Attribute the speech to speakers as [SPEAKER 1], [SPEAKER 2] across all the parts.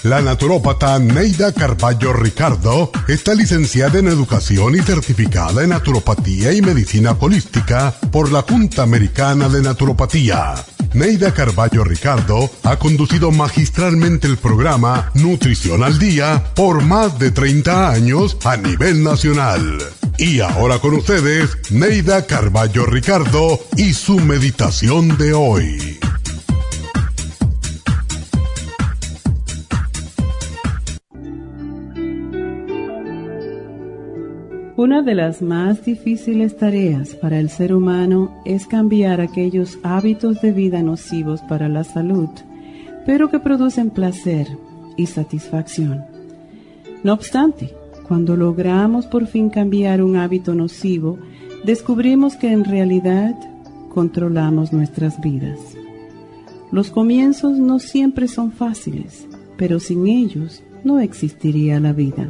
[SPEAKER 1] La naturópata Neida Carballo Ricardo está licenciada en Educación y certificada en Naturopatía y Medicina Holística por la Junta Americana de Naturopatía. Neida Carballo Ricardo ha conducido magistralmente el programa Nutrición al Día por más de 30 años a nivel nacional. Y ahora con ustedes, Neida Carballo Ricardo y su meditación de hoy.
[SPEAKER 2] Una de las más difíciles tareas para el ser humano es cambiar aquellos hábitos de vida nocivos para la salud, pero que producen placer y satisfacción. No obstante, cuando logramos por fin cambiar un hábito nocivo, descubrimos que en realidad controlamos nuestras vidas. Los comienzos no siempre son fáciles, pero sin ellos no existiría la vida.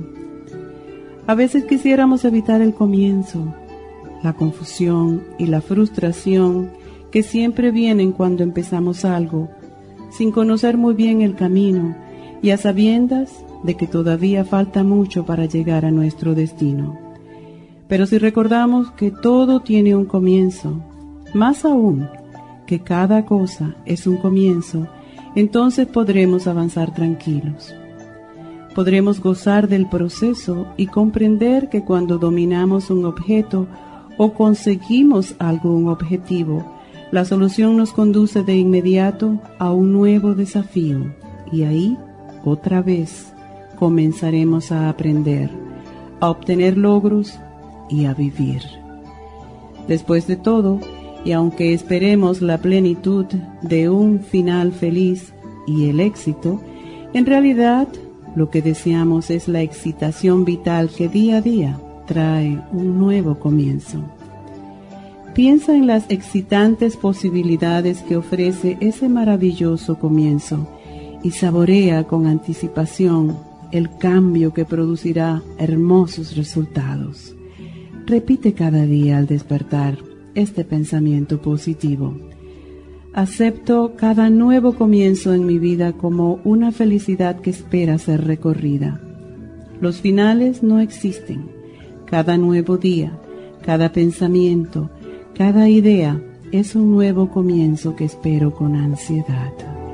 [SPEAKER 2] A veces quisiéramos evitar el comienzo, la confusión y la frustración que siempre vienen cuando empezamos algo, sin conocer muy bien el camino y a sabiendas de que todavía falta mucho para llegar a nuestro destino. Pero si recordamos que todo tiene un comienzo, más aún que cada cosa es un comienzo, entonces podremos avanzar tranquilos. Podremos gozar del proceso y comprender que cuando dominamos un objeto o conseguimos algún objetivo, la solución nos conduce de inmediato a un nuevo desafío y ahí, otra vez, comenzaremos a aprender, a obtener logros y a vivir. Después de todo, y aunque esperemos la plenitud de un final feliz y el éxito, en realidad lo que deseamos es la excitación vital que día a día trae un nuevo comienzo. Piensa en las excitantes posibilidades que ofrece ese maravilloso comienzo y saborea con anticipación el cambio que producirá hermosos resultados. Repite cada día al despertar este pensamiento positivo. Acepto cada nuevo comienzo en mi vida como una felicidad que espera ser recorrida. Los finales no existen. Cada nuevo día, cada pensamiento, cada idea es un nuevo comienzo que espero con ansiedad.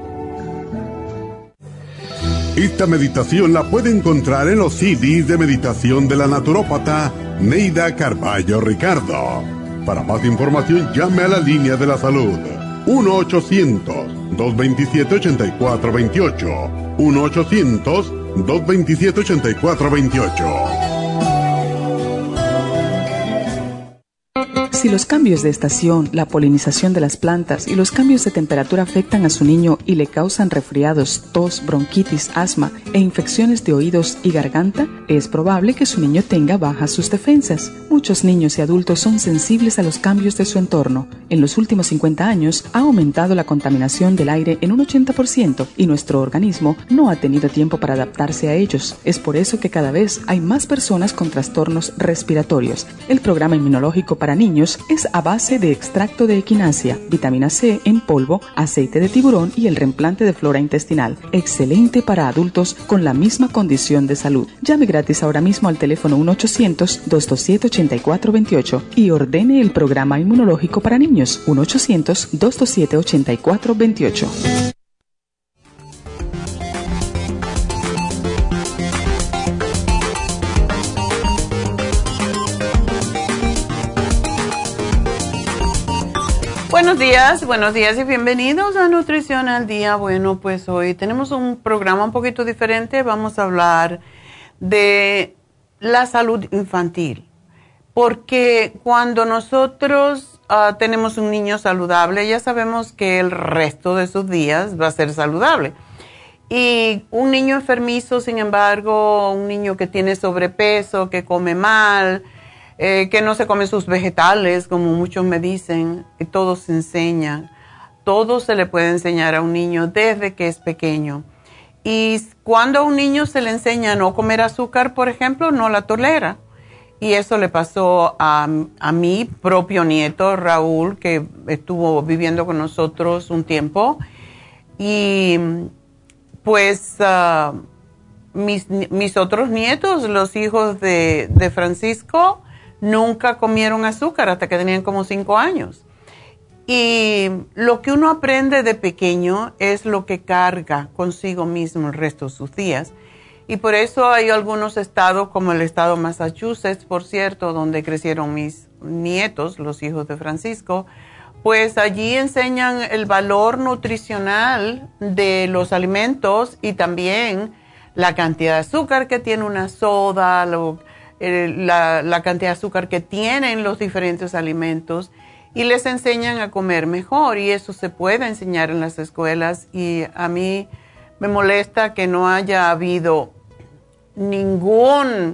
[SPEAKER 1] Esta meditación la puede encontrar en los CDs de meditación de la naturópata Neida Carballo Ricardo. Para más información, llame a la línea de la salud 1-800-227-8428. 1-800-227-8428.
[SPEAKER 3] Si los cambios de estación, la polinización de las plantas y los cambios de temperatura afectan a su niño y le causan resfriados, tos, bronquitis, asma e infecciones de oídos y garganta, es probable que su niño tenga bajas sus defensas. Muchos niños y adultos son sensibles a los cambios de su entorno. En los últimos 50 años ha aumentado la contaminación del aire en un 80% y nuestro organismo no ha tenido tiempo para adaptarse a ellos. Es por eso que cada vez hay más personas con trastornos respiratorios. El programa inmunológico para niños es a base de extracto de equinacia, vitamina C en polvo, aceite de tiburón y el reemplante de flora intestinal. Excelente para adultos con la misma condición de salud. Llame gratis ahora mismo al teléfono 1-800-227-8428 y ordene el programa inmunológico para niños 1-800-227-8428.
[SPEAKER 4] Buenos días y bienvenidos a Nutrición al Día. Bueno, pues hoy tenemos un programa un poquito diferente. Vamos a hablar de la salud infantil, porque cuando nosotros tenemos un niño saludable, ya sabemos que el resto de sus días va a ser saludable. Y un niño enfermizo, sin embargo, un niño que tiene sobrepeso, que come mal, que no se come sus vegetales, como muchos me dicen, todo se enseña, todo se le puede enseñar a un niño desde que es pequeño. Y cuando a un niño se le enseña a no comer azúcar, por ejemplo, no la tolera. Y eso le pasó a mi propio nieto, Raúl, que estuvo viviendo con nosotros un tiempo. Y pues mis otros nietos, los hijos de Francisco, nunca comieron azúcar hasta que tenían como 5 años. Y lo que uno aprende de pequeño es lo que carga consigo mismo el resto de sus días. Y por eso hay algunos estados, como el estado de Massachusetts, por cierto, donde crecieron mis nietos, los hijos de Francisco, pues allí enseñan el valor nutricional de los alimentos y también la cantidad de azúcar que tiene una soda, la cantidad de azúcar que tienen los diferentes alimentos, y les enseñan a comer mejor, y eso se puede enseñar en las escuelas. Y a mí me molesta que no haya habido ningún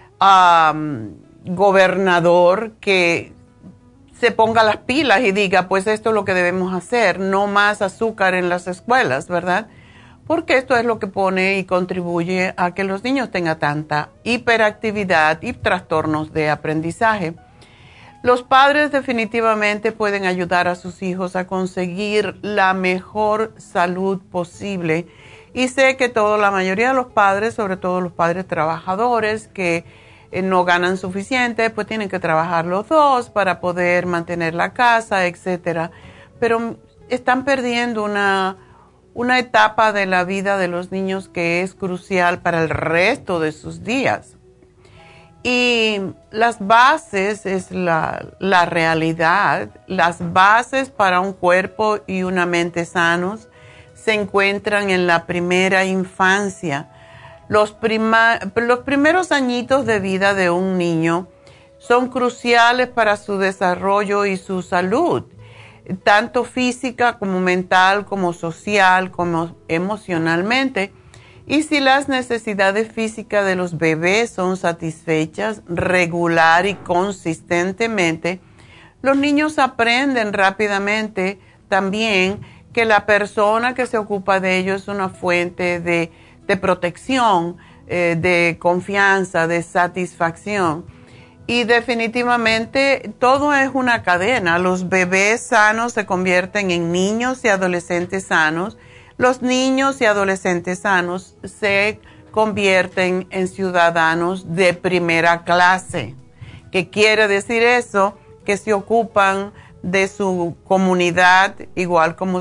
[SPEAKER 4] gobernador que se ponga las pilas y diga, pues esto es lo que debemos hacer, no más azúcar en las escuelas, ¿verdad? Porque esto es lo que pone y contribuye a que los niños tengan tanta hiperactividad y trastornos de aprendizaje. Los padres definitivamente pueden ayudar a sus hijos a conseguir la mejor salud posible. Y sé que la mayoría de los padres, sobre todo los padres trabajadores que no ganan suficiente, pues tienen que trabajar los dos para poder mantener la casa, etcétera. Pero están perdiendo una etapa de la vida de los niños que es crucial para el resto de sus días. Y las bases es la realidad. Las bases para un cuerpo y una mente sanos se encuentran en la primera infancia. Los primeros añitos de vida de un niño son cruciales para su desarrollo y su salud, tanto física como mental, como social, como emocionalmente. Y si las necesidades físicas de los bebés son satisfechas regular y consistentemente, los niños aprenden rápidamente también que la persona que se ocupa de ellos es una fuente de protección, de confianza, de satisfacción. Y definitivamente todo es una cadena. Los bebés sanos se convierten en niños y adolescentes sanos. Los niños y adolescentes sanos se convierten en ciudadanos de primera clase. ¿Qué quiere decir eso? Que se ocupan de su comunidad, igual como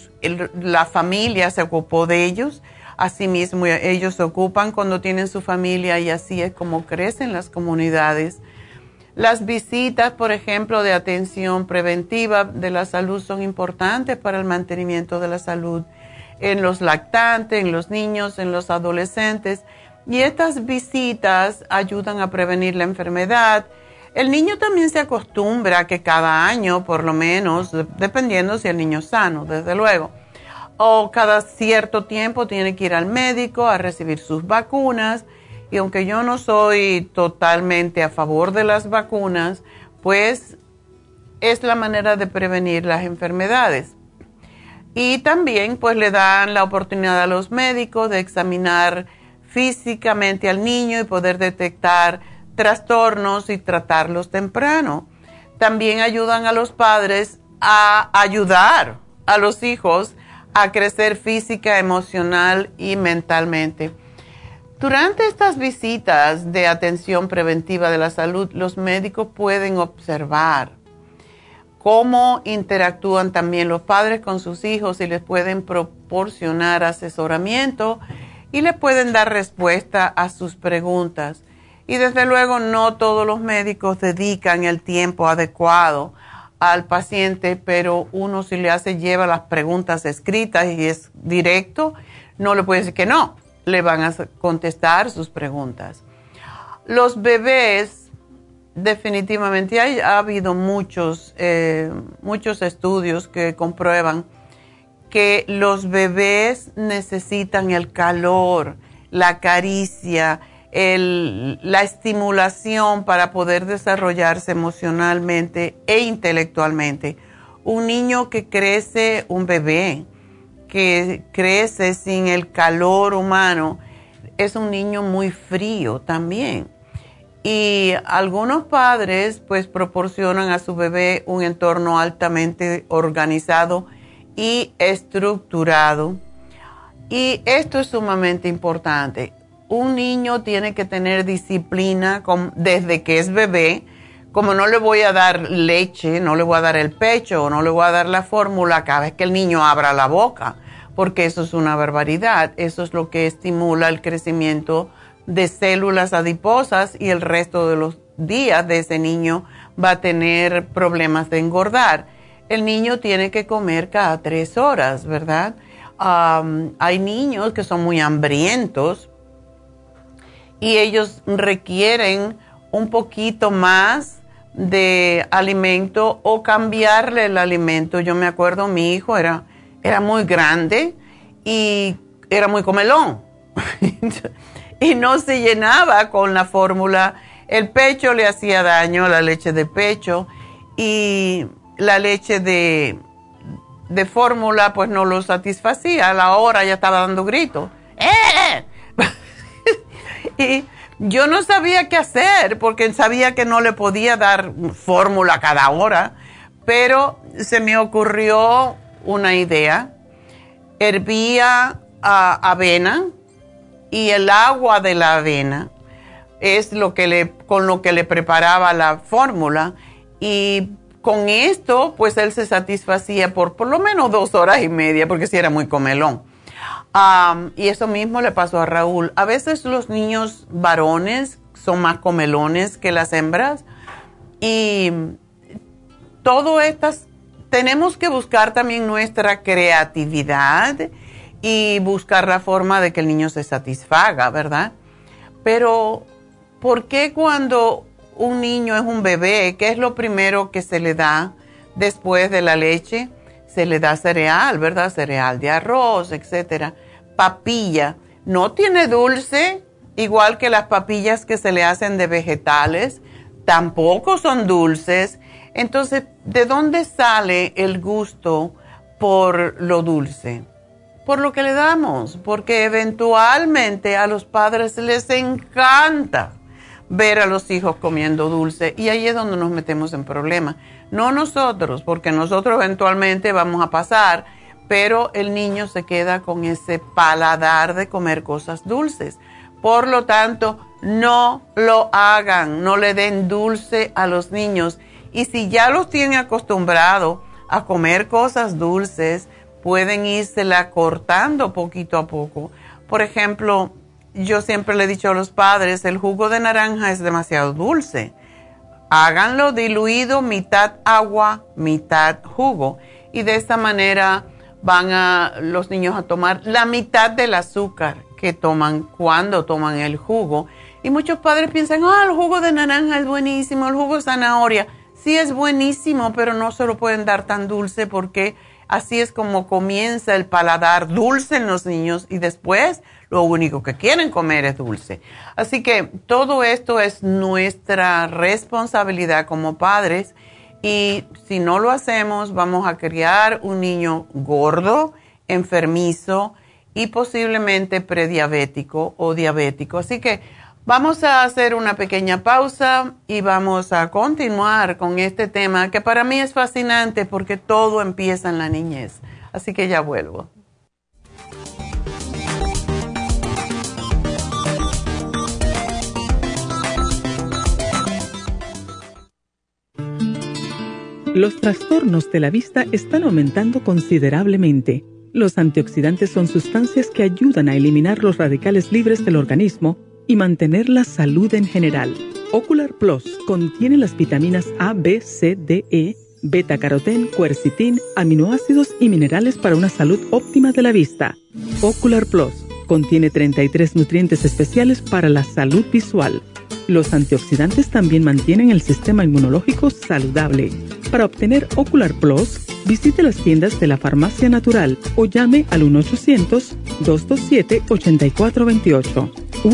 [SPEAKER 4] la familia se ocupó de ellos. Asimismo, ellos se ocupan cuando tienen su familia, y así es como crecen las comunidades. Las visitas, por ejemplo, de atención preventiva de la salud son importantes para el mantenimiento de la salud en los lactantes, en los niños, en los adolescentes. Y estas visitas ayudan a prevenir la enfermedad. El niño también se acostumbra a que cada año, por lo menos, dependiendo si el niño es sano, desde luego, o cada cierto tiempo tiene que ir al médico a recibir sus vacunas. Y aunque yo no soy totalmente a favor de las vacunas, pues es la manera de prevenir las enfermedades. Y también pues le dan la oportunidad a los médicos de examinar físicamente al niño y poder detectar trastornos y tratarlos temprano. También ayudan a los padres a ayudar a los hijos a crecer física, emocional y mentalmente. Durante estas visitas de atención preventiva de la salud, los médicos pueden observar cómo interactúan también los padres con sus hijos y les pueden proporcionar asesoramiento y les pueden dar respuesta a sus preguntas. Y desde luego no todos los médicos dedican el tiempo adecuado al paciente, pero uno si lleva las preguntas escritas y es directo, no le puede decir que no, le van a contestar sus preguntas. Los bebés, definitivamente ha habido muchos estudios que comprueban que los bebés necesitan el calor, la caricia, la estimulación para poder desarrollarse emocionalmente e intelectualmente. Un niño que crece, un bebé que crece sin el calor humano, es un niño muy frío también. Y algunos padres pues proporcionan a su bebé un entorno altamente organizado y estructurado. Y esto es sumamente importante. Un niño tiene que tener disciplina desde que es bebé. Como no le voy a dar leche, no le voy a dar el pecho, no le voy a dar la fórmula cada vez que el niño abra la boca, porque eso es una barbaridad. Eso es lo que estimula el crecimiento de células adiposas y el resto de los días de ese niño va a tener problemas de engordar. El niño tiene que comer cada 3 horas, ¿verdad? Hay niños que son muy hambrientos y ellos requieren un poquito más de alimento o cambiarle el alimento. Yo me acuerdo, mi hijo era muy grande y era muy comelón y no se llenaba con la fórmula. El pecho le hacía daño, la leche de pecho, y la leche de fórmula pues no lo satisfacía. A la hora ya estaba dando gritos. Y yo no sabía qué hacer porque sabía que no le podía dar fórmula cada hora, pero se me ocurrió una idea. Hervía avena y el agua de la avena es con lo que le preparaba la fórmula, y con esto pues él se satisfacía por lo menos 2 horas y media porque sí era muy comelón. Y eso mismo le pasó a Raúl. A veces los niños varones son más comelones que las hembras, y tenemos que buscar también nuestra creatividad y buscar la forma de que el niño se satisfaga, ¿verdad? Pero ¿por qué cuando un niño es un bebé, qué es lo primero que se le da después de la leche? Se le da cereal, ¿verdad? Cereal de arroz, etcétera. Papilla. No tiene dulce, igual que las papillas que se le hacen de vegetales. Tampoco son dulces. Entonces, ¿de dónde sale el gusto por lo dulce? Por lo que le damos. Porque eventualmente a los padres les encanta ver a los hijos comiendo dulce, y ahí es donde nos metemos en problemas. No nosotros, porque nosotros eventualmente vamos a pasar, pero el niño se queda con ese paladar de comer cosas dulces. Por lo tanto, no lo hagan, no le den dulce a los niños. Y si ya los tienen acostumbrados a comer cosas dulces, pueden írsela cortando poquito a poco. Por ejemplo, yo siempre le he dicho a los padres, el jugo de naranja es demasiado dulce. Háganlo diluido, mitad agua, mitad jugo. Y de esta manera van los niños a tomar la mitad del azúcar que toman cuando toman el jugo. Y muchos padres piensan, el jugo de naranja es buenísimo, el jugo de zanahoria. Sí es buenísimo, pero no se lo pueden dar tan dulce porque así es como comienza el paladar dulce en los niños y después lo único que quieren comer es dulce. Así que todo esto es nuestra responsabilidad como padres, y si no lo hacemos vamos a criar un niño gordo, enfermizo y posiblemente prediabético o diabético. Así que vamos a hacer una pequeña pausa y vamos a continuar con este tema que para mí es fascinante porque todo empieza en la niñez. Así que ya vuelvo.
[SPEAKER 3] Los trastornos de la vista están aumentando considerablemente. Los antioxidantes son sustancias que ayudan a eliminar los radicales libres del organismo y mantener la salud en general. Ocular Plus contiene las vitaminas A, B, C, D, E, beta-carotén, quercetín, aminoácidos y minerales para una salud óptima de la vista. Ocular Plus contiene 33 nutrientes especiales para la salud visual. Los antioxidantes también mantienen el sistema inmunológico saludable. Para obtener Ocular Plus, visite las tiendas de la Farmacia Natural o llame al 1-800-227-8428.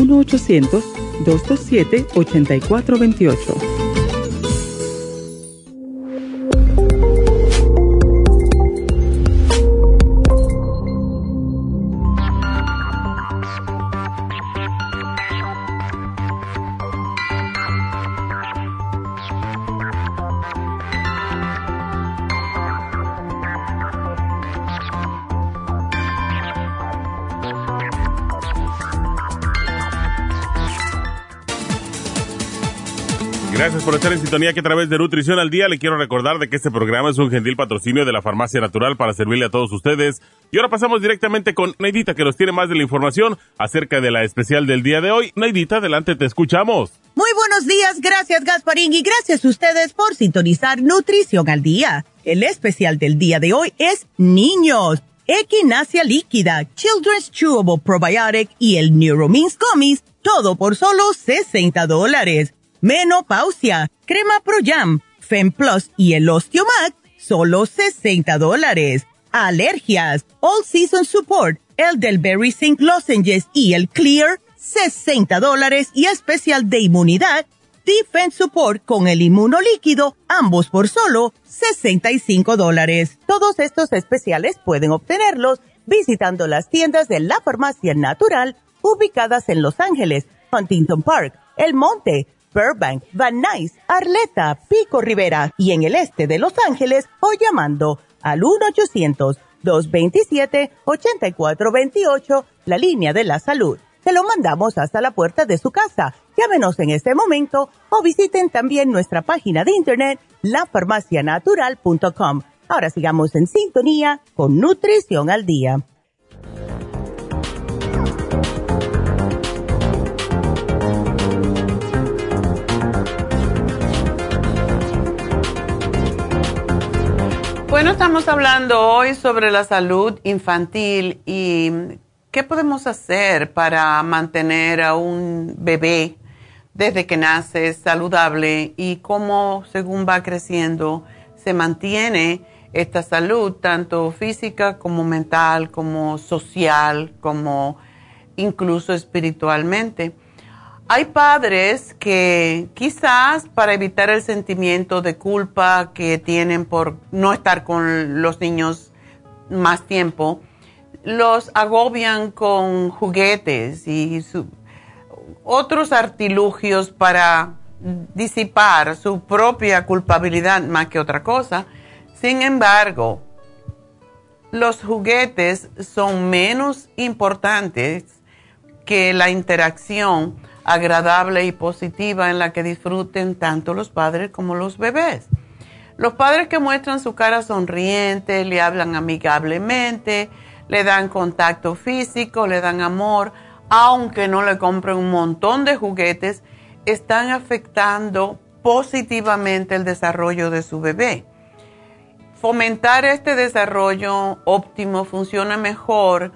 [SPEAKER 3] 1-800-227-8428.
[SPEAKER 5] Gracias por estar en sintonía, que a través de Nutrición al Día le quiero recordar de que este programa es un gentil patrocinio de la Farmacia Natural para servirle a todos ustedes. Y ahora pasamos directamente con Neidita, que nos tiene más de la información acerca de la especial del día de hoy. Neidita, adelante, te escuchamos.
[SPEAKER 6] Muy buenos días, gracias Gasparín y gracias a ustedes por sintonizar Nutrición al Día. El especial del día de hoy es Niños, Echinacea Líquida, Children's Chewable Probiotic y el Neuromins Gummies, todo por solo $60. Menopausia, Crema Pro Jam, Fem Plus y el Osteomac, solo $60. Alergias, All Season Support, Elderberry Zinc Lozenges y el Clear, $60. Y especial de inmunidad, Defense Support con el inmunolíquido, ambos por solo $65. Todos estos especiales pueden obtenerlos visitando las tiendas de la Farmacia Natural ubicadas en Los Ángeles, Huntington Park, El Monte, Burbank, Van Nuys, Arleta, Pico Rivera y en el este de Los Ángeles o llamando al 1-800-227-8428, la línea de la salud. Se lo mandamos hasta la puerta de su casa. Llámenos en este momento o visiten también nuestra página de internet, lafarmacianatural.com. Ahora sigamos en sintonía con Nutrición al Día.
[SPEAKER 4] Bueno, estamos hablando hoy sobre la salud infantil y qué podemos hacer para mantener a un bebé desde que nace saludable y cómo, según va creciendo, se mantiene esta salud, tanto física como mental, como social, como incluso espiritualmente. Hay padres que quizás para evitar el sentimiento de culpa que tienen por no estar con los niños más tiempo, los agobian con juguetes y otros artilugios para disipar su propia culpabilidad más que otra cosa. Sin embargo, los juguetes son menos importantes que la interacción agradable y positiva en la que disfruten tanto los padres como los bebés. Los padres que muestran su cara sonriente, le hablan amigablemente, le dan contacto físico, le dan amor, aunque no le compren un montón de juguetes, están afectando positivamente el desarrollo de su bebé. Fomentar este desarrollo óptimo funciona mejor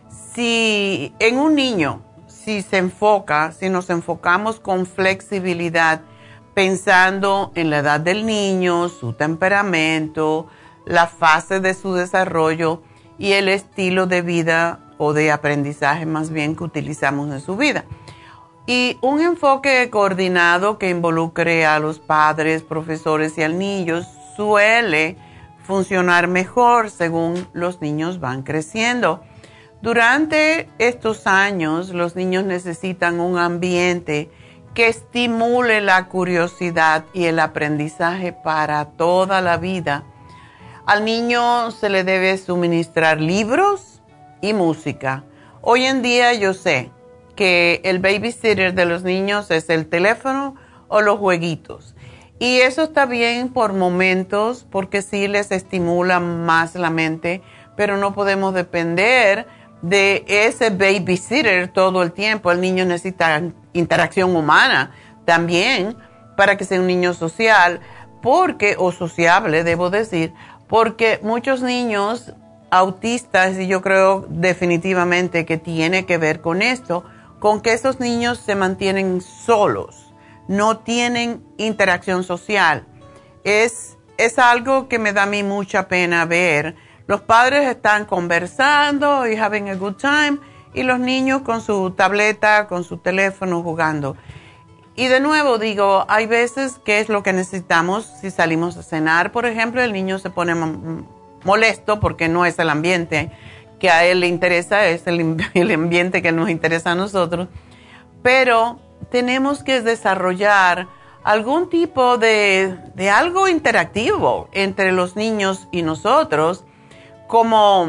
[SPEAKER 4] si en un niño, si nos enfocamos con flexibilidad, pensando en la edad del niño, su temperamento, la fase de su desarrollo y el estilo de vida o de aprendizaje más bien que utilizamos en su vida. Y un enfoque coordinado que involucre a los padres, profesores y al niño suele funcionar mejor según los niños van creciendo. Durante estos años, los niños necesitan un ambiente que estimule la curiosidad y el aprendizaje para toda la vida. Al niño se le debe suministrar libros y música. Hoy en día yo sé que el babysitter de los niños es el teléfono o los jueguitos. Y eso está bien por momentos porque sí les estimula más la mente, pero no podemos depender de ese babysitter todo el tiempo. El niño necesita interacción humana también para que sea un niño social, o sociable, debo decir, porque muchos niños autistas, y yo creo definitivamente que tiene que ver con esto, con que esos niños se mantienen solos, no tienen interacción social. Es algo que me da a mí mucha pena ver. Los padres están conversando y having a good time y los niños con su tableta, con su teléfono jugando. Y de nuevo digo, hay veces que es lo que necesitamos si salimos a cenar, por ejemplo, el niño se pone molesto porque no es el ambiente que a él le interesa, es el ambiente que nos interesa a nosotros. Pero tenemos que desarrollar algún tipo de algo interactivo entre los niños y nosotros, como,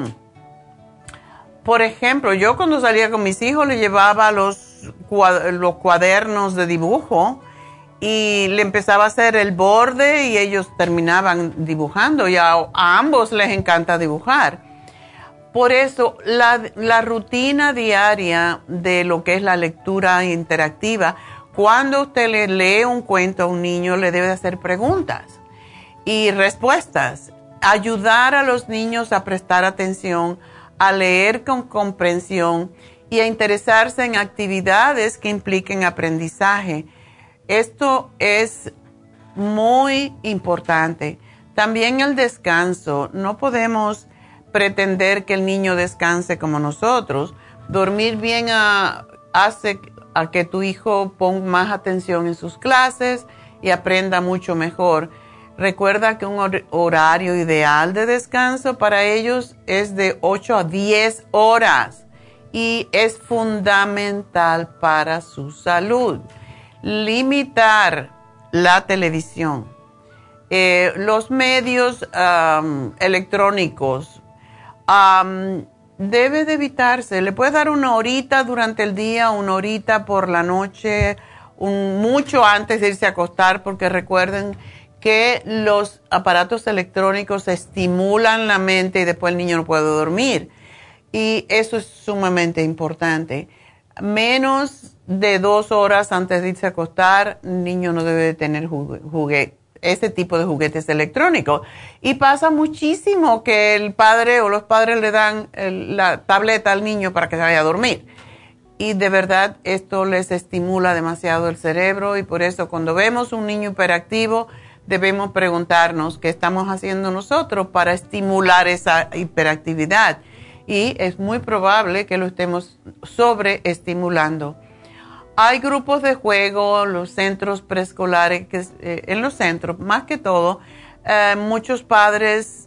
[SPEAKER 4] por ejemplo, yo cuando salía con mis hijos le llevaba los cuadernos de dibujo y le empezaba a hacer el borde y ellos terminaban dibujando y a ambos les encanta dibujar. Por eso la rutina diaria de lo que es la lectura interactiva, cuando usted le lee un cuento a un niño le debe hacer preguntas y respuestas, ayudar a los niños a prestar atención, a leer con comprensión y a interesarse en actividades que impliquen aprendizaje. Esto es muy importante. También el descanso. No podemos pretender que el niño descanse como nosotros. Dormir bien hace a que tu hijo ponga más atención en sus clases y aprenda mucho mejor. Recuerda que un horario ideal de descanso para ellos es de 8 a 10 horas y es fundamental para su salud. Limitar la televisión, los medios electrónicos, debe de evitarse. Le puedes dar una horita durante el día, una horita por la noche, mucho antes de irse a acostar, porque recuerden que los aparatos electrónicos estimulan la mente y después el niño no puede dormir. Y eso es sumamente importante. Menos de 2 horas antes de irse a acostar, el niño no debe tener ese tipo de juguetes electrónicos. Y pasa muchísimo que el padre o los padres le dan la tableta al niño para que se vaya a dormir. Y de verdad esto les estimula demasiado el cerebro y por eso cuando vemos un niño hiperactivo debemos preguntarnos qué estamos haciendo nosotros para estimular esa hiperactividad. Y es muy probable que lo estemos sobreestimulando. Hay grupos de juego, los centros preescolares, en los centros, más que todo, muchos padres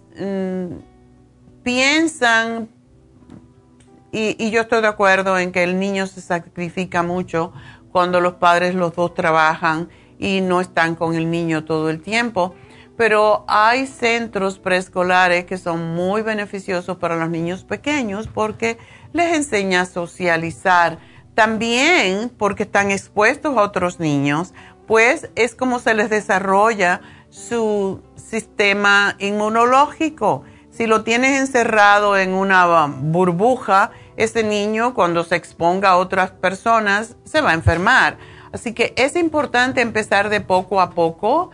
[SPEAKER 4] piensan, y yo estoy de acuerdo en que el niño se sacrifica mucho cuando los padres los dos trabajan y no están con el niño todo el tiempo. Pero hay centros preescolares que son muy beneficiosos para los niños pequeños porque les enseña a socializar. También porque están expuestos a otros niños, pues es como se les desarrolla su sistema inmunológico. Si lo tienes encerrado en una burbuja, ese niño cuando se exponga a otras personas se va a enfermar. Así que es importante empezar de poco a poco.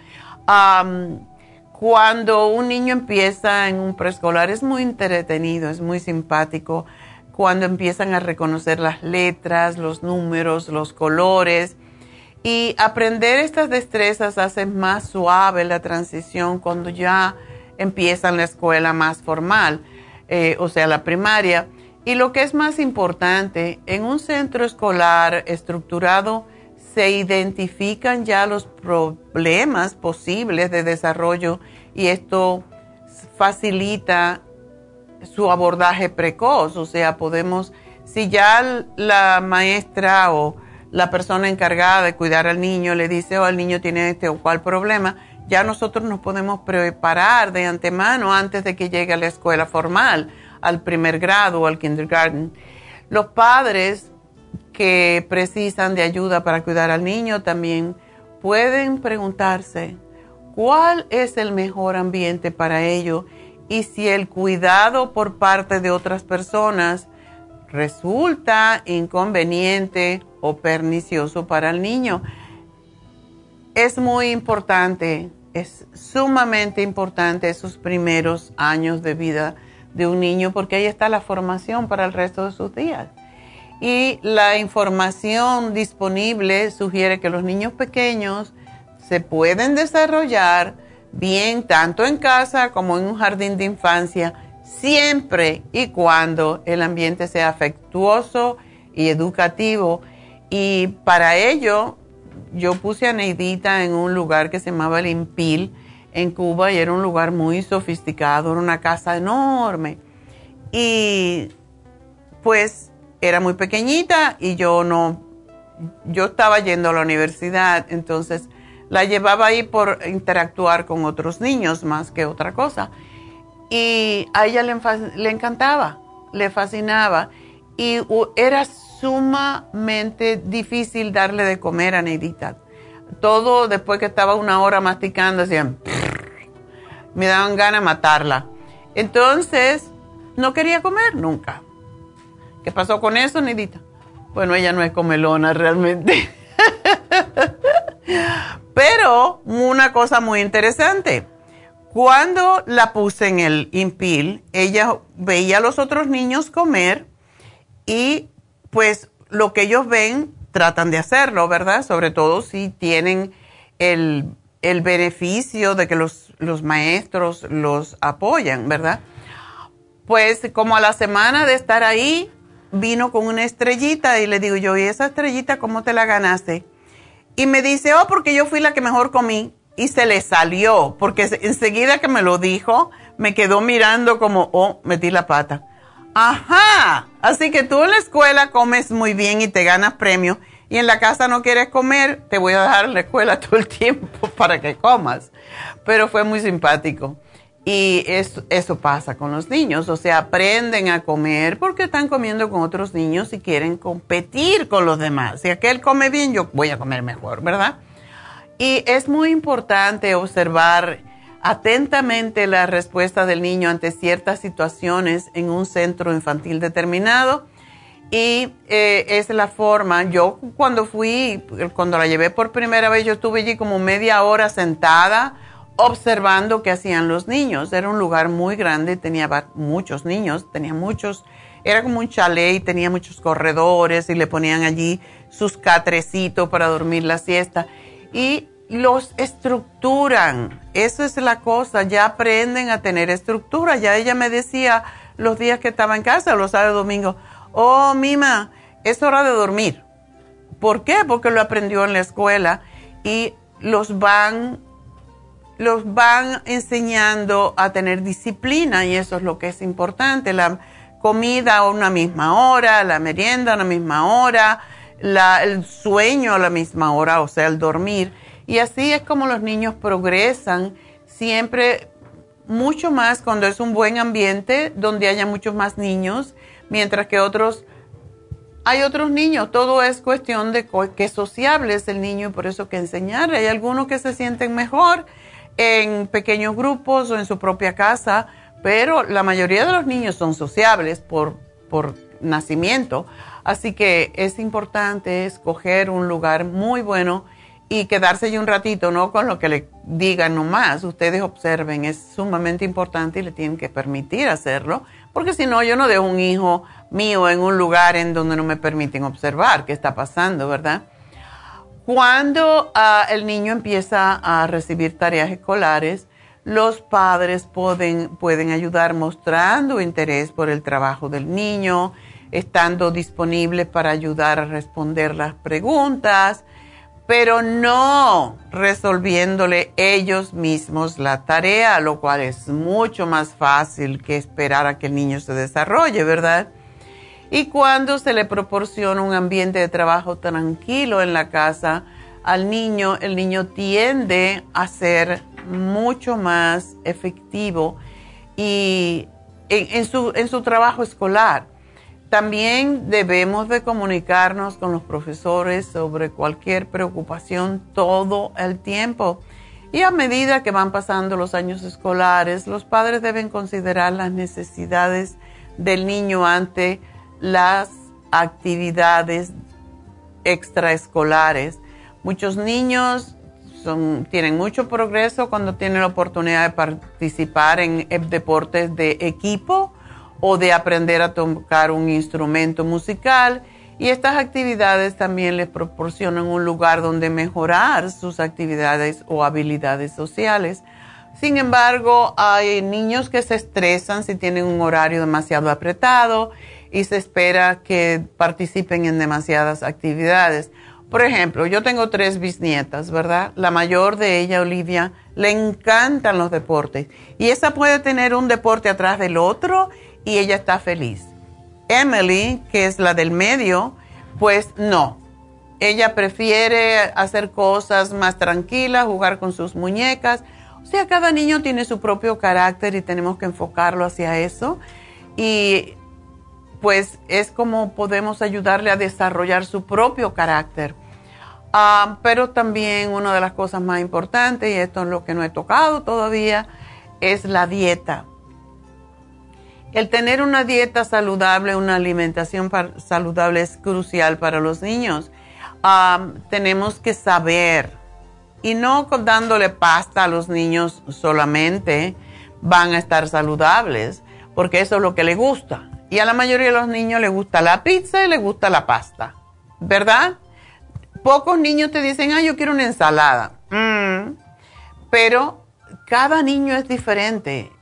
[SPEAKER 4] Cuando un niño empieza en un preescolar es muy entretenido, es muy simpático. Cuando empiezan a reconocer las letras, los números, los colores. Y aprender estas destrezas hace más suave la transición cuando ya empiezan la escuela más formal, o sea, la primaria. Y lo que es más importante, en un centro escolar estructurado, se identifican ya los problemas posibles de desarrollo y esto facilita su abordaje precoz. O sea, podemos, si ya la maestra o la persona encargada de cuidar al niño le dice, el niño tiene este o cual problema, ya nosotros nos podemos preparar de antemano antes de que llegue a la escuela formal, al primer grado o al kindergarten. Los padres que precisan de ayuda para cuidar al niño también pueden preguntarse cuál es el mejor ambiente para ello y si el cuidado por parte de otras personas resulta inconveniente o pernicioso para el niño. Es muy importante, es sumamente importante esos primeros años de vida de un niño porque ahí está la formación para el resto de sus días. Y la información disponible sugiere que los niños pequeños se pueden desarrollar bien tanto en casa como en un jardín de infancia, siempre y cuando el ambiente sea afectuoso y educativo. Y para ello, yo puse a Neidita en un lugar que se llamaba El Impil en Cuba y era un lugar muy sofisticado, era una casa enorme. Y pues era muy pequeñita y yo estaba yendo a la universidad, entonces la llevaba ahí por interactuar con otros niños más que otra cosa. Y a ella le encantaba, le fascinaba y era sumamente difícil darle de comer a Neidita. todo después que estaba una hora masticando, hacían, me daban ganas de matarla. Entonces, no quería comer nunca. ¿Qué pasó con eso, Neidita? Bueno, ella no es comelona realmente. Pero una cosa muy interesante. Cuando la puse en el Impil, ella veía a los otros niños comer y pues lo que ellos ven tratan de hacerlo, ¿verdad? Sobre todo si tienen el beneficio de que los maestros los apoyan, ¿verdad? Pues como a la semana de estar ahí, vino con una estrellita y le digo yo, ¿y esa estrellita cómo te la ganaste? Y me dice, oh, porque yo fui la que mejor comí. Y se le salió, porque enseguida que me lo dijo, me quedó mirando como, oh, metí la pata. Ajá, así que tú en la escuela comes muy bien y te ganas premios, y en la casa no quieres comer, te voy a dejar en la escuela todo el tiempo para que comas. Pero fue muy simpático. Y eso pasa con los niños, o sea, aprenden a comer porque están comiendo con otros niños y quieren competir con los demás. Si aquel come bien, yo voy a comer mejor, ¿verdad? Y es muy importante observar atentamente la respuesta del niño ante ciertas situaciones en un centro infantil determinado. Y es la forma, yo cuando la llevé por primera vez, yo estuve allí como media hora sentada, observando qué hacían los niños. Era un lugar muy grande, tenía muchos niños, era como un chalet y tenía muchos corredores y le ponían allí sus catrecitos para dormir la siesta. Y los estructuran, eso es la cosa, ya aprenden a tener estructura. Ya ella me decía los días que estaba en casa, los sábados y domingos, oh, Mima, es hora de dormir. ¿Por qué? Porque lo aprendió en la escuela y los van enseñando a tener disciplina y eso es lo que es importante. La comida a una misma hora, la merienda a una misma hora, el sueño a la misma hora, o sea, el dormir. Y así es como los niños progresan siempre mucho más cuando es un buen ambiente donde haya muchos más niños, mientras que hay otros niños. Todo es cuestión de qué sociable es el niño y por eso que enseñar. Hay algunos que se sienten mejor en pequeños grupos o en su propia casa, pero la mayoría de los niños son sociables por nacimiento. Así que es importante escoger un lugar muy bueno y quedarse allí un ratito, no con lo que le digan nomás. Ustedes observen, es sumamente importante y le tienen que permitir hacerlo, porque si no, yo no dejo un hijo mío en un lugar en donde no me permiten observar qué está pasando, ¿verdad? Cuando el niño empieza a recibir tareas escolares, los padres pueden ayudar mostrando interés por el trabajo del niño, estando disponibles para ayudar a responder las preguntas, pero no resolviéndole ellos mismos la tarea, lo cual es mucho más fácil que esperar a que el niño se desarrolle, ¿verdad? Y cuando se le proporciona un ambiente de trabajo tranquilo en la casa al niño, el niño tiende a ser mucho más efectivo y en su trabajo escolar. También debemos de comunicarnos con los profesores sobre cualquier preocupación todo el tiempo. Y a medida que van pasando los años escolares, los padres deben considerar las necesidades del niño ante las actividades extraescolares. Muchos niños tienen mucho progreso cuando tienen la oportunidad de participar en deportes de equipo o de aprender a tocar un instrumento musical, y estas actividades también les proporcionan un lugar donde mejorar sus actividades o habilidades sociales. Sin embargo, hay niños que se estresan si tienen un horario demasiado apretado y se espera que participen en demasiadas actividades. Por ejemplo, yo tengo 3 bisnietas, ¿verdad? La mayor de ella, Olivia, le encantan los deportes y esa puede tener un deporte atrás del otro y ella está feliz. Emily, que es la del medio, pues no. Ella prefiere hacer cosas más tranquilas, jugar con sus muñecas. O sea, cada niño tiene su propio carácter y tenemos que enfocarlo hacia eso. Y pues es como podemos ayudarle a desarrollar su propio carácter. Pero también una de las cosas más importantes, y esto es lo que no he tocado todavía, es la dieta. El tener una dieta saludable, una alimentación saludable es crucial para los niños. Tenemos que saber, y no dándole pasta a los niños solamente van a estar saludables, porque eso es lo que les gusta. Y a la mayoría de los niños les gusta la pizza y les gusta la pasta, ¿verdad? Pocos niños te dicen, yo quiero una ensalada. Pero cada niño es diferente.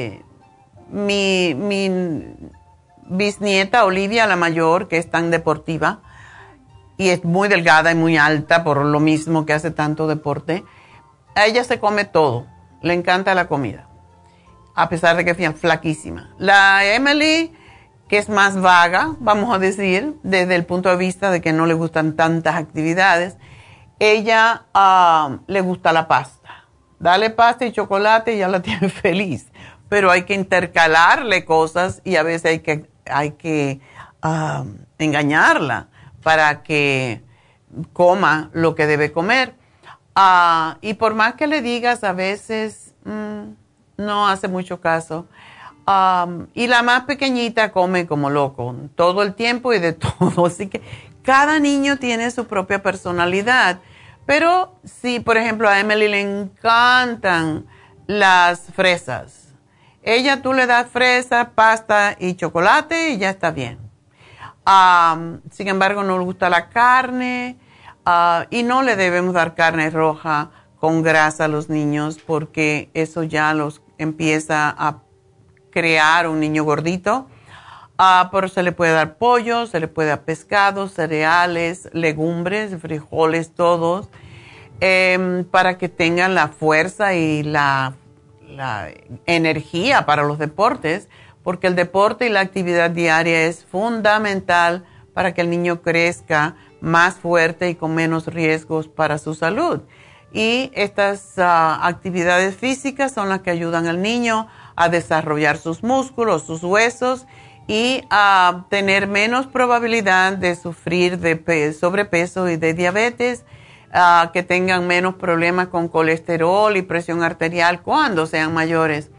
[SPEAKER 4] Mi bisnieta Olivia, la mayor, que es tan deportiva, y es muy delgada y muy alta por lo mismo que hace tanto deporte, a ella se come todo. Le encanta la comida, a pesar de que es flaquísima. La Emily, que es más vaga, vamos a decir, desde el punto de vista de que no le gustan tantas actividades, ella le gusta la pasta. Dale pasta y chocolate y ya la tiene feliz. Pero hay que intercalarle cosas y a veces hay que engañarla para que coma lo que debe comer. Y por más que le digas, a veces no hace mucho caso. Y la más pequeñita come como loco, todo el tiempo y de todo. Así que cada niño tiene su propia personalidad. Pero sí, por ejemplo, a Emily le encantan las fresas. Tú le das fresa, pasta y chocolate y ya está bien. Sin embargo, no le gusta la carne y no le debemos dar carne roja con grasa a los niños porque eso ya los empieza a crear un niño gordito. Pero se le puede dar pollo, se le puede dar pescado, cereales, legumbres, frijoles, todos, para que tengan la fuerza y la energía para los deportes, porque el deporte y la actividad diaria es fundamental para que el niño crezca más fuerte y con menos riesgos para su salud. Y estas actividades físicas son las que ayudan al niño a desarrollar sus músculos, sus huesos y a tener menos probabilidad de sufrir de sobrepeso y de diabetes, que tengan menos problemas con colesterol y presión arterial cuando sean mayores.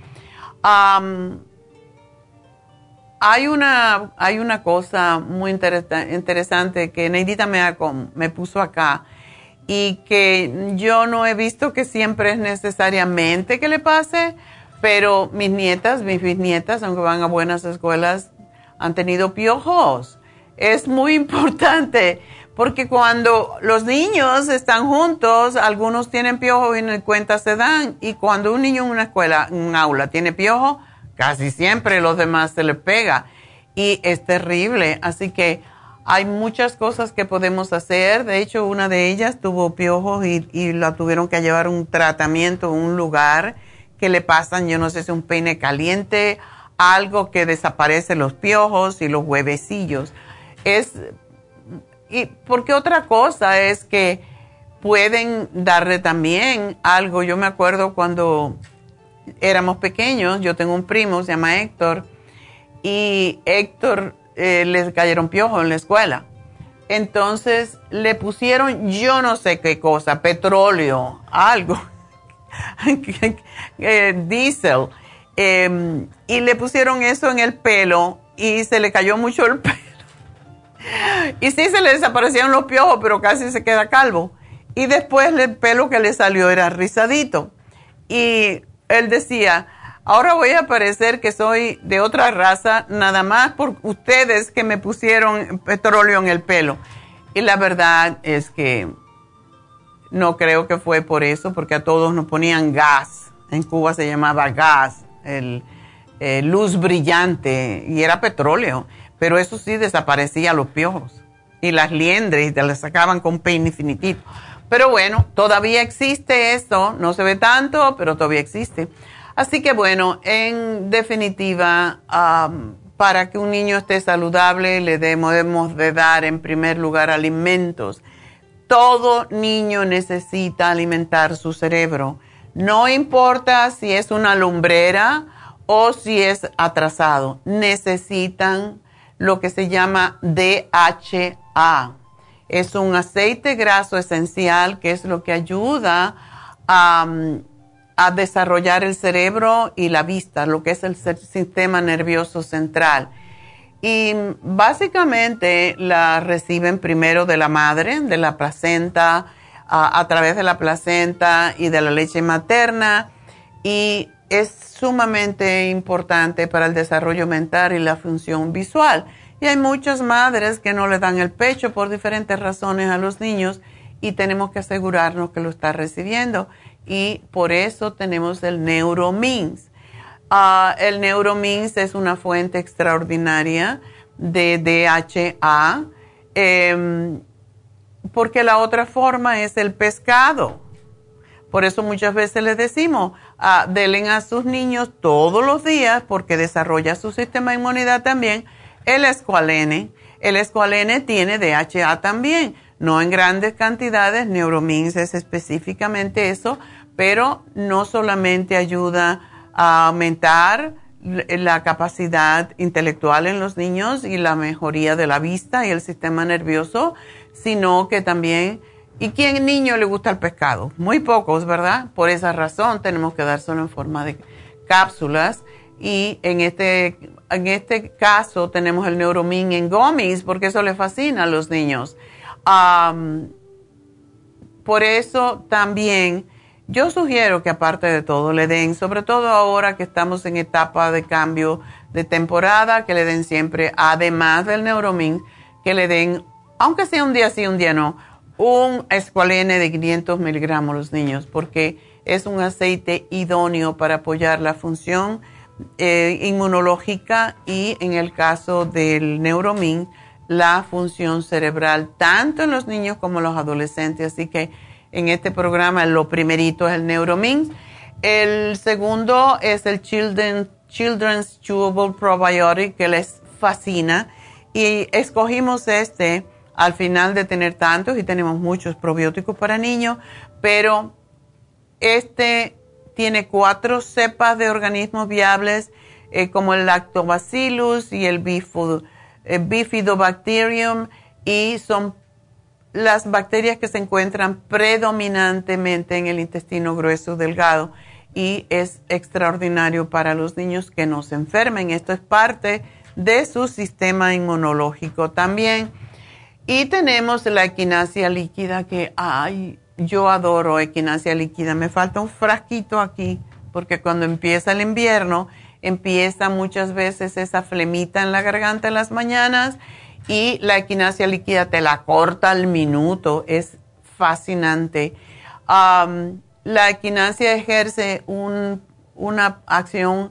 [SPEAKER 4] Hay una cosa muy interesante que Neidita me puso acá y que yo no he visto que siempre es necesariamente que le pase, pero mis bisnietas, aunque van a buenas escuelas, han tenido piojos. Es muy importante porque cuando los niños están juntos, algunos tienen piojos y ni cuenta se dan. Y cuando un niño en una escuela, en un aula, tiene piojo, casi siempre los demás se les pega. Y es terrible. Así que hay muchas cosas que podemos hacer. De hecho, una de ellas tuvo piojos y la tuvieron que llevar a un tratamiento en un lugar que le pasan, yo no sé si un peine caliente, algo que desaparece los piojos y los huevecillos. Y porque otra cosa es que pueden darle también algo. Yo me acuerdo cuando éramos pequeños, yo tengo un primo, se llama Héctor, y Héctor les cayeron piojos en la escuela. Entonces le pusieron yo no sé qué cosa, petróleo, algo, diésel, y le pusieron eso en el pelo y se le cayó mucho el pelo. Y sí se le desaparecieron los piojos, pero casi se queda calvo. Y después el pelo que le salió era rizadito. Y él decía, ahora voy a parecer que soy de otra raza, nada más por ustedes que me pusieron petróleo en el pelo. Y la verdad es que no creo que fue por eso, porque a todos nos ponían gas. En Cuba se llamaba gas, luz brillante, y era petróleo. Pero eso sí desaparecía los piojos y las liendres y te las sacaban con peine finitito. Pero bueno, todavía existe esto, no se ve tanto, pero todavía existe. Así que bueno, en definitiva, para que un niño esté saludable le debemos de dar en primer lugar alimentos. Todo niño necesita alimentar su cerebro. No importa si es una lumbrera o si es atrasado, necesitan lo que se llama DHA, Es un aceite graso esencial que es lo que ayuda a desarrollar el cerebro y la vista, lo que es el sistema nervioso central. Y básicamente la reciben primero de la madre, de la placenta, a través de la placenta y de la leche materna, y es sumamente importante para el desarrollo mental y la función visual. Y hay muchas madres que no le dan el pecho por diferentes razones a los niños y tenemos que asegurarnos que lo está recibiendo. Y por eso tenemos el Neuromins. El Neuromins es una fuente extraordinaria de DHA, porque la otra forma es el pescado. Por eso muchas veces les decimos, denle a sus niños todos los días, porque desarrolla su sistema de inmunidad también, el escualene. El escualene tiene DHA también, no en grandes cantidades. Neuromins es específicamente eso, pero no solamente ayuda a aumentar la capacidad intelectual en los niños y la mejoría de la vista y el sistema nervioso, sino que también... ¿Y quién niño le gusta el pescado? Muy pocos, ¿verdad? Por esa razón tenemos que dárselo en forma de cápsulas. Y en este caso tenemos el Neuromin en gummies, porque eso le fascina a los niños. Por eso también yo sugiero que aparte de todo le den, sobre todo ahora que estamos en etapa de cambio de temporada, que le den siempre, además del Neuromin, que le den, aunque sea un día sí, un día no, un escualene de 500 miligramos a los niños, porque es un aceite idóneo para apoyar la función inmunológica y, en el caso del Neuromin, la función cerebral, tanto en los niños como en los adolescentes. Así que en este programa lo primerito es el Neuromin. El segundo es el Children's Chewable Probiotic, que les fascina. Y escogimos este al final de tener tantos, y tenemos muchos probióticos para niños, pero este tiene 4 cepas de organismos viables, como el Lactobacillus y el Bifidobacterium, y son las bacterias que se encuentran predominantemente en el intestino grueso delgado, y es extraordinario para los niños que no se enfermen. Esto es parte de su sistema inmunológico también. Y tenemos la equinacia líquida, que yo adoro equinacia líquida. Me falta un frasquito aquí, porque cuando empieza el invierno, empieza muchas veces esa flemita en la garganta en las mañanas, y la equinacia líquida te la corta al minuto. Es fascinante. La equinacia ejerce una acción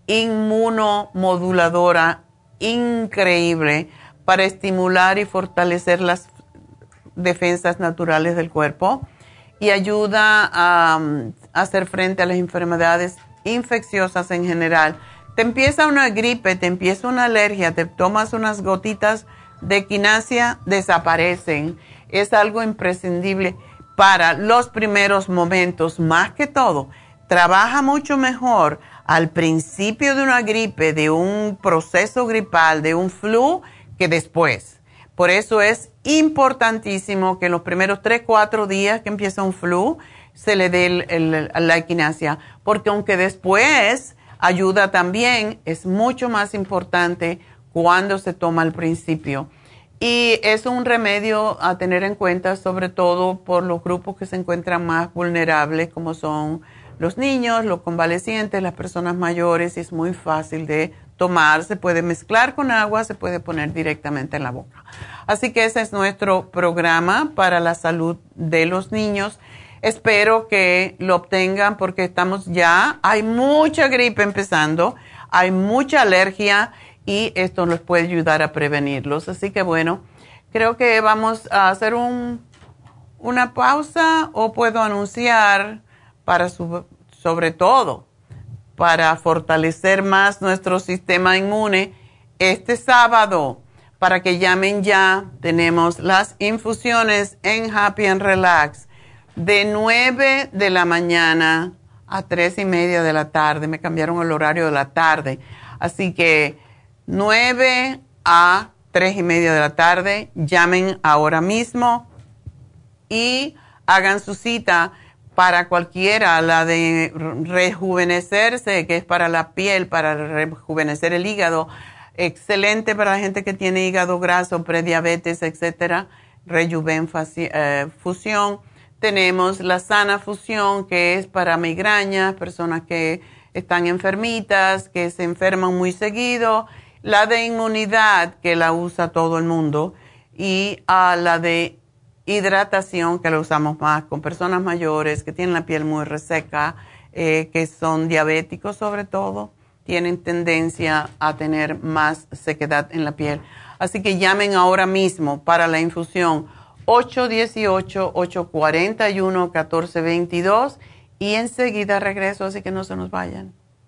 [SPEAKER 4] inmunomoduladora increíble para estimular y fortalecer las defensas naturales del cuerpo, y ayuda a hacer frente a las enfermedades infecciosas en general. Te empieza una gripe, te empieza una alergia, te tomas unas gotitas de equinacia, desaparecen. Es algo imprescindible para los primeros momentos. Más que todo, trabaja mucho mejor al principio de una gripe, de un proceso gripal, de un flu, que después. Por eso es importantísimo que los primeros 3-4 días que empieza un flu se le dé la equinacia, porque aunque después ayuda también, es mucho más importante cuando se toma al principio. Y es un remedio a tener en cuenta, sobre todo por los grupos que se encuentran más vulnerables, como son los niños, los convalecientes, las personas mayores, y es muy fácil de tomar. Se puede mezclar con agua, se puede poner directamente en la boca. Así que ese es nuestro programa para la salud de los niños. Espero que lo obtengan, porque hay mucha gripe empezando, hay mucha alergia, y esto nos puede ayudar a prevenirlos. Así que bueno, creo que vamos a hacer una pausa, o puedo anunciar sobre todo para fortalecer más nuestro sistema inmune. Este sábado, para que llamen ya, tenemos las infusiones en Happy and Relax de 9 de la mañana a 3:30 de la tarde. Me cambiaron el horario de la tarde. Así que 9 a 3:30 de la tarde. Llamen ahora mismo y hagan su cita para cualquiera, la de rejuvenecerse, que es para la piel, para rejuvenecer el hígado. Excelente para la gente que tiene hígado graso, prediabetes, etcétera. Rejuven Fusión. Tenemos la Sana Fusión, que es para migrañas, personas que están enfermitas, que se enferman muy seguido. La de inmunidad, que la usa todo el mundo. Y la de hidratación, que la usamos más con personas mayores que tienen la piel muy reseca, que son diabéticos sobre todo, tienen tendencia a tener más sequedad en la piel. Así que llamen ahora mismo para la infusión 818-841-1422 y enseguida regreso, así que no se nos vayan.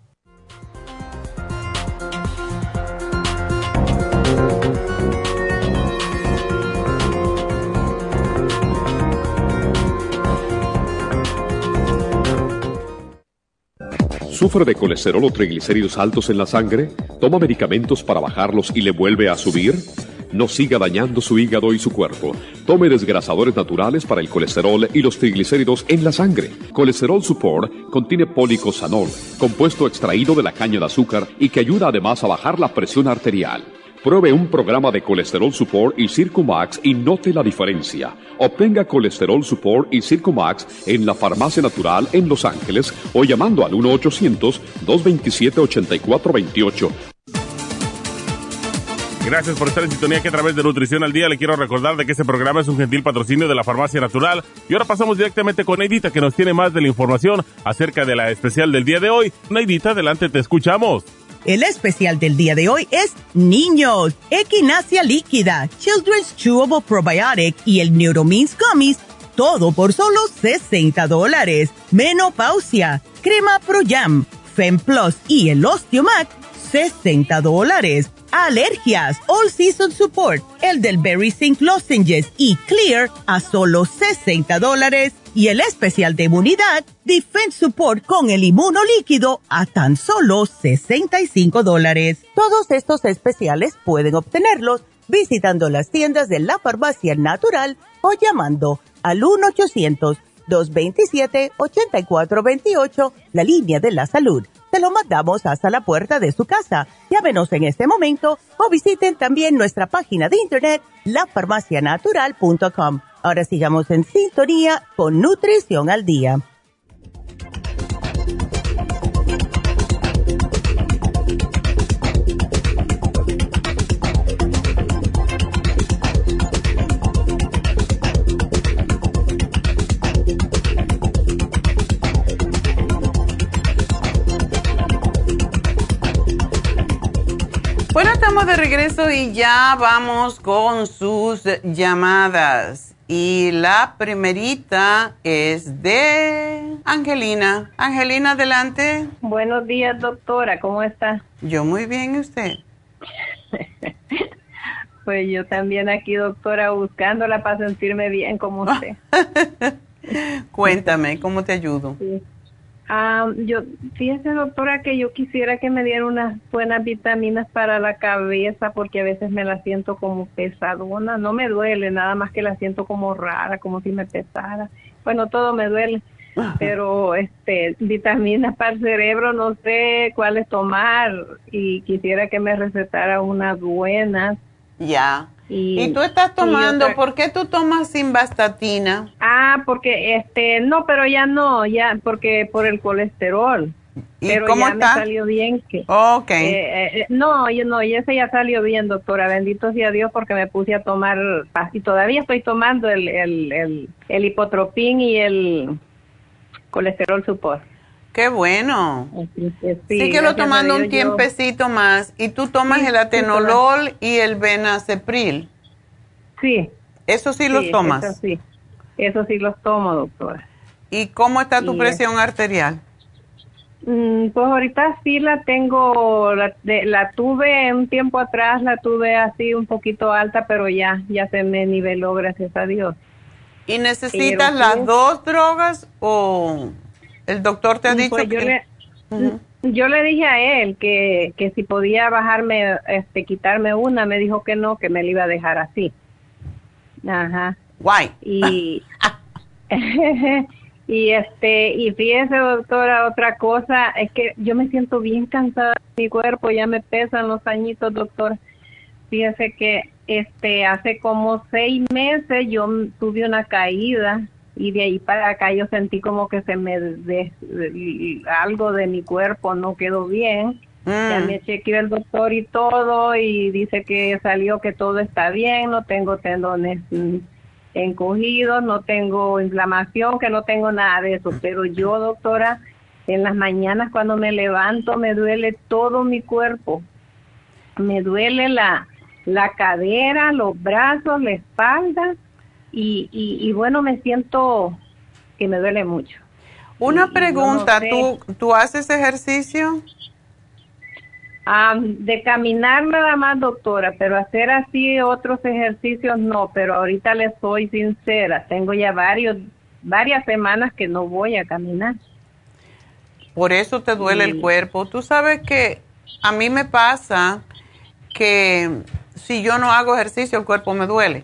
[SPEAKER 7] ¿Sufre de colesterol o triglicéridos altos en la sangre? ¿Toma medicamentos para bajarlos y le vuelve a subir? No siga dañando su hígado y su cuerpo. Tome desgrasadores naturales para el colesterol y los triglicéridos en la sangre. Colesterol Support contiene policosanol, compuesto extraído de la caña de azúcar y que ayuda además a bajar la presión arterial. Pruebe un programa de Colesterol Support y Circumax y note la diferencia. Obtenga Colesterol Support y Circumax en la Farmacia Natural en Los Ángeles o llamando al 1-800-227-8428.
[SPEAKER 5] Gracias por estar en sintonía, que a través de Nutrición al Día le quiero recordar de que este programa es un gentil patrocinio de la Farmacia Natural. Y ahora pasamos directamente con Neidita, que nos tiene más de la información acerca de la especial del día de hoy. Neidita, adelante, te escuchamos.
[SPEAKER 6] El especial del día de hoy es Niños, Equinacia Líquida, Children's Chewable Probiotic y el Neuromins Gummies, todo por solo $60. Menopausia, Crema Pro Jam, Fem Plus y el Osteomac, $60. Alergias, All Season Support, el del Berry Zinc Lozenges y Clear a solo $60. Y el especial de inmunidad, Defense Support con el inmuno líquido a tan solo $65. Todos estos especiales pueden obtenerlos visitando las tiendas de la Farmacia Natural o llamando al 1-800-227-8428, la línea de la salud. Se lo mandamos hasta la puerta de su casa. Llámenos en este momento o visiten también nuestra página de internet, lafarmacianatural.com. Ahora sigamos en sintonía con Nutrición al Día.
[SPEAKER 4] Bueno, estamos de regreso y ya vamos con sus llamadas. Y la primerita es de Angelina. Angelina, adelante.
[SPEAKER 8] Buenos días, doctora. ¿Cómo está?
[SPEAKER 4] Yo muy bien, ¿y usted?
[SPEAKER 8] Pues yo también aquí, doctora, buscándola para sentirme bien como usted.
[SPEAKER 4] Cuéntame, ¿cómo te ayudo?
[SPEAKER 8] Sí. Fíjese, doctora, que yo quisiera que me diera unas buenas vitaminas para la cabeza, porque a veces me la siento como pesadona. No me duele, nada más que la siento como rara, como si me pesara. Bueno, todo me duele, pero vitaminas para el cerebro no sé cuáles tomar y quisiera que me recetara unas buenas.
[SPEAKER 4] Ya. ¿Y tú estás tomando? ¿Por qué tú tomas simvastatina?
[SPEAKER 8] Porque no, pero ya no, ya porque por el colesterol.
[SPEAKER 4] ¿Y
[SPEAKER 8] pero
[SPEAKER 4] cómo
[SPEAKER 8] ya
[SPEAKER 4] está?
[SPEAKER 8] Me salió bien que.
[SPEAKER 4] Okay.
[SPEAKER 8] No, y ese ya salió bien, doctora. Bendito sea Dios, porque me puse a tomar y todavía estoy tomando el hipotropín y el colesterol support.
[SPEAKER 4] Qué bueno.
[SPEAKER 8] Sí,
[SPEAKER 4] síguelo tomando un tiempecito más. ¿Y tú tomas el atenolol y el benacepril?
[SPEAKER 8] Sí.
[SPEAKER 4] ¿Eso sí los tomas?
[SPEAKER 8] Eso sí los tomo, doctora.
[SPEAKER 4] ¿Y cómo está tu presión arterial?
[SPEAKER 8] Pues ahorita sí la tengo, la tuve un tiempo atrás, la tuve así un poquito alta, pero ya se me niveló, gracias a Dios.
[SPEAKER 4] ¿Y necesitas las dos drogas o...? ¿El doctor te ha dicho
[SPEAKER 8] pues
[SPEAKER 4] que...?
[SPEAKER 8] Yo le dije a él que si podía bajarme, quitarme una, me dijo que no, que me la iba a dejar así. Ajá.
[SPEAKER 4] Guay.
[SPEAKER 8] Y y fíjese, doctora, otra cosa es que yo me siento bien cansada de mi cuerpo, ya me pesan los añitos, doctor. Fíjese que hace como 6 meses yo tuve una caída y de ahí para acá yo sentí como que algo de mi cuerpo no quedó bien. Ya me chequeó el doctor y todo y dice que salió que todo está bien, no tengo tendones encogidos, no tengo inflamación, que no tengo nada de eso. Pero yo, doctora, en las mañanas cuando me levanto me duele todo mi cuerpo. Me duele la cadera, los brazos, la espalda y bueno, me siento que me duele mucho.
[SPEAKER 4] Una pregunta,
[SPEAKER 8] no
[SPEAKER 4] ¿tú haces ejercicio?
[SPEAKER 8] De caminar nada más, doctora, pero hacer así otros ejercicios no, pero ahorita les soy sincera, tengo ya varias semanas que no voy a caminar.
[SPEAKER 4] Por eso te duele el cuerpo. Tú sabes que a mí me pasa que si yo no hago ejercicio el cuerpo me duele.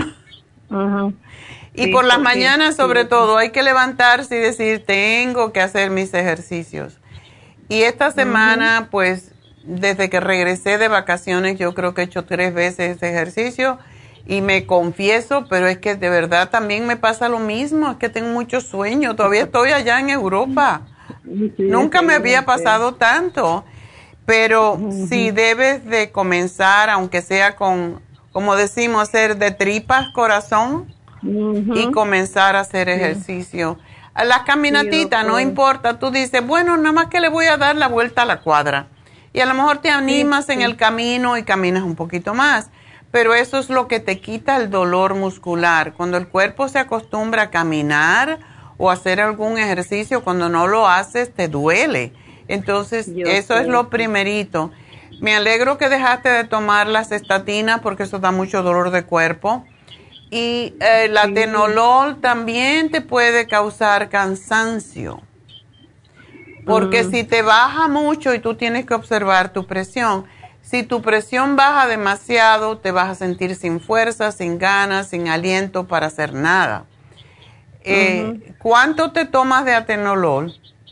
[SPEAKER 4] Y
[SPEAKER 8] sí,
[SPEAKER 4] por las mañanas sobre todo hay que levantarse y decir, tengo que hacer mis ejercicios. Y esta semana pues desde que regresé de vacaciones yo creo que he hecho 3 veces ese ejercicio y me confieso, pero es que de verdad también me pasa lo mismo, es que tengo mucho sueño, todavía estoy allá en Europa. Nunca me había pasado tanto, pero sí debes de comenzar, aunque sea con, como decimos, hacer de tripas corazón y comenzar a hacer ejercicio. A las caminatitas, no importa, tú dices, bueno, nada más que le voy a dar la vuelta a la cuadra. Y a lo mejor te animas en el camino y caminas un poquito más. Pero eso es lo que te quita el dolor muscular. Cuando el cuerpo se acostumbra a caminar o hacer algún ejercicio, cuando no lo haces te duele. Entonces, eso es lo primerito. Me alegro que dejaste de tomar las estatinas porque eso da mucho dolor de cuerpo. Y el atenolol también te puede causar cansancio. Porque si te baja mucho y tú tienes que observar tu presión, si tu presión baja demasiado, te vas a sentir sin fuerza, sin ganas, sin aliento para hacer nada. ¿Cuánto te tomas de atenolol?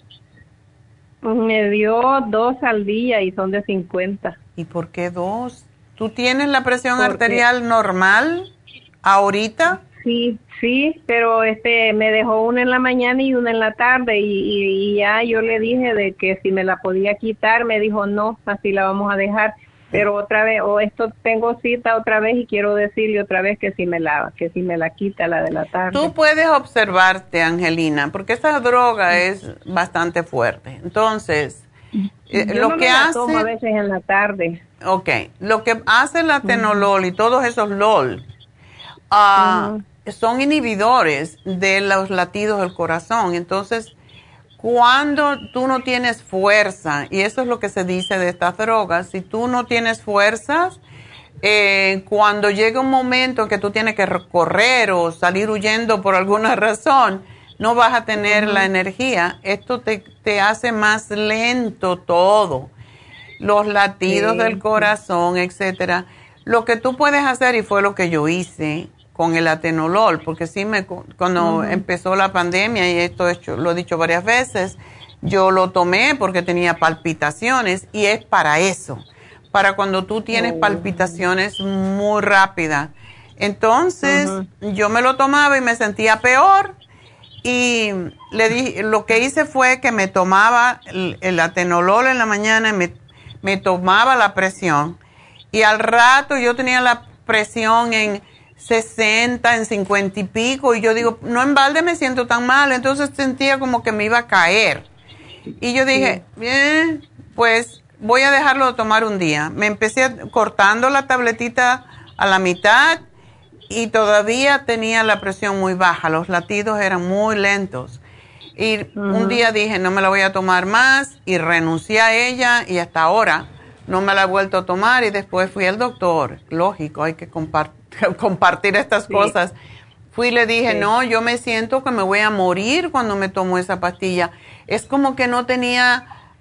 [SPEAKER 8] Me dio 2 al día y son de 50.
[SPEAKER 4] ¿Y por qué 2? ¿Tú tienes la presión arterial normal ahorita?
[SPEAKER 8] Sí, pero me dejó una en la mañana y una en la tarde y ya yo le dije de que si me la podía quitar, me dijo no, así la vamos a dejar. Pero otra vez, tengo cita otra vez y quiero decirle otra vez que si me la quita la de la tarde.
[SPEAKER 4] Tú puedes observarte, Angelina, porque esta droga es bastante fuerte. Entonces, lo que hace,
[SPEAKER 8] tomo a veces en la tarde.
[SPEAKER 4] Ok, lo que hace el atenolol y todos esos LOL son inhibidores de los latidos del corazón. Entonces, cuando tú no tienes fuerza, y eso es lo que se dice de estas drogas, si tú no tienes fuerzas, cuando llega un momento en que tú tienes que correr o salir huyendo por alguna razón, no vas a tener la energía. Esto te hace más lento todo, los latidos del corazón, etcétera. Lo que tú puedes hacer, y fue lo que yo hice con el atenolol, porque sí cuando empezó la pandemia, y esto lo he dicho varias veces, yo lo tomé porque tenía palpitaciones, y es para eso, para cuando tú tienes palpitaciones muy rápidas. Entonces, yo me lo tomaba y me sentía peor, y lo que hice fue que me tomaba el atenolol en la mañana, me tomaba la presión, y al rato yo tenía la presión en 60, en 50 y pico, y yo digo, no en balde me siento tan mal, entonces sentía como que me iba a caer. Y yo dije, bien, pues voy a dejarlo de tomar un día. Me empecé cortando la tabletita a la mitad y todavía tenía la presión muy baja, los latidos eran muy lentos. Y un día dije, no me la voy a tomar más, y renuncié a ella, y hasta ahora no me la he vuelto a tomar, y después fui al doctor. Lógico, hay que compartir estas cosas. Fui y le dije, no, yo me siento que me voy a morir cuando me tomo esa pastilla. Es como que no tenía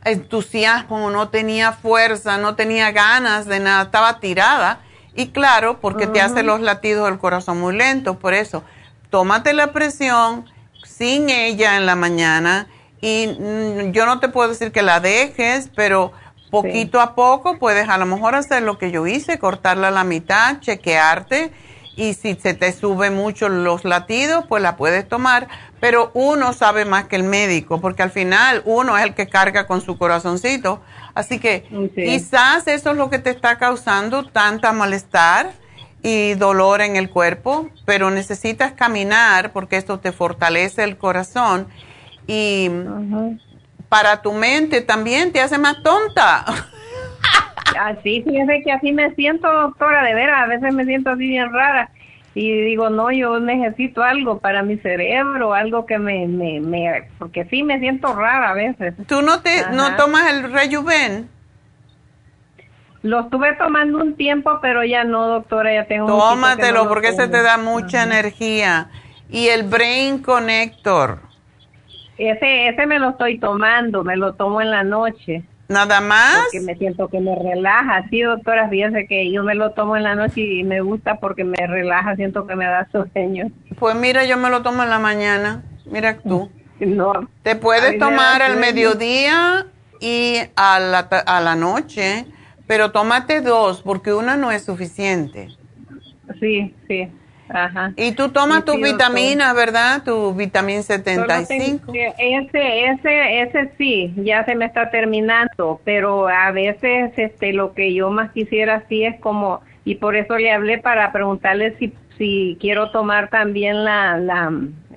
[SPEAKER 4] entusiasmo, no tenía fuerza, no tenía ganas de nada, estaba tirada. Y claro, porque te hace los latidos del corazón muy lentos. Por eso, tómate la presión sin ella en la mañana. Y yo no te puedo decir que la dejes, pero poquito a poco puedes a lo mejor hacer lo que yo hice, cortarla a la mitad, chequearte. Y si se te suben mucho los latidos, pues la puedes tomar. Pero uno sabe más que el médico, porque al final uno es el que carga con su corazoncito. Así que quizás eso es lo que te está causando tanta malestar y dolor en el cuerpo, pero necesitas caminar porque esto te fortalece el corazón y para tu mente también te hace más tonta.
[SPEAKER 8] Así, fíjese que así me siento, doctora, de veras, a veces me siento así bien rara y digo, no, yo necesito algo para mi cerebro, algo que porque sí me siento rara a veces.
[SPEAKER 4] ¿Tú no tomas el Rejuven?
[SPEAKER 8] Lo estuve tomando un tiempo, pero ya no, doctora, ya tengo
[SPEAKER 4] Tómatelo porque ese te da mucha energía. Y el Brain Connector.
[SPEAKER 8] Ese me lo estoy tomando, me lo tomo en la noche.
[SPEAKER 4] ¿Nada más?
[SPEAKER 8] Porque me siento que me relaja. Sí, doctora, fíjese que yo me lo tomo en la noche y me gusta porque me relaja, siento que me da sueño.
[SPEAKER 4] Pues mira, yo me lo tomo en la mañana. Mira tú.
[SPEAKER 8] No.
[SPEAKER 4] Te puedes tomar al mediodía y a la noche, pero tómate 2 porque una no es suficiente.
[SPEAKER 8] Sí. Ajá.
[SPEAKER 4] Y tú tomas tus vitaminas, ¿verdad? Tu vitamina 75.
[SPEAKER 8] Ese sí, ya se me está terminando, pero a veces lo que yo más quisiera sí es como, y por eso le hablé para preguntarle si quiero tomar también la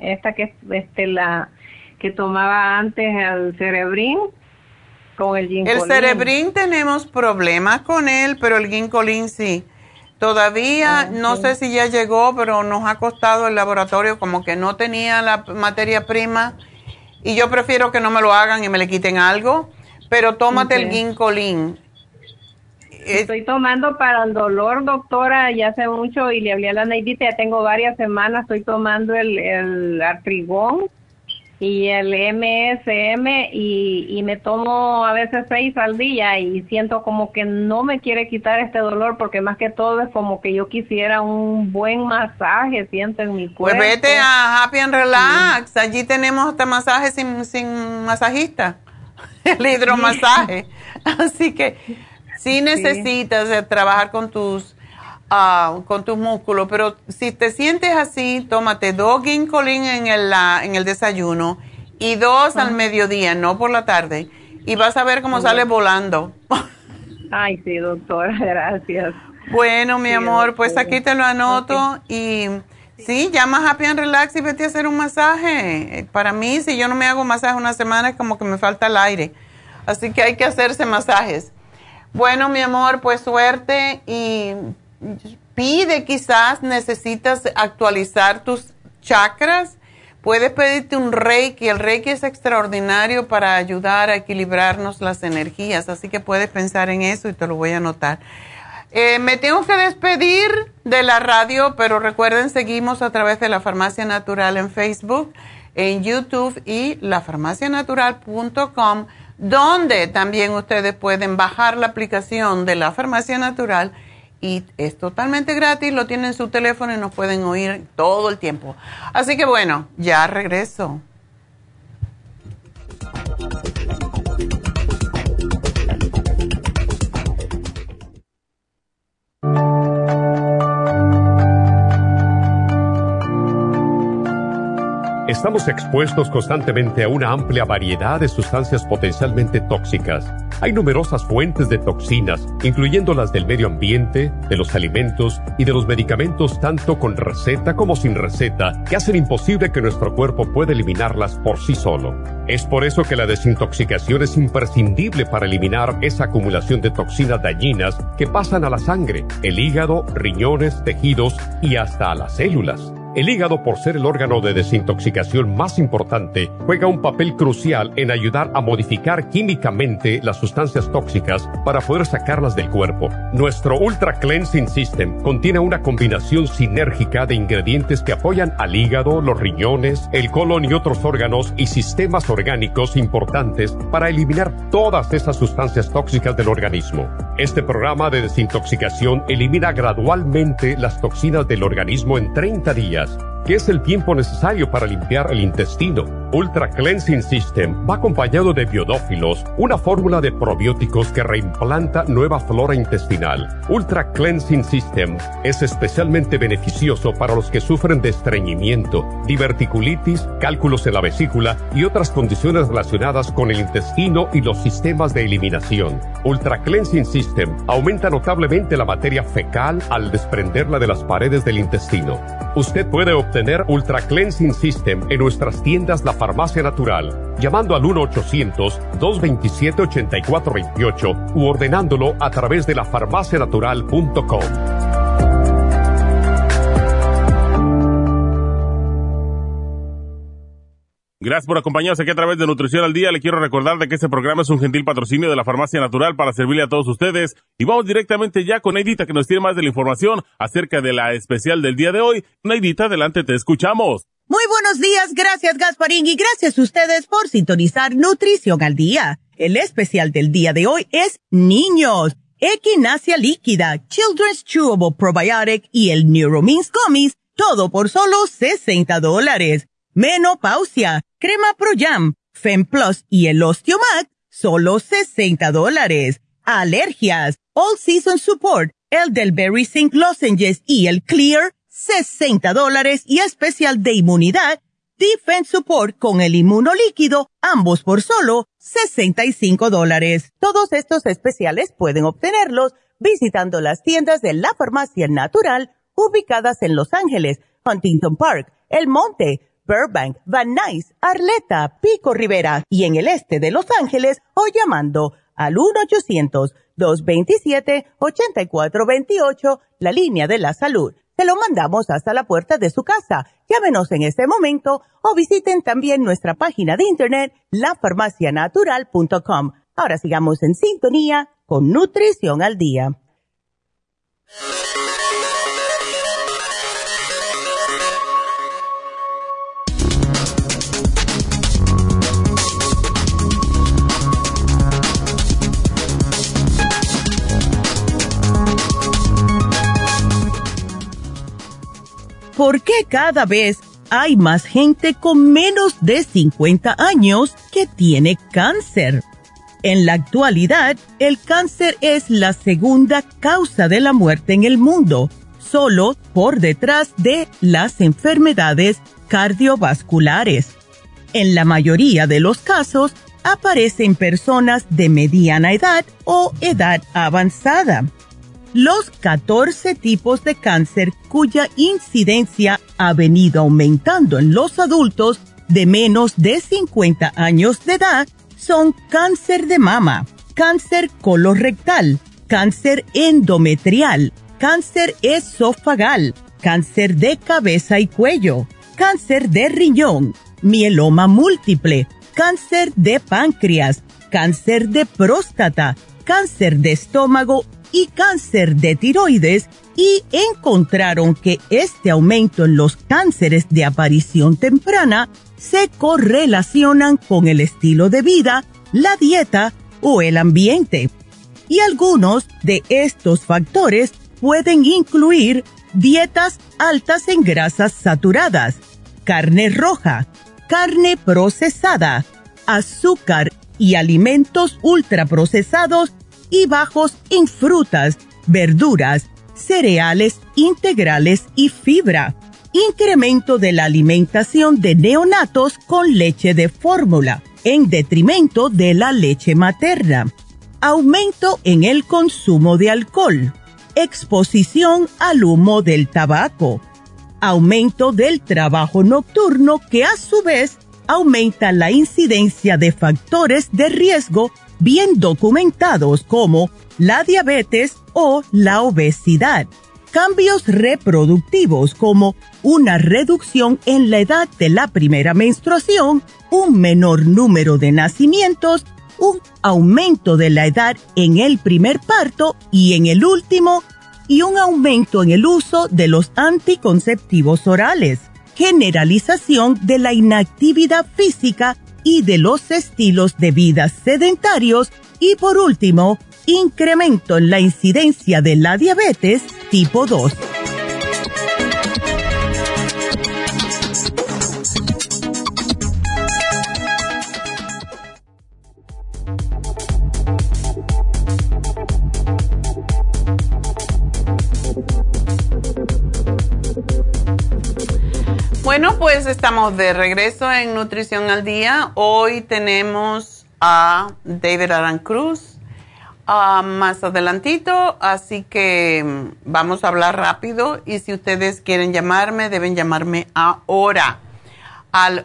[SPEAKER 8] que tomaba antes, el Cerebrin con el Ginkolin.
[SPEAKER 4] El Cerebrin tenemos problemas con él, pero el Ginkolin sí. Todavía no sé si ya llegó, pero nos ha costado el laboratorio como que no tenía la materia prima y yo prefiero que no me lo hagan y me le quiten algo, pero tómate el Ginkolin.
[SPEAKER 8] Estoy tomando para el dolor, doctora, ya hace mucho y le hablé a la Neidita, ya tengo varias semanas, estoy tomando el Artrigón y el MSM y me tomo a veces 6 al día y siento como que no me quiere quitar este dolor porque más que todo es como que yo quisiera un buen masaje, siento en mi cuerpo.
[SPEAKER 4] Pues vete a Happy and Relax, allí tenemos hasta masaje sin masajista, el hidromasaje, así que sí necesitas trabajar con tus músculos, pero si te sientes así, tómate 2 Ginkolin en el desayuno y 2 al mediodía, no por la tarde, y vas a ver cómo sale volando.
[SPEAKER 8] Ay, sí, doctora, gracias.
[SPEAKER 4] Bueno, mi amor, pues aquí te lo anoto y sí, llama a Happy and Relax y vete a hacer un masaje. Para mí, si yo no me hago masaje una semana, es como que me falta el aire, así que hay que hacerse masajes. Bueno, mi amor, pues suerte y pide, quizás necesitas actualizar tus chakras. Puedes pedirte un Reiki. El Reiki es extraordinario para ayudar a equilibrarnos las energías, así que puedes pensar en eso y te lo voy a anotar. Me tengo que despedir de la radio, pero recuerden, seguimos a través de La Farmacia Natural en Facebook, en YouTube y lafarmacianatural.com, donde también ustedes pueden bajar la aplicación de La Farmacia Natural y es totalmente gratis, lo tienen en su teléfono y nos pueden oír todo el tiempo. Así que bueno, ya regreso.
[SPEAKER 7] Estamos expuestos constantemente a una amplia variedad de sustancias potencialmente tóxicas. Hay numerosas fuentes de toxinas, incluyendo las del medio ambiente, de los alimentos y de los medicamentos, tanto con receta como sin receta, que hacen imposible que nuestro cuerpo pueda eliminarlas por sí solo. Es por eso que la desintoxicación es imprescindible para eliminar esa acumulación de toxinas dañinas que pasan a la sangre, el hígado, riñones, tejidos y hasta a las células. El hígado, por ser el órgano de desintoxicación más importante, juega un papel crucial en ayudar a modificar químicamente las sustancias tóxicas para poder sacarlas del cuerpo. Nuestro Ultra Cleansing System contiene una combinación sinérgica de ingredientes que apoyan al hígado, los riñones, el colon y otros órganos y sistemas orgánicos importantes para eliminar todas esas sustancias tóxicas del organismo. Este programa de desintoxicación elimina gradualmente las toxinas del organismo en 30 días, que es el tiempo necesario para limpiar el intestino. Ultra Cleansing System va acompañado de biodófilos, una fórmula de probióticos que reimplanta nueva flora intestinal. Ultra Cleansing System es especialmente beneficioso para los que sufren de estreñimiento, diverticulitis, cálculos en la vesícula y otras condiciones relacionadas con el intestino y los sistemas de eliminación. Ultra Cleansing System aumenta notablemente la materia fecal al desprenderla de las paredes del intestino. Usted puede obtener Ultra Cleansing System en nuestras tiendas La Farmacia Natural, llamando al 1-800-227-8428 u ordenándolo a través de lafarmacianatural.com.
[SPEAKER 5] Gracias por acompañarnos aquí a través de Nutrición al Día. Le quiero recordar de que este programa es un gentil patrocinio de la Farmacia Natural para servirle a todos ustedes. Y vamos directamente ya con Neidita, que nos tiene más de la información acerca de la especial del día de hoy. Neidita, adelante, te escuchamos.
[SPEAKER 6] Muy buenos días, gracias Gasparín y gracias a ustedes por sintonizar Nutrición al Día. El especial del día de hoy es Niños, Equinacia Líquida, Children's Chewable Probiotic y el Neuromins Gummies, todo por solo $60. Menopausia, Crema Pro Jam, Fem Plus y el Osteomac, solo $60. Alergias, All Season Support, el del Berry Zinc Lozenges y el Clear, $60 y especial de inmunidad, Defense Support con el inmunolíquido, ambos por solo $65. Todos estos especiales pueden obtenerlos visitando las tiendas de la Farmacia Natural ubicadas en Los Ángeles, Huntington Park, El Monte, Burbank, Van Nuys, Arleta, Pico Rivera y en el este de Los Ángeles o llamando al 1-800-227-8428, la línea de la salud. Se lo mandamos hasta la puerta de su casa. Llámenos en este momento o visiten también nuestra página de internet, lafarmacianatural.com. Ahora sigamos en sintonía con Nutrición al Día. ¿Por qué cada vez hay más gente con menos de 50 años que tiene cáncer? En la actualidad, el cáncer es la segunda causa de la muerte en el mundo, solo por detrás de las enfermedades cardiovasculares. En la mayoría de los casos, aparecen personas de mediana edad o edad avanzada. Los 14 tipos de cáncer cuya incidencia ha venido aumentando en los adultos de menos de 50 años de edad son cáncer de mama, cáncer colorectal, cáncer endometrial, cáncer esofagal, cáncer de cabeza y cuello, cáncer de riñón, mieloma múltiple, cáncer de páncreas, cáncer de próstata, cáncer de estómago y cáncer de tiroides, y encontraron que este aumento en los cánceres de aparición temprana se correlacionan con el estilo de vida, la dieta o el ambiente. Y algunos de estos factores pueden incluir dietas altas en grasas saturadas, carne roja, carne procesada, azúcar y alimentos ultraprocesados y bajos en frutas, verduras, cereales integrales y fibra. Incremento de la alimentación de neonatos con leche de fórmula, en detrimento de la leche materna. Aumento en el consumo de alcohol. Exposición al humo del tabaco. Aumento del trabajo nocturno que a su vez aumenta la incidencia de factores de riesgo bien documentados como la diabetes o la obesidad. cambios reproductivos como una reducción en la edad de la primera menstruación, un menor número de nacimientos, un aumento de la edad en el primer parto y en el último, y un aumento en el uso de los anticonceptivos orales, generalización de la inactividad física y de los estilos de vida sedentarios y por último, incremento en la incidencia de la diabetes tipo 2.
[SPEAKER 4] Bueno, pues estamos de regreso en Nutrición al Día. Hoy tenemos a David Arancruz más adelantito, así que vamos a hablar rápido y si ustedes quieren llamarme, deben llamarme ahora al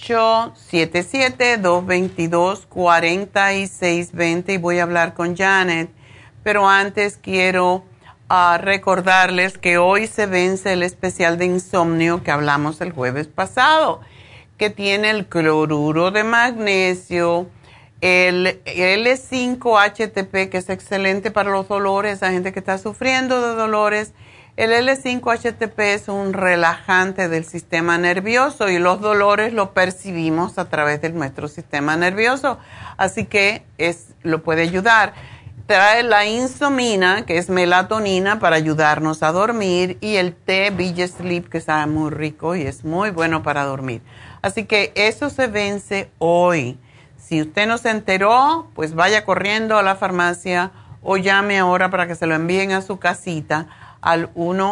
[SPEAKER 4] 877-222-4620 y voy a hablar con Janet, pero antes quiero recordarles que hoy se vence el especial de insomnio que hablamos el jueves pasado, que tiene el cloruro de magnesio, el L5-HTP, que es excelente para los dolores, a gente que está sufriendo de dolores. El L5-HTP es un relajante del sistema nervioso y los dolores lo percibimos a través de nuestro sistema nervioso, así que lo puede ayudar. Trae la insomina, que es melatonina, para ayudarnos a dormir, y el té Bee Sleep, que sabe muy rico y es muy bueno para dormir. Así que eso se vence hoy. Si usted no se enteró, pues vaya corriendo a la farmacia o llame ahora para que se lo envíen a su casita al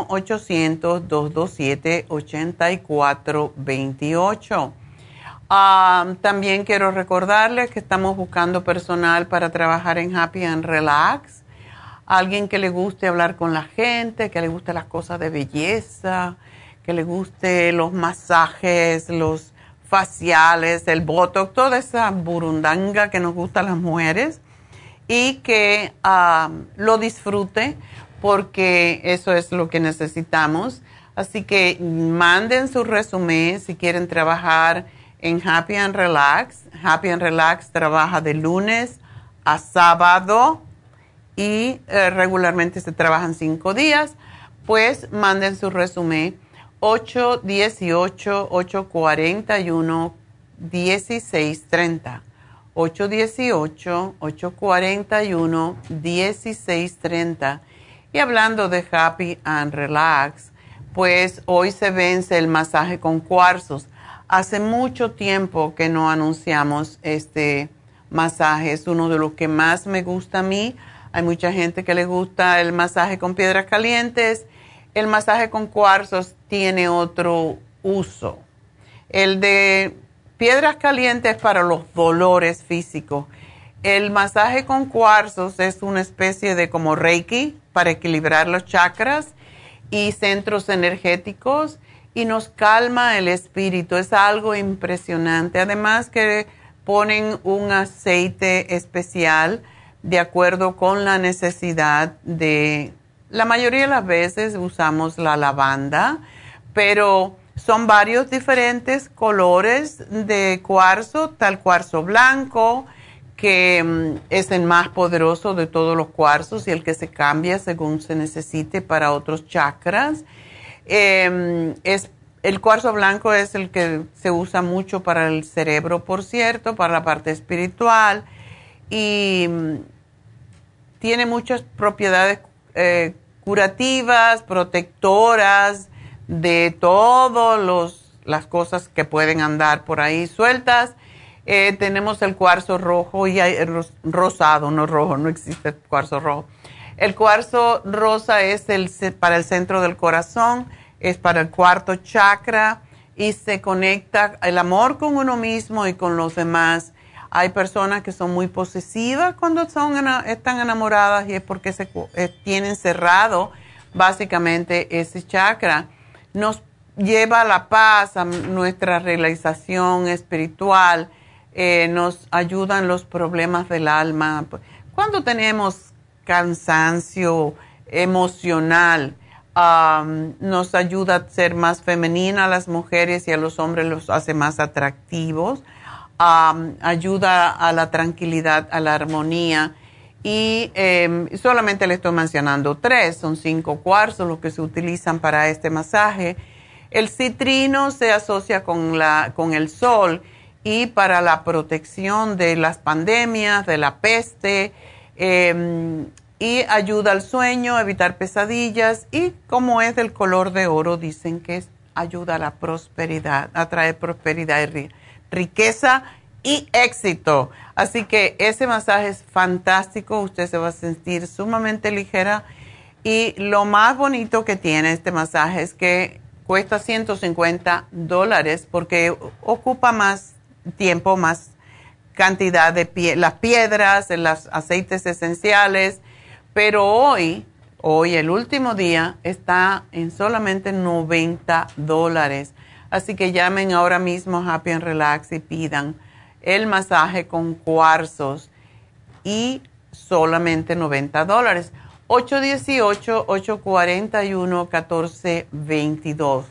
[SPEAKER 4] 1-800-227-8428. También quiero recordarles que estamos buscando personal para trabajar en Happy and Relax. Alguien que le guste hablar con la gente, que le guste las cosas de belleza, que le guste los masajes, los faciales, el botox, toda esa burundanga que nos gusta a las mujeres y que lo disfrute porque eso es lo que necesitamos. Así que manden su resumen si quieren trabajar en Happy and Relax. Happy and Relax trabaja de lunes a sábado y regularmente se trabajan 5 días. Pues manden su resumen 818-841-1630. 818-841-1630. Y hablando de Happy and Relax, pues hoy se vence el masaje con cuarzos. Hace mucho tiempo que no anunciamos este masaje. Es uno de los que más me gusta a mí. Hay mucha gente que le gusta el masaje con piedras calientes. El masaje con cuarzos tiene otro uso. El de piedras calientes es para los dolores físicos. El masaje con cuarzos es una especie de como Reiki para equilibrar los chakras y centros energéticos y nos calma el espíritu. Es algo impresionante. Además que ponen un aceite especial de acuerdo con la necesidad de... La mayoría de las veces usamos la lavanda, pero son varios diferentes colores de cuarzo. Está el cuarzo blanco, que es el más poderoso de todos los cuarzos y el que se cambia según se necesite para otros chakras. El cuarzo blanco es el que se usa mucho para el cerebro, por cierto, para la parte espiritual, y tiene muchas propiedades curativas, protectoras de todas las cosas que pueden andar por ahí sueltas. Tenemos el cuarzo rojo y rosado, no rojo, no existe el cuarzo rojo. El cuarzo rosa es para el centro del corazón, es para el cuarto chakra y se conecta el amor con uno mismo y con los demás. Hay personas que son muy posesivas cuando están enamoradas y es porque tienen cerrado básicamente ese chakra. Nos lleva a la paz, a nuestra realización espiritual, nos ayudan los problemas del alma. Cuando tenemos cansancio emocional, nos ayuda a ser más femenina a las mujeres y a los hombres los hace más atractivos. Ayuda a la tranquilidad, a la armonía. Y solamente le estoy mencionando 3, son 5 cuarzos los que se utilizan para este masaje. El citrino se asocia con el sol y para la protección de las pandemias, de la peste, y ayuda al sueño, a evitar pesadillas, y como es del color de oro, dicen que ayuda a la prosperidad, a traer prosperidad y riqueza y éxito. Así que ese masaje es fantástico, usted se va a sentir sumamente ligera, y lo más bonito que tiene este masaje es que cuesta $150 porque ocupa más tiempo, más cantidad de las piedras, los aceites esenciales, pero hoy el último día está en solamente $90. Así que llamen ahora mismo a Happy and Relax y pidan el masaje con cuarzos y solamente $90. 818-841-1422.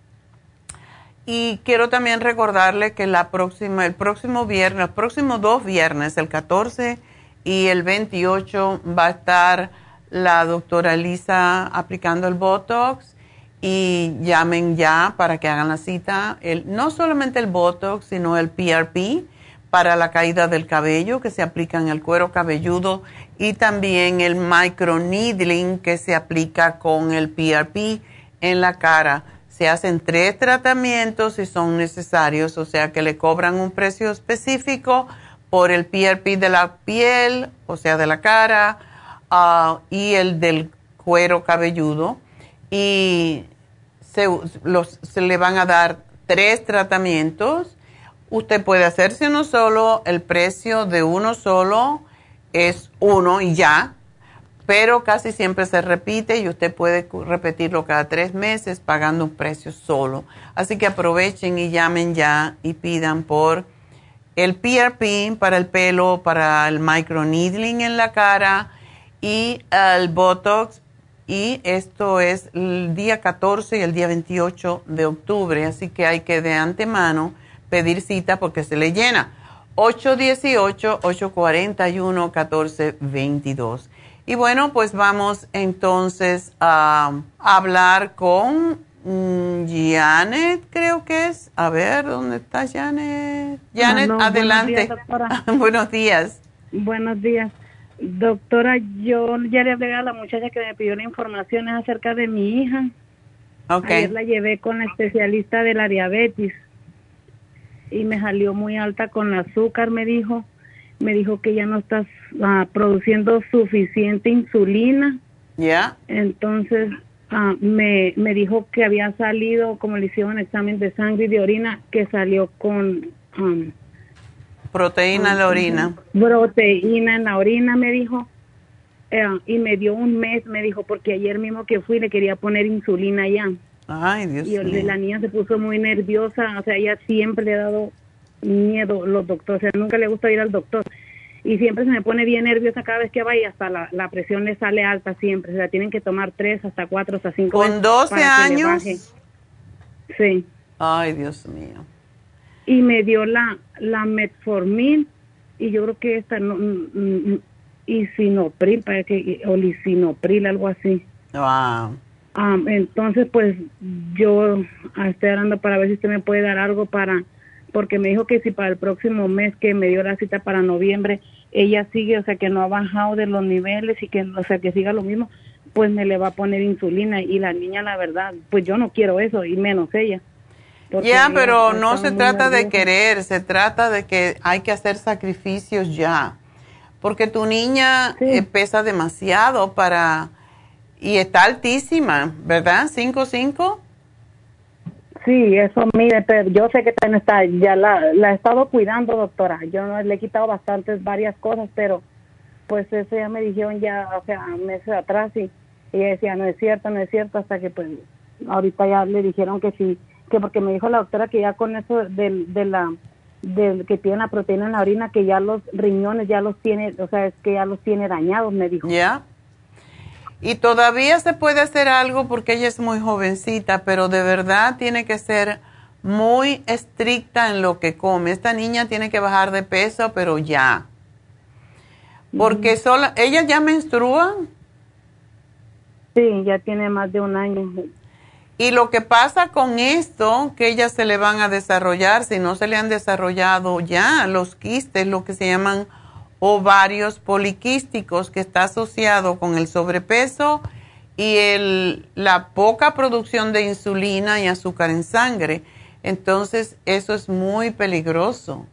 [SPEAKER 4] Y quiero también recordarle que los próximos 2 viernes, el 14 y el 28, va a estar la doctora Lisa aplicando el Botox, y llamen ya para que hagan la cita. No solamente el Botox, sino el PRP para la caída del cabello que se aplica en el cuero cabelludo, y también el microneedling que se aplica con el PRP en la cara. Se hacen 3 tratamientos si son necesarios, o sea que le cobran un precio específico por el PRP de la piel, o sea de la cara, y el del cuero cabelludo, y se le van a dar 3 tratamientos. Usted puede hacerse uno solo, el precio de uno solo es 1 y ya, pero casi siempre se repite y usted puede repetirlo cada 3 meses pagando un precio solo. Así que aprovechen y llamen ya y pidan por el PRP para el pelo, para el microneedling en la cara y el Botox. Y esto es el día 14 y el día 28 de octubre, así que hay que de antemano pedir cita porque se le llena. 818-841-1422. Y bueno, pues vamos entonces a hablar con Janet, creo que es. A ver, ¿dónde está Janet? Janet, adelante.
[SPEAKER 9] Buenos días,
[SPEAKER 4] Buenos días.
[SPEAKER 9] Buenos días. Doctora, yo ya le hablé a la muchacha que me pidió la información acerca de mi hija.
[SPEAKER 4] Okay.
[SPEAKER 9] Ayer la llevé con la especialista de la diabetes y me salió muy alta con el azúcar, me dijo que ya no está produciendo suficiente insulina.
[SPEAKER 4] ¿Ya?
[SPEAKER 9] Entonces me dijo que había salido, como le hicieron examen de sangre y de orina, que salió con
[SPEAKER 4] proteína en la orina.
[SPEAKER 9] Proteína en la orina, me dijo. Y me dio un mes, me dijo, porque ayer mismo que fui le quería poner insulina ya.
[SPEAKER 4] Ay, Dios mío.
[SPEAKER 9] Y la niña se puso muy nerviosa, o sea, ella siempre le ha dado miedo los doctores, o sea, nunca le gusta ir al doctor. Y siempre se me pone bien nerviosa cada vez que va y hasta la presión le sale alta siempre. O sea, tienen que tomar 3, hasta 4, hasta 5
[SPEAKER 4] ¿Con 12 años?
[SPEAKER 9] Sí.
[SPEAKER 4] Ay, Dios mío.
[SPEAKER 9] Y me dio la metformin y yo creo que esta isinopril, parece que, o lisinopril, algo así.
[SPEAKER 4] Wow.
[SPEAKER 9] Entonces, pues yo estoy hablando para ver si usted me puede dar algo porque me dijo que si para el próximo mes, que me dio la cita para noviembre, ella sigue, o sea, que no ha bajado de los niveles y que, o sea, que siga lo mismo, pues me le va a poner insulina. Y la niña, la verdad, pues yo no quiero eso, y menos ella.
[SPEAKER 4] Ya, pero no se trata de querer, se trata de que hay que hacer sacrificios ya. Porque tu niña pesa demasiado y está altísima, ¿verdad? ¿5'5"?
[SPEAKER 9] Sí, eso mire, pero yo sé que también está, ya la he estado cuidando, doctora. Yo no le he quitado varias cosas, pero pues eso ya me dijeron ya, o sea, meses atrás, y ella decía, no es cierto, hasta que pues ahorita ya le dijeron que sí, que porque me dijo la doctora que ya con eso del que tiene la proteína en la orina, que ya los riñones ya los tiene, o sea, es que ya los tiene dañados, me dijo.
[SPEAKER 4] Ya. Y todavía se puede hacer algo porque ella es muy jovencita, pero de verdad tiene que ser muy estricta en lo que come. Esta niña tiene que bajar de peso, pero ya. Porque ¿ella ya menstrua?
[SPEAKER 9] Sí, ya tiene más de un año.
[SPEAKER 4] Y lo que pasa con esto, que ellas se le van a desarrollar, si no se le han desarrollado ya los quistes, lo que se llaman ovarios poliquísticos, que está asociado con el sobrepeso y la poca producción de insulina y azúcar en sangre. Entonces, eso es muy peligroso.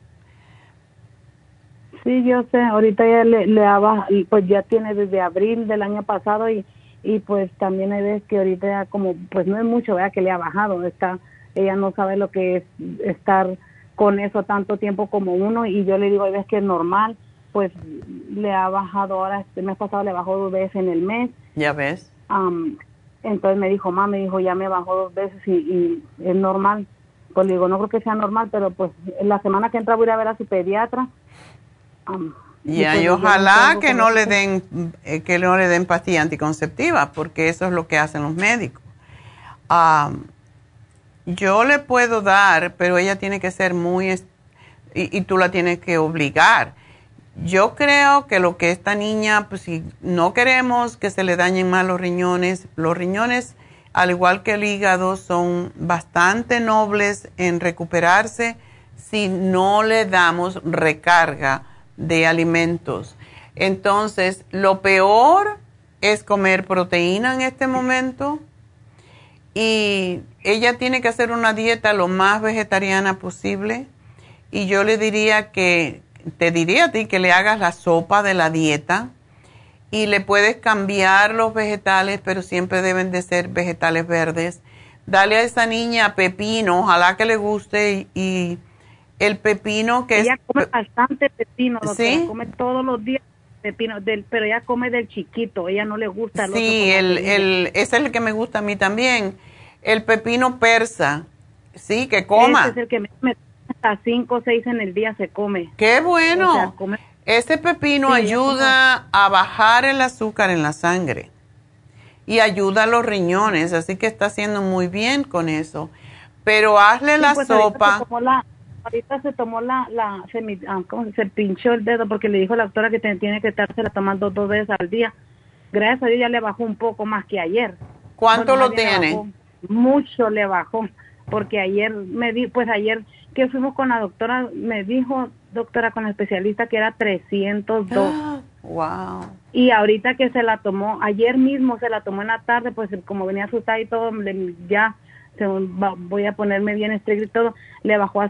[SPEAKER 9] Sí, yo sé, ahorita ya pues ya tiene desde abril del año pasado y pues también hay veces que ahorita ya como, pues no es mucho, ¿verdad? Que le ha bajado, ella no sabe lo que es estar con eso tanto tiempo como uno y yo le digo, hay veces que es normal, pues le ha bajado ahora, este mes pasado le bajó 2 veces en el mes.
[SPEAKER 4] Ya ves.
[SPEAKER 9] Entonces me dijo, ya me bajó 2 veces y es normal. Pues le digo, no creo que sea normal, pero pues la semana que entra voy a ir a ver a su pediatra.
[SPEAKER 4] Y ojalá que no le den pastilla anticonceptiva, porque eso es lo que hacen los médicos. Yo le puedo dar, pero ella tiene que ser y tú la tienes que obligar. Yo creo que lo que esta niña, pues si no queremos que se le dañen más los riñones, al igual que el hígado, son bastante nobles en recuperarse si no le damos recarga de alimentos. Entonces, lo peor es comer proteína en este momento y ella tiene que hacer una dieta lo más vegetariana posible y yo te diría a ti que le hagas la sopa de la dieta y le puedes cambiar los vegetales, pero siempre deben de ser vegetales verdes. Dale a esa niña pepino, ojalá que le guste y el pepino que
[SPEAKER 9] ella come bastante pepino,
[SPEAKER 4] ¿sí?
[SPEAKER 9] Come todos los días pepino, pero ella come del chiquito, ella no le gusta.
[SPEAKER 4] Sí, ese es el que me gusta a mí también, el pepino persa, sí, que coma.
[SPEAKER 9] Ese es el que me hasta 5 o 6 en el día se come.
[SPEAKER 4] ¡Qué bueno!
[SPEAKER 9] O sea, come.
[SPEAKER 4] Ese pepino ayuda a bajar el azúcar en la sangre y ayuda a los riñones, así que está haciendo muy bien con eso. Pero hazle la sopa.
[SPEAKER 9] Ahorita se tomó se pinchó el dedo porque le dijo la doctora que tiene que estársela tomando 2 veces al día. Gracias a Dios ya le bajó un poco más que ayer.
[SPEAKER 4] ¿Cuánto lo tiene?
[SPEAKER 9] Mucho le bajó, porque ayer ayer que fuimos con la doctora, me dijo, doctora, con la especialista, que era 302.
[SPEAKER 4] Wow.
[SPEAKER 9] Y ahorita que se la tomó, ayer mismo se la tomó en la tarde, pues como venía asustada y todo, voy a ponerme bien estricto y todo, le bajó a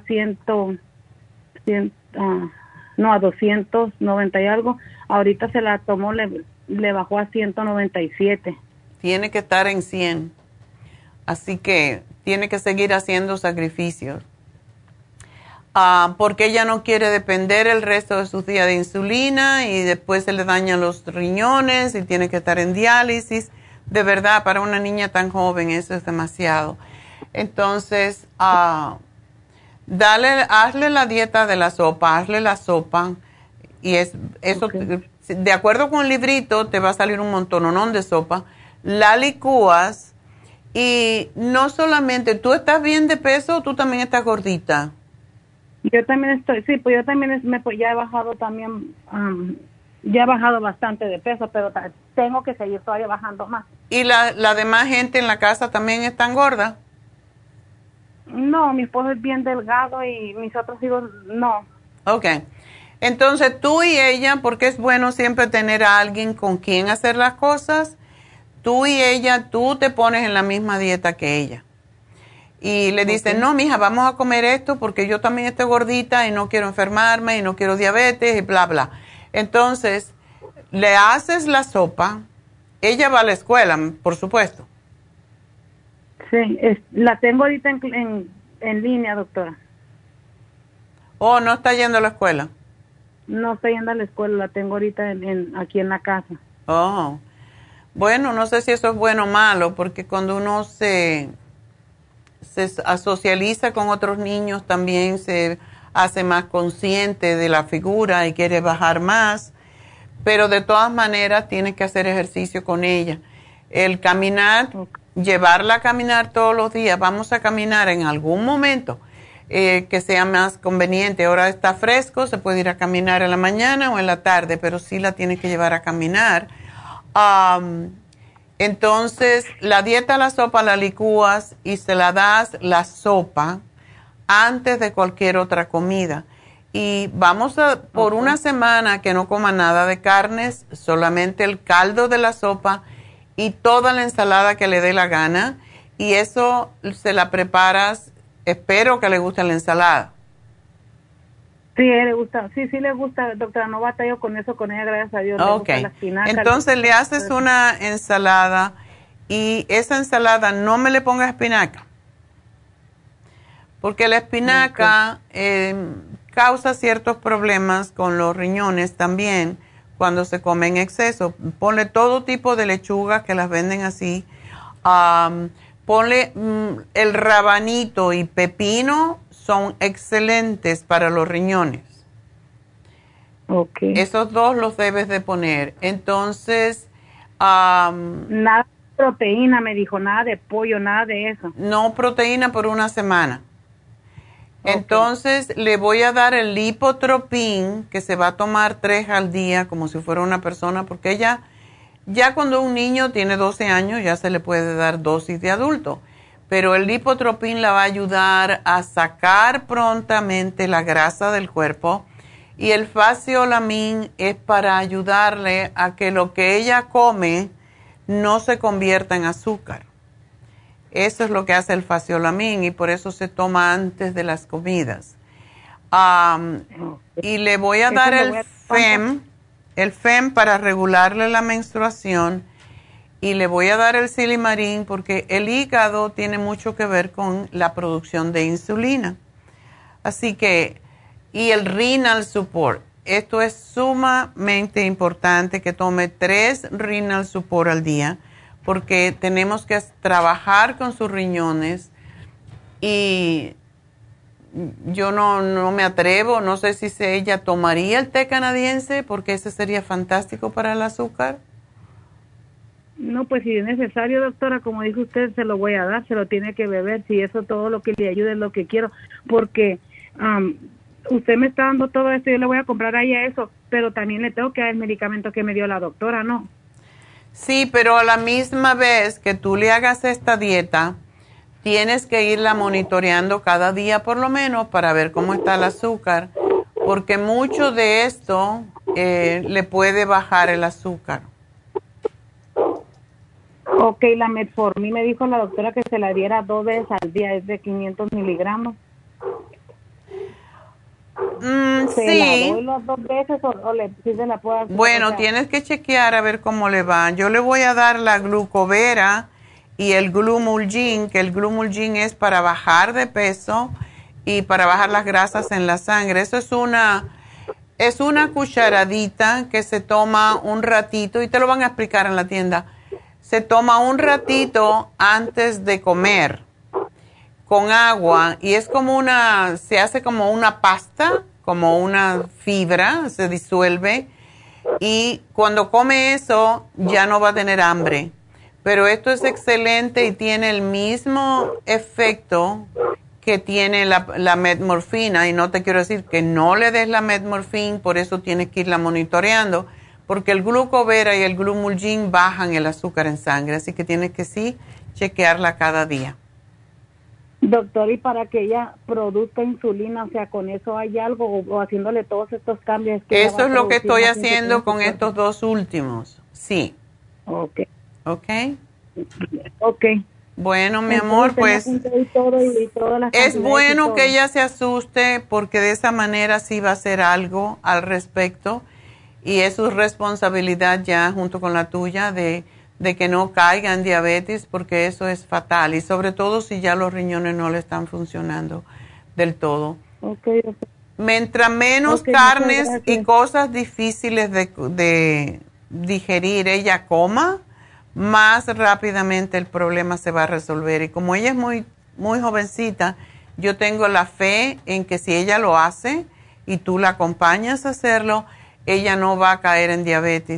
[SPEAKER 9] 290 y algo. Ahorita se la tomó, le bajó a 197.
[SPEAKER 4] Tiene que estar en 100. Así que tiene que seguir haciendo sacrificios. Porque ella no quiere depender el resto de sus días de insulina y después se le dañan los riñones y tiene que estar en diálisis. De verdad, para una niña tan joven eso es demasiado. Entonces, hazle la dieta de la sopa, hazle la sopa y eso, okay. De acuerdo con el librito, te va a salir un montononón de sopa. La licúas y no solamente, ¿tú estás bien de peso o tú también estás gordita?
[SPEAKER 9] Yo también estoy, sí, pues yo también ya he bajado también, ya he bajado bastante de peso, pero tengo que seguir todavía bajando más.
[SPEAKER 4] ¿Y la demás gente en la casa también están gorda?
[SPEAKER 9] No, mi esposo es bien delgado y mis otros hijos no.
[SPEAKER 4] Ok, entonces tú y ella, porque es bueno siempre tener a alguien con quien hacer las cosas, tú y ella, tú te pones en la misma dieta que ella. Y le dicen, no, mija, vamos a comer esto porque yo también estoy gordita y no quiero enfermarme y no quiero diabetes y bla, bla. Entonces, le haces la sopa. Ella va a la escuela, por supuesto.
[SPEAKER 9] Sí, la tengo ahorita en línea, doctora.
[SPEAKER 4] ¿O no está yendo a la escuela?
[SPEAKER 9] No está yendo a la escuela, la tengo ahorita aquí en la casa.
[SPEAKER 4] Oh, bueno, no sé si eso es bueno o malo, porque cuando uno se socializa con otros niños también se hace más consciente de la figura y quiere bajar más, pero de todas maneras tiene que hacer ejercicio con ella. El caminar, llevarla a caminar todos los días. Vamos a caminar en algún momento que sea más conveniente. Ahora está fresco, se puede ir a caminar en la mañana o en la tarde, pero sí la tienes que llevar a caminar. Entonces, la dieta a la sopa la licúas y se la das la sopa antes de cualquier otra comida. Y vamos a, por una semana que no coma nada de carnes, solamente el caldo de la sopa y toda la ensalada que le dé la gana. Y eso se la preparas, espero que le guste la ensalada.
[SPEAKER 9] Sí, le gusta, sí le gusta, doctora, no batallo con eso, con ella, gracias a Dios.
[SPEAKER 4] Ok, entonces le haces una ensalada y esa ensalada no me le pongas espinaca, porque la espinaca causa ciertos problemas con los riñones también cuando se come en exceso. Ponle todo tipo de lechugas que las venden así, ponle el rabanito y pepino, son excelentes para los riñones.
[SPEAKER 9] Okay.
[SPEAKER 4] Esos dos los debes de poner. Entonces,
[SPEAKER 9] nada de proteína, me dijo, nada de pollo, nada de eso.
[SPEAKER 4] No proteína por una semana. Okay. Entonces, le voy a dar el Lipotropin, que se va a tomar 3 al día, como si fuera una persona, porque ya cuando un niño tiene 12 años, ya se le puede dar dosis de adulto. Pero el Lipotropin la va a ayudar a sacar prontamente la grasa del cuerpo y el Faciolamin es para ayudarle a que lo que ella come no se convierta en azúcar. Eso es lo que hace el Faciolamin y por eso se toma antes de las comidas. Y le voy a dar el FEM para regularle la menstruación. Y le voy a dar el Silimarín porque el hígado tiene mucho que ver con la producción de insulina. Así que, y el Renal Support. Esto es sumamente importante que tome 3 Renal Support al día porque tenemos que trabajar con sus riñones y yo no me atrevo, no sé si ella tomaría el té canadiense porque ese sería fantástico para el azúcar.
[SPEAKER 9] No, pues si es necesario, doctora, como dijo usted, se lo voy a dar, se lo tiene que beber, si eso todo lo que le ayude es lo que quiero, porque usted me está dando todo esto, yo le voy a comprar a ella eso, pero también le tengo que dar el medicamento que me dio la doctora, ¿no?
[SPEAKER 4] Sí, pero a la misma vez que tú le hagas esta dieta, tienes que irla monitoreando cada día por lo menos para ver cómo está el azúcar, porque mucho de esto le puede bajar el azúcar.
[SPEAKER 9] Ok, la Metformin me dijo la doctora que se la diera 2 veces al día, es de 500 miligramos.
[SPEAKER 4] Sí.
[SPEAKER 9] ¿La doy las 2 veces o si se la puedo hacer?
[SPEAKER 4] Bueno,
[SPEAKER 9] o sea,
[SPEAKER 4] tienes que chequear a ver cómo le va. Yo le voy a dar la glucovera y el glumulgin, que el glumulgin es para bajar de peso y para bajar las grasas en la sangre. Eso es una cucharadita que se toma un ratito y te lo van a explicar en la tienda. Se toma un ratito antes de comer con agua y es como se hace como una pasta, como una fibra, se disuelve y cuando come eso ya no va a tener hambre. Pero esto es excelente y tiene el mismo efecto que tiene la metmorfina y no te quiero decir que no le des la metmorfina, por eso tienes que irla monitoreando. Porque el glucovera y el glumulgin bajan el azúcar en sangre, así que tienes que sí chequearla cada día.
[SPEAKER 9] Doctor, y para que ella produzca insulina, o sea, ¿con eso hay algo o haciéndole todos estos cambios?
[SPEAKER 4] Eso es lo que estoy haciendo con estos 2 últimos, sí.
[SPEAKER 9] Ok.
[SPEAKER 4] Ok.
[SPEAKER 9] Ok.
[SPEAKER 4] Bueno, mi amor, pues es bueno que ella se asuste porque de esa manera sí va a hacer algo al respecto. Y es su responsabilidad ya junto con la tuya de que no caiga en diabetes porque eso es fatal y sobre todo si ya los riñones no le están funcionando del todo.
[SPEAKER 9] Okay.
[SPEAKER 4] Mientras menos carnes y cosas difíciles de digerir ella coma, más rápidamente el problema se va a resolver. Y como ella es muy, muy jovencita, yo tengo la fe en que si ella lo hace y tú la acompañas a hacerlo, ella no va a caer en diabetes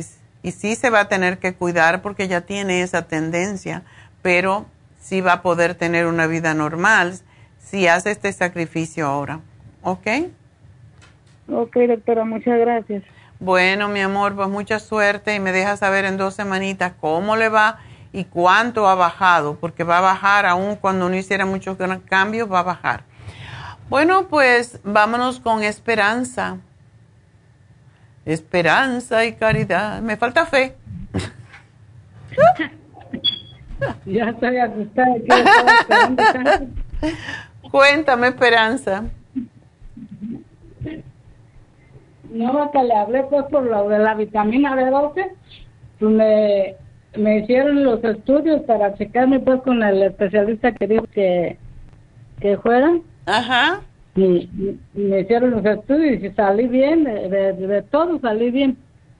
[SPEAKER 4] y sí se va a tener que cuidar porque ya tiene esa tendencia, pero sí va a poder tener una vida normal si hace este sacrificio ahora. ¿Ok?
[SPEAKER 9] Ok, doctora, muchas gracias.
[SPEAKER 4] Bueno, mi amor, pues mucha suerte y me deja saber en 2 semanitas cómo le va y cuánto ha bajado, porque va a bajar aún cuando no hiciera muchos cambios, va a bajar. Bueno, pues vámonos con Esperanza. Esperanza y caridad. Me falta fe.
[SPEAKER 10] Ya estoy asustada. Que estaba esperando tanto.
[SPEAKER 4] Cuéntame, Esperanza.
[SPEAKER 10] No, que le hablé pues por lo de la vitamina B12. Pues me hicieron los estudios para checarme pues con el especialista que dijo que fueran.
[SPEAKER 4] Ajá.
[SPEAKER 10] Y me hicieron los estudios y salí bien, de todo salí bien.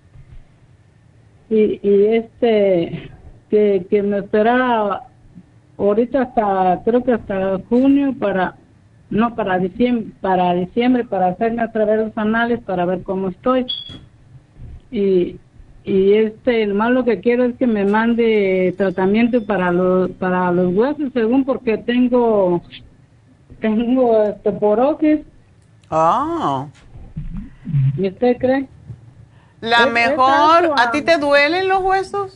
[SPEAKER 10] Y que me esperara ahorita creo que hasta junio para diciembre para hacerme otra vez los análisis para ver cómo estoy. Y lo malo que quiero es que me mande tratamiento para los huesos, según porque tengo osteoporosis.
[SPEAKER 4] Oh.
[SPEAKER 10] ¿Y usted cree?
[SPEAKER 4] La mejor, ¿a ti te duelen los huesos?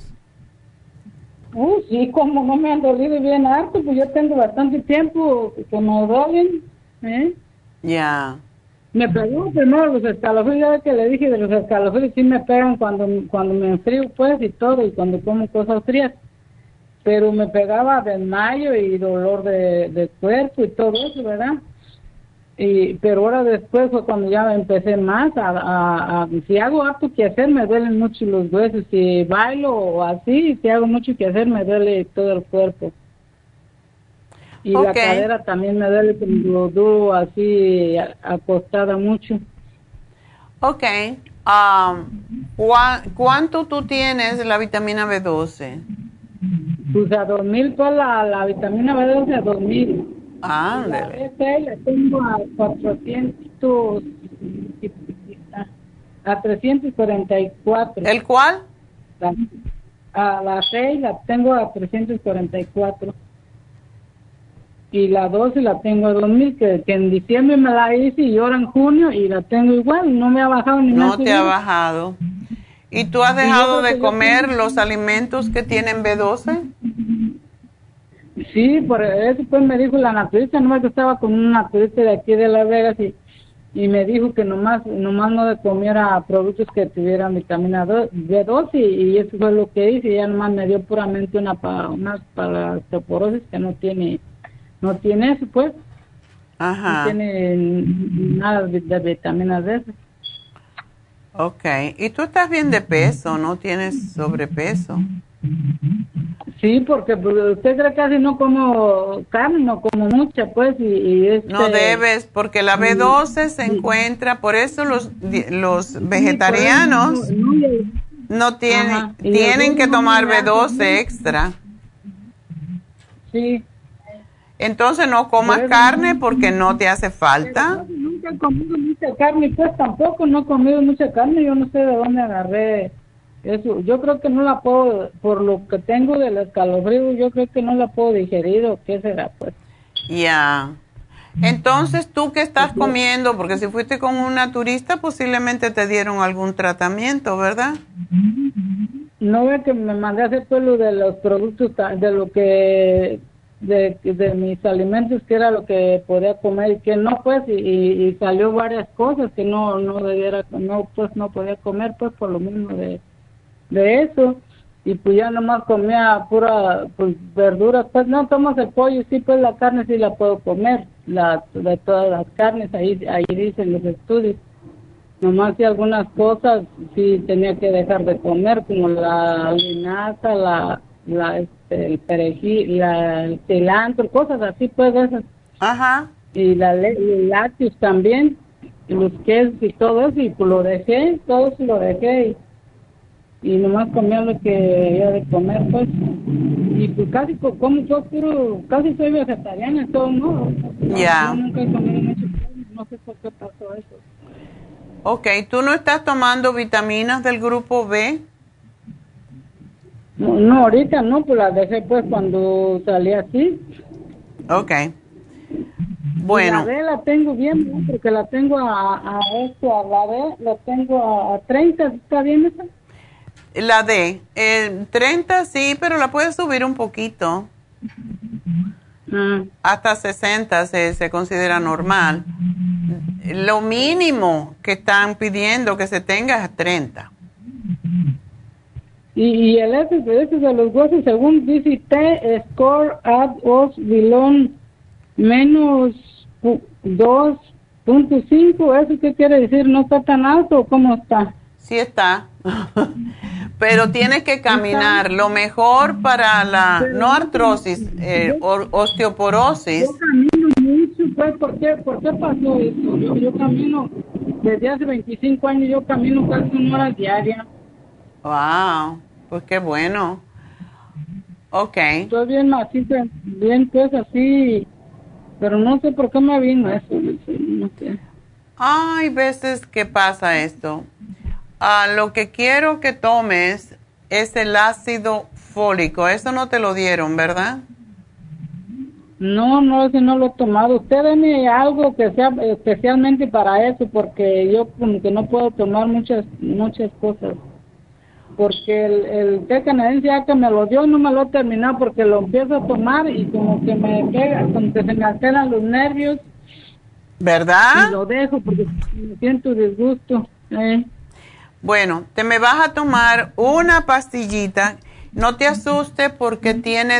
[SPEAKER 10] Sí, como no me han dolido bien harto, pues yo tengo bastante tiempo que me duelen, ¿eh?
[SPEAKER 4] Ya.
[SPEAKER 10] Me pegó primero los escalofríos, ya que le dije de los escalofríos, sí me pegan cuando me enfrío pues y todo, y cuando como cosas frías. Pero me pegaba desmayo y dolor de cuerpo y todo eso, ¿verdad? Pero ahora después fue cuando ya empecé más si hago harto que hacer me duelen mucho los huesos, si bailo o así, si hago mucho que hacer me duele todo el cuerpo. Y la cadera también me duele cuando duro así acostada mucho.
[SPEAKER 4] Ok. ¿Cuánto tú tienes de la vitamina B12?
[SPEAKER 10] Pues a 2,000, pues la vitamina B12 a 2,000.
[SPEAKER 4] Ándale.
[SPEAKER 10] La tengo a 344.
[SPEAKER 4] ¿El cuál?
[SPEAKER 10] La 6 la tengo a 344. Y la 12 la tengo a 2,000, que en diciembre me la hice y ahora en junio y la tengo igual, no me ha bajado ni nada.
[SPEAKER 4] No te ha bajado. ¿Y tú has dejado de comer los alimentos que tienen B12?
[SPEAKER 10] Sí, por eso pues me dijo la naturista, nomás que estaba con una naturista de aquí de Las Vegas y me dijo que nomás no comiera productos que tuvieran vitamina B12 y eso fue lo que hice, y ella nomás me dio puramente una para la osteoporosis que no tiene eso pues.
[SPEAKER 4] Ajá.
[SPEAKER 10] No tiene nada de vitaminas de eso.
[SPEAKER 4] Okay. ¿Y tú estás bien de peso? ¿No tienes sobrepeso?
[SPEAKER 10] Sí, porque usted cree que casi no como carne, no como mucha, pues,
[SPEAKER 4] No debes, porque la B12 se encuentra, por eso los vegetarianos no tienen que tomar B12 extra.
[SPEAKER 10] Sí.
[SPEAKER 4] Entonces no comas carne porque no te hace falta.
[SPEAKER 10] Nunca he comido mucha carne, pues tampoco no he comido mucha carne, yo no sé de dónde agarré eso. Yo creo que no la puedo, por lo que tengo del escalofrío, yo creo que no la puedo digerir o qué será, pues.
[SPEAKER 4] Ya. Entonces, ¿tú qué estás comiendo? Porque si fuiste con un naturista, posiblemente te dieron algún tratamiento, ¿verdad?
[SPEAKER 10] No, ve que me mandé a hacer pues lo de los productos, de lo que... De mis alimentos, que era lo que podía comer y que no, pues, y salió varias cosas que no debiera, no podía comer, pues, por lo mismo de eso, y pues ya nomás comía pura, pues, verduras, pues, no tomas el pollo, sí, pues, la carne sí la puedo comer, de todas las carnes, ahí dicen los estudios, nomás si algunas cosas sí tenía que dejar de comer, como la linaza, el perejil, el cilantro, cosas así, pues, esas.
[SPEAKER 4] Ajá.
[SPEAKER 10] Y los lácteos también, y los quesos y todo eso, y pues lo dejé, todo eso lo dejé, y nomás comía lo que había de comer, pues. Y pues casi como yo casi soy vegetariana, todo, ¿no?
[SPEAKER 4] Ya.
[SPEAKER 10] Yo nunca he comido mucho carne, no sé por qué pasó eso.
[SPEAKER 4] Ok, ¿tú no estás tomando vitaminas del grupo B?
[SPEAKER 10] No, ahorita no, pues la dejé pues cuando salí así.
[SPEAKER 4] Ok. Bueno.
[SPEAKER 10] La D la tengo bien, ¿no? Porque la tengo a la D la tengo a 30, ¿está bien esa?
[SPEAKER 4] La D, 30 sí, pero la puedes subir un poquito. Hasta 60 se considera normal. Lo mínimo que están pidiendo que se tenga es 30.
[SPEAKER 10] Y el S de los huesos, según dice T-score at os belong menos 2.5, ¿eso qué quiere decir? ¿No está tan alto o cómo está?
[SPEAKER 4] Sí está, pero tienes que caminar. Lo mejor para la, no artrosis, osteoporosis.
[SPEAKER 10] Yo camino mucho, pues, ¿por qué pasó eso? Yo camino, desde hace 25 años yo camino casi 1 hora diaria.
[SPEAKER 4] Wow, pues qué bueno. Ok.
[SPEAKER 10] Estoy bien maciza, bien pues así, pero no sé por qué me vino eso, no sé.
[SPEAKER 4] Hay veces que pasa esto. Lo que quiero que tomes es el ácido fólico. Eso no te lo dieron, ¿verdad?
[SPEAKER 10] No, ese no lo he tomado. Usted deme algo que sea especialmente para eso, porque yo como que no puedo tomar muchas cosas. Porque el té canadiense ya que me lo dio no me lo he terminado porque lo empiezo a tomar y como que me pega, como que se me alteran los nervios.
[SPEAKER 4] ¿Verdad?
[SPEAKER 10] Y lo dejo porque me siento disgusto.
[SPEAKER 4] Bueno, te me vas a tomar una pastillita. No te asustes porque tiene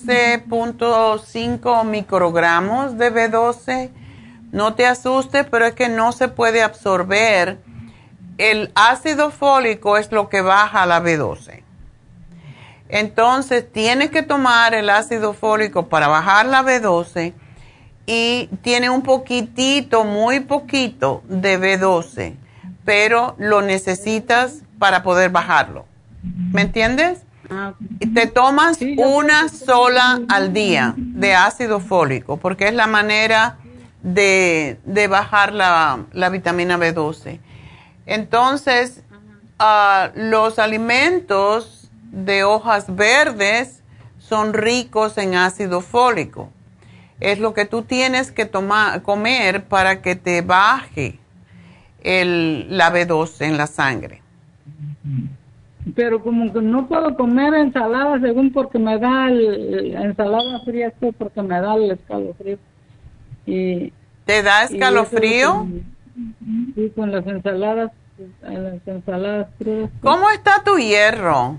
[SPEAKER 4] 12.5 microgramos de B12. No te asustes, pero es que no se puede absorber. El ácido fólico es lo que baja la B12. Entonces, tienes que tomar el ácido fólico para bajar la B12 y tiene un poquitito, muy poquito de B12, pero lo necesitas para poder bajarlo. ¿Me entiendes? Y te tomas una sola al día de ácido fólico, porque es la manera de bajar la vitamina B12. Entonces, los alimentos de hojas verdes son ricos en ácido fólico. Es lo que tú tienes que comer para que te baje la B12 en la sangre.
[SPEAKER 10] Pero como que no puedo comer ensalada según porque me da ensalada fría, esto porque me da el escalofrío.
[SPEAKER 4] ¿Te da escalofrío?
[SPEAKER 10] Sí, con las ensaladas crudas.
[SPEAKER 4] ¿Cómo está tu hierro?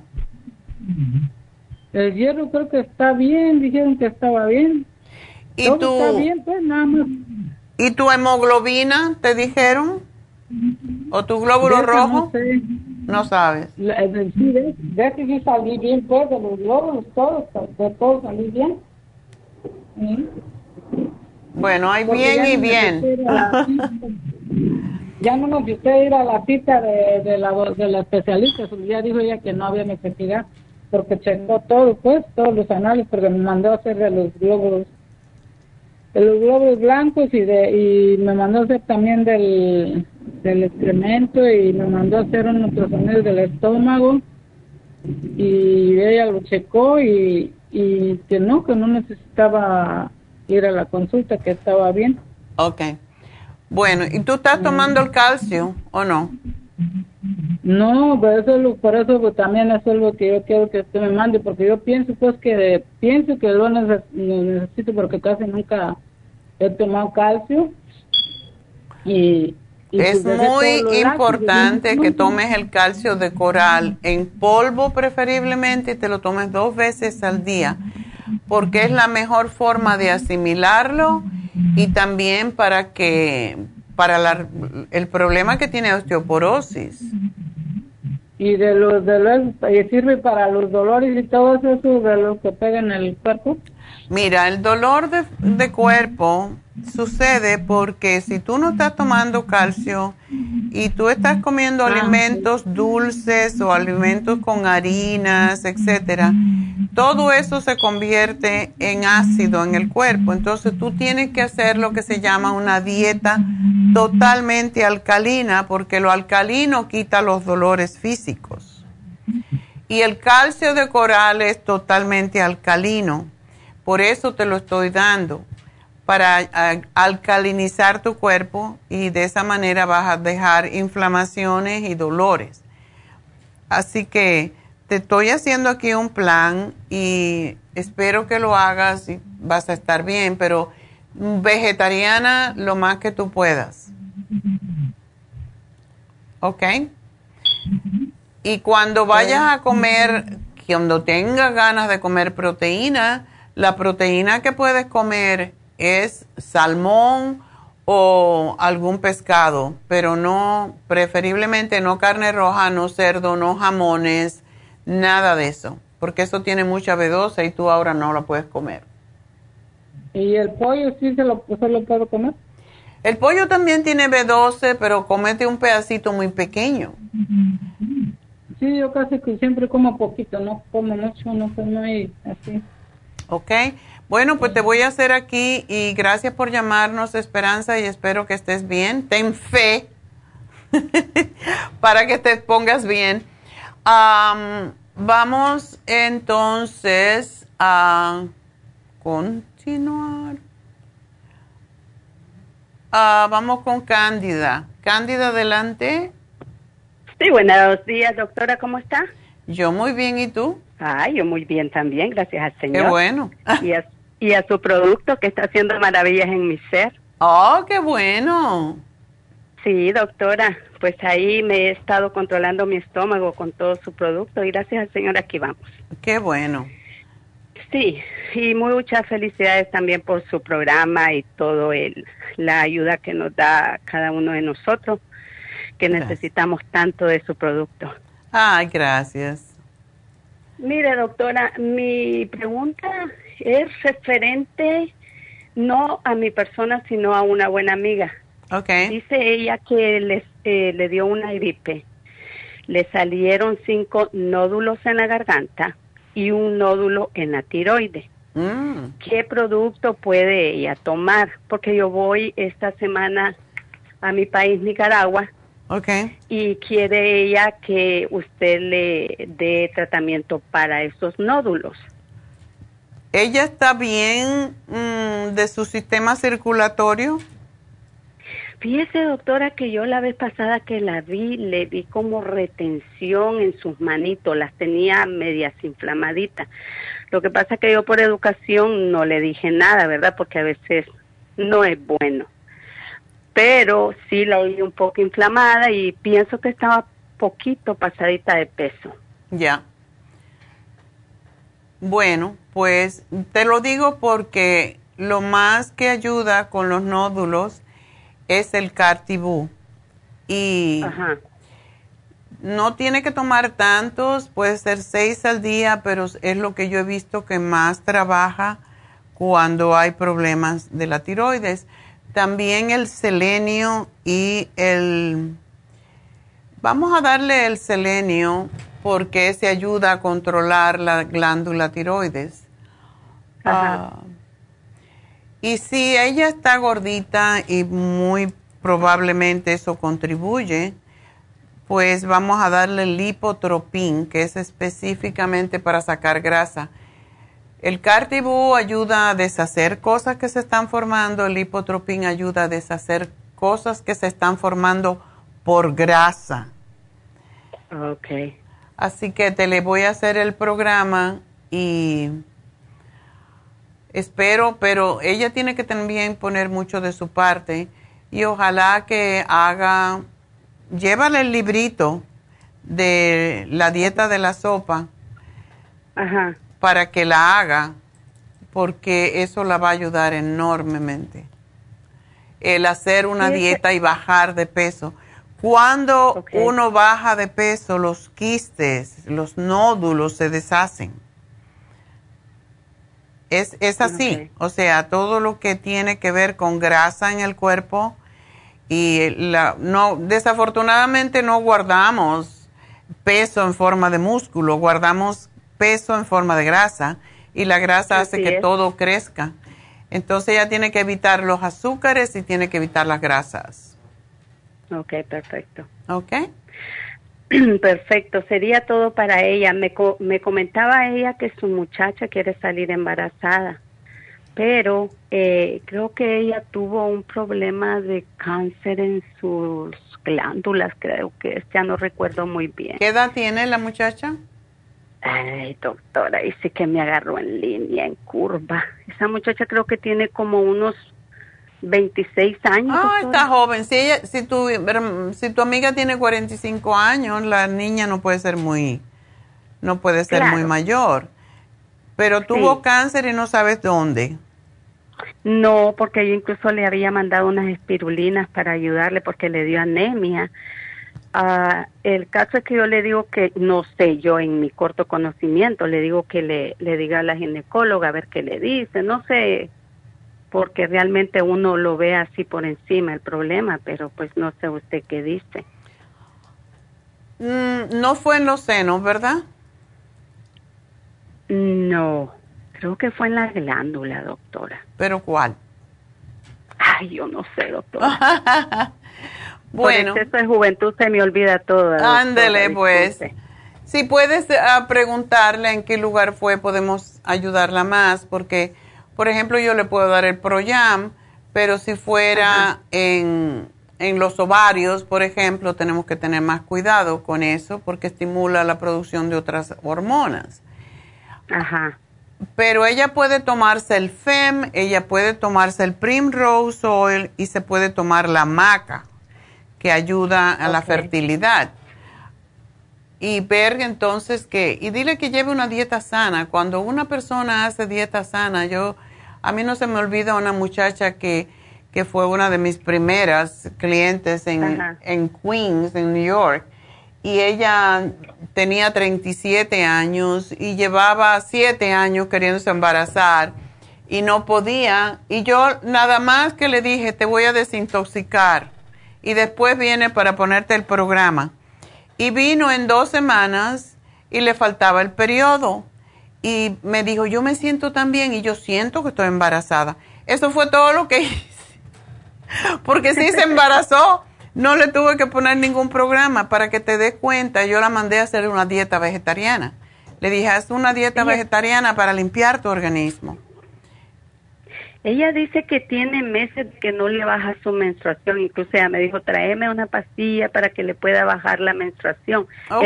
[SPEAKER 10] El hierro creo que está bien, dijeron que estaba bien.
[SPEAKER 4] ¿Y
[SPEAKER 10] está bien, pues nada más.
[SPEAKER 4] ¿Y tu hemoglobina, te dijeron? ¿O tu glóbulo rojo?
[SPEAKER 10] No sé.
[SPEAKER 4] No sabes.
[SPEAKER 10] Sí, de que sí salí bien, pues, de los glóbulos, de todos salí bien. ¿Sí?
[SPEAKER 4] Bueno, hay bien y bien.
[SPEAKER 10] Ya no nos quise ir a la cita de la especialista, ya dijo ella que no había necesidad, porque checó todo, pues, todos los análisis, porque me mandó a hacer de los glóbulos blancos y me mandó a hacer también del excremento y me mandó a hacer un ultrasonido del estómago y ella lo checó y que no necesitaba ir a la consulta, que estaba bien.
[SPEAKER 4] Okay. Bueno, ¿y tú estás tomando el calcio o no?
[SPEAKER 10] No, por eso pues, también eso es lo que yo quiero que usted me mande, porque yo pienso que lo necesito porque casi nunca he tomado calcio y
[SPEAKER 4] es
[SPEAKER 10] pues,
[SPEAKER 4] muy importante que tomes el calcio de coral en polvo preferiblemente y te lo tomes 2 veces al día, porque es la mejor forma de asimilarlo y también para el problema que tiene osteoporosis.
[SPEAKER 10] Y y sirve para los dolores y todo eso de lo que pega en el cuerpo.
[SPEAKER 4] Mira, el dolor de cuerpo sucede porque si tú no estás tomando calcio y tú estás comiendo alimentos dulces o alimentos con harinas, etcétera, todo eso se convierte en ácido en el cuerpo. Entonces tú tienes que hacer lo que se llama una dieta totalmente alcalina, porque lo alcalino quita los dolores físicos. Y el calcio de coral es totalmente alcalino. Por eso te lo estoy dando, para alcalinizar tu cuerpo y de esa manera vas a dejar inflamaciones y dolores. Así que te estoy haciendo aquí un plan y espero que lo hagas y vas a estar bien, pero vegetariana lo más que tú puedas. ¿Ok? Y cuando vayas a comer, cuando tengas ganas de comer proteína, la proteína que puedes comer es salmón o algún pescado, pero no, preferiblemente no carne roja, no cerdo, no jamones, nada de eso, porque eso tiene mucha B12 y tú ahora no la puedes comer.
[SPEAKER 10] ¿Y el pollo sí se lo puedo comer?
[SPEAKER 4] El pollo también tiene B12, pero cómete un pedacito muy pequeño.
[SPEAKER 10] Sí, yo casi que siempre como poquito, no como mucho, no como así.
[SPEAKER 4] Ok, bueno, pues te voy a hacer aquí y gracias por llamarnos, Esperanza, y espero que estés bien. Ten fe para que te pongas bien. Vamos entonces a continuar. Vamos con Cándida. Cándida, adelante.
[SPEAKER 11] Sí, buenos días, doctora, ¿cómo está?
[SPEAKER 4] Yo muy bien, ¿y tú?
[SPEAKER 11] Yo muy bien también, gracias al Señor.
[SPEAKER 4] Qué bueno.
[SPEAKER 11] Y a su producto que está haciendo maravillas en mi ser.
[SPEAKER 4] Oh, qué bueno.
[SPEAKER 11] Sí, doctora, pues ahí me he estado controlando mi estómago con todo su producto y gracias al Señor aquí vamos.
[SPEAKER 4] Qué bueno.
[SPEAKER 11] Sí, y muchas felicidades también por su programa y todo la ayuda que nos da cada uno de nosotros, que necesitamos tanto de su producto.
[SPEAKER 4] Ay, gracias.
[SPEAKER 11] Mire, doctora, mi pregunta es referente no a mi persona, sino a una buena amiga.
[SPEAKER 4] Okay.
[SPEAKER 11] Dice ella que le dio una gripe. Le salieron 5 nódulos en la garganta y un nódulo en la tiroide. ¿Qué producto puede ella tomar? Porque yo voy esta semana a mi país, Nicaragua.
[SPEAKER 4] Okay.
[SPEAKER 11] Y quiere ella que usted le dé tratamiento para esos nódulos.
[SPEAKER 4] ¿Ella está bien de su sistema circulatorio?
[SPEAKER 11] Fíjese, doctora, que yo la vez pasada que la vi, le vi como retención en sus manitos, las tenía medias inflamaditas. Lo que pasa es que yo por educación no le dije nada, ¿verdad? Porque a veces no es bueno. Pero sí la oí un poco inflamada y pienso que estaba poquito pasadita de peso.
[SPEAKER 4] Ya. Bueno, pues te lo digo porque lo más que ayuda con los nódulos es el Cartibú. Y no tiene que tomar tantos, puede ser 6 al día, pero es lo que yo he visto que más trabaja cuando hay problemas de la tiroides. También el selenio y vamos a darle el selenio porque ese ayuda a controlar la glándula tiroides. Y si ella está gordita y muy probablemente eso contribuye, pues vamos a darle lipotropín, que es específicamente para sacar grasa. El Cartibú ayuda a deshacer cosas que se están formando, el lipotropín ayuda a deshacer cosas que se están formando por grasa.
[SPEAKER 11] Okay.
[SPEAKER 4] Así que te le voy a hacer el programa y espero, pero ella tiene que también poner mucho de su parte y ojalá que llévale el librito de la dieta de la sopa. Para que la haga, porque eso la va a ayudar enormemente. El hacer una dieta y bajar de peso. Cuando uno baja de peso, los quistes, los nódulos se deshacen. Es así. O sea, todo lo que tiene que ver con grasa en el cuerpo y desafortunadamente no guardamos peso en forma de músculo, guardamos peso en forma de grasa y la grasa hace que todo crezca. Entonces ella tiene que evitar los azúcares y tiene que evitar las grasas.
[SPEAKER 11] Ok, perfecto.
[SPEAKER 4] Ok.
[SPEAKER 11] Perfecto, sería todo para ella. Me comentaba ella que su muchacha quiere salir embarazada, pero creo que ella tuvo un problema de cáncer en sus glándulas, creo que es, ya no recuerdo muy bien.
[SPEAKER 4] ¿Qué edad tiene la muchacha?
[SPEAKER 11] Ay, doctora, ahí sí que me agarró en línea, en curva. Esa muchacha creo que tiene como unos 26 años.
[SPEAKER 4] Ah,
[SPEAKER 11] doctora.
[SPEAKER 4] está joven. Si tu amiga tiene 45 años, la niña no puede ser muy mayor. Pero tuvo cáncer y no sabes dónde.
[SPEAKER 11] No, porque yo incluso le había mandado unas espirulinas para ayudarle porque le dio anemia. El caso es que yo le digo que, no sé, yo en mi corto conocimiento, le digo que le diga a la ginecóloga a ver qué le dice, no sé, porque realmente uno lo ve así por encima el problema, pero pues no sé usted qué dice.
[SPEAKER 4] No fue en los senos, ¿verdad?
[SPEAKER 11] No, creo que fue en la glándula, doctora.
[SPEAKER 4] ¿Pero cuál?
[SPEAKER 11] Ay, yo no sé, doctora.
[SPEAKER 4] Bueno.
[SPEAKER 11] Por exceso de juventud se me olvida todo.
[SPEAKER 4] Ándele, pues. Si puedes preguntarle en qué lugar fue, podemos ayudarla más, porque, por ejemplo, yo le puedo dar el Pro-Jam, pero si fuera en los ovarios, por ejemplo, tenemos que tener más cuidado con eso, porque estimula la producción de otras hormonas.
[SPEAKER 11] Ajá.
[SPEAKER 4] Pero ella puede tomarse el FEM, ella puede tomarse el Primrose Oil y se puede tomar la maca, que ayuda a la fertilidad. Y ver entonces y dile que lleve una dieta sana. Cuando una persona hace dieta sana, a mí no se me olvida una muchacha que fue una de mis primeras clientes en Queens, en New York, y ella tenía 37 años y llevaba 7 años queriéndose embarazar y no podía, y yo nada más que le dije, te voy a desintoxicar y después viene para ponerte el programa. Y vino en 2 semanas y le faltaba el periodo. Y me dijo, yo me siento tan bien y yo siento que estoy embarazada. Eso fue todo lo que hice. Porque si se embarazó, no le tuve que poner ningún programa. Para que te des cuenta, yo la mandé a hacer una dieta vegetariana. Le dije, haz una dieta vegetariana para limpiar tu organismo.
[SPEAKER 11] Ella dice que tiene meses que no le baja su menstruación. Incluso ella me dijo, tráeme una pastilla para que le pueda bajar la menstruación. Okay.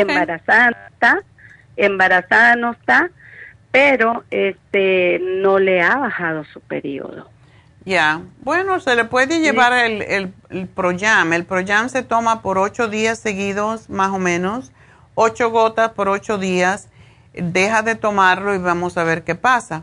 [SPEAKER 11] Embarazada no está, pero no le ha bajado su periodo.
[SPEAKER 4] Ya, bueno, se le puede llevar el Pro-Jam. El Pro-Jam se toma por 8 días seguidos, más o menos. 8 gotas por 8 días. Deja de tomarlo y vamos a ver qué pasa.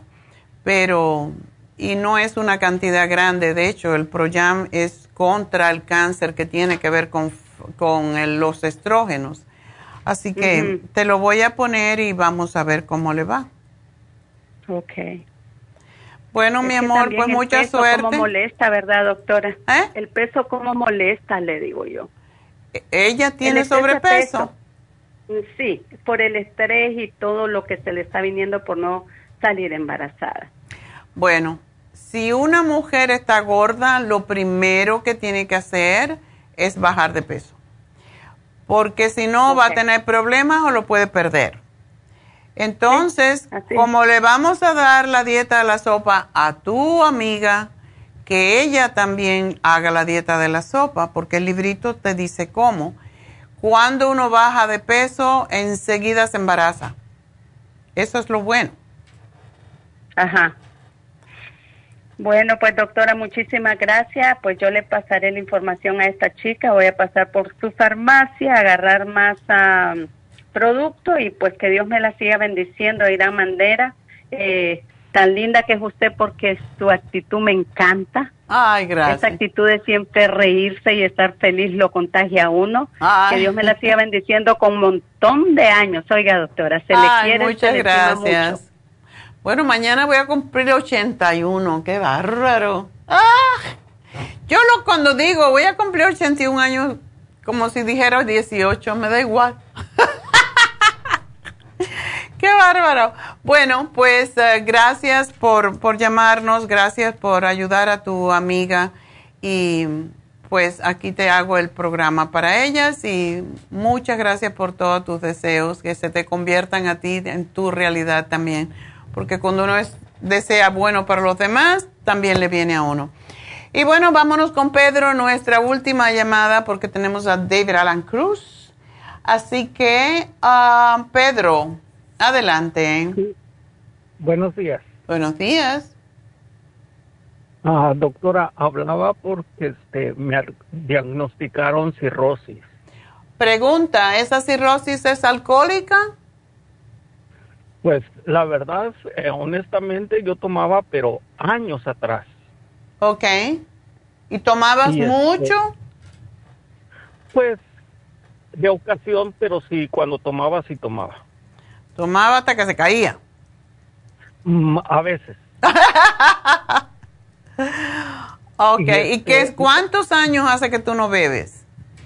[SPEAKER 4] Y no es una cantidad grande. De hecho, el Pro-Jam es contra el cáncer que tiene que ver con los estrógenos. Así que te lo voy a poner y vamos a ver cómo le va.
[SPEAKER 11] Ok.
[SPEAKER 4] Bueno, mi amor, pues mucha suerte. El peso
[SPEAKER 11] cómo molesta, ¿verdad, doctora? El peso cómo molesta, le digo yo.
[SPEAKER 4] ¿Ella tiene sobrepeso?
[SPEAKER 11] Sí, por el estrés y todo lo que se le está viniendo por no salir embarazada.
[SPEAKER 4] Bueno, si una mujer está gorda, lo primero que tiene que hacer es bajar de peso. Porque si no, va a tener problemas o lo puede perder. Entonces, como le vamos a dar la dieta de la sopa a tu amiga, que ella también haga la dieta de la sopa, porque el librito te dice cómo. Cuando uno baja de peso, enseguida se embaraza. Eso es lo bueno.
[SPEAKER 11] Ajá. Bueno, pues doctora, muchísimas gracias. Pues yo le pasaré la información a esta chica. Voy a pasar por su farmacia, agarrar más producto y pues que Dios me la siga bendiciendo de gran manera. Tan linda que es usted porque su actitud me encanta.
[SPEAKER 4] Ay, gracias.
[SPEAKER 11] Esa actitud de siempre reírse y estar feliz lo contagia a uno. Ay. Que Dios me la siga bendiciendo con un montón de años. Oiga, doctora, se le quiere,
[SPEAKER 4] muchas
[SPEAKER 11] se le
[SPEAKER 4] gracias.
[SPEAKER 11] Mucho.
[SPEAKER 4] Bueno, mañana voy a cumplir 81. ¡Qué bárbaro! Yo cuando digo voy a cumplir 81 años, como si dijera 18, me da igual. ¡Qué bárbaro! Bueno, pues gracias por llamarnos, gracias por ayudar a tu amiga y pues aquí te hago el programa para ellas y muchas gracias por todos tus deseos, que se te conviertan a ti en tu realidad también, porque cuando uno desea bueno para los demás, también le viene a uno. Y bueno, vámonos con Pedro, nuestra última llamada, porque tenemos a David Alan Cruz. Así que, Pedro, adelante.
[SPEAKER 12] Sí. Buenos días.
[SPEAKER 4] Buenos días.
[SPEAKER 12] Doctora, hablaba porque me diagnosticaron cirrosis.
[SPEAKER 4] Pregunta, ¿esa cirrosis es alcohólica?
[SPEAKER 12] Pues la verdad, honestamente, yo tomaba, pero años atrás.
[SPEAKER 4] Ok. ¿Y tomabas mucho?
[SPEAKER 12] Pues de ocasión, pero sí, cuando tomaba, sí tomaba.
[SPEAKER 4] ¿Tomaba hasta que se caía?
[SPEAKER 12] A veces.
[SPEAKER 4] Ok, ¿y cuántos años hace que tú no bebes?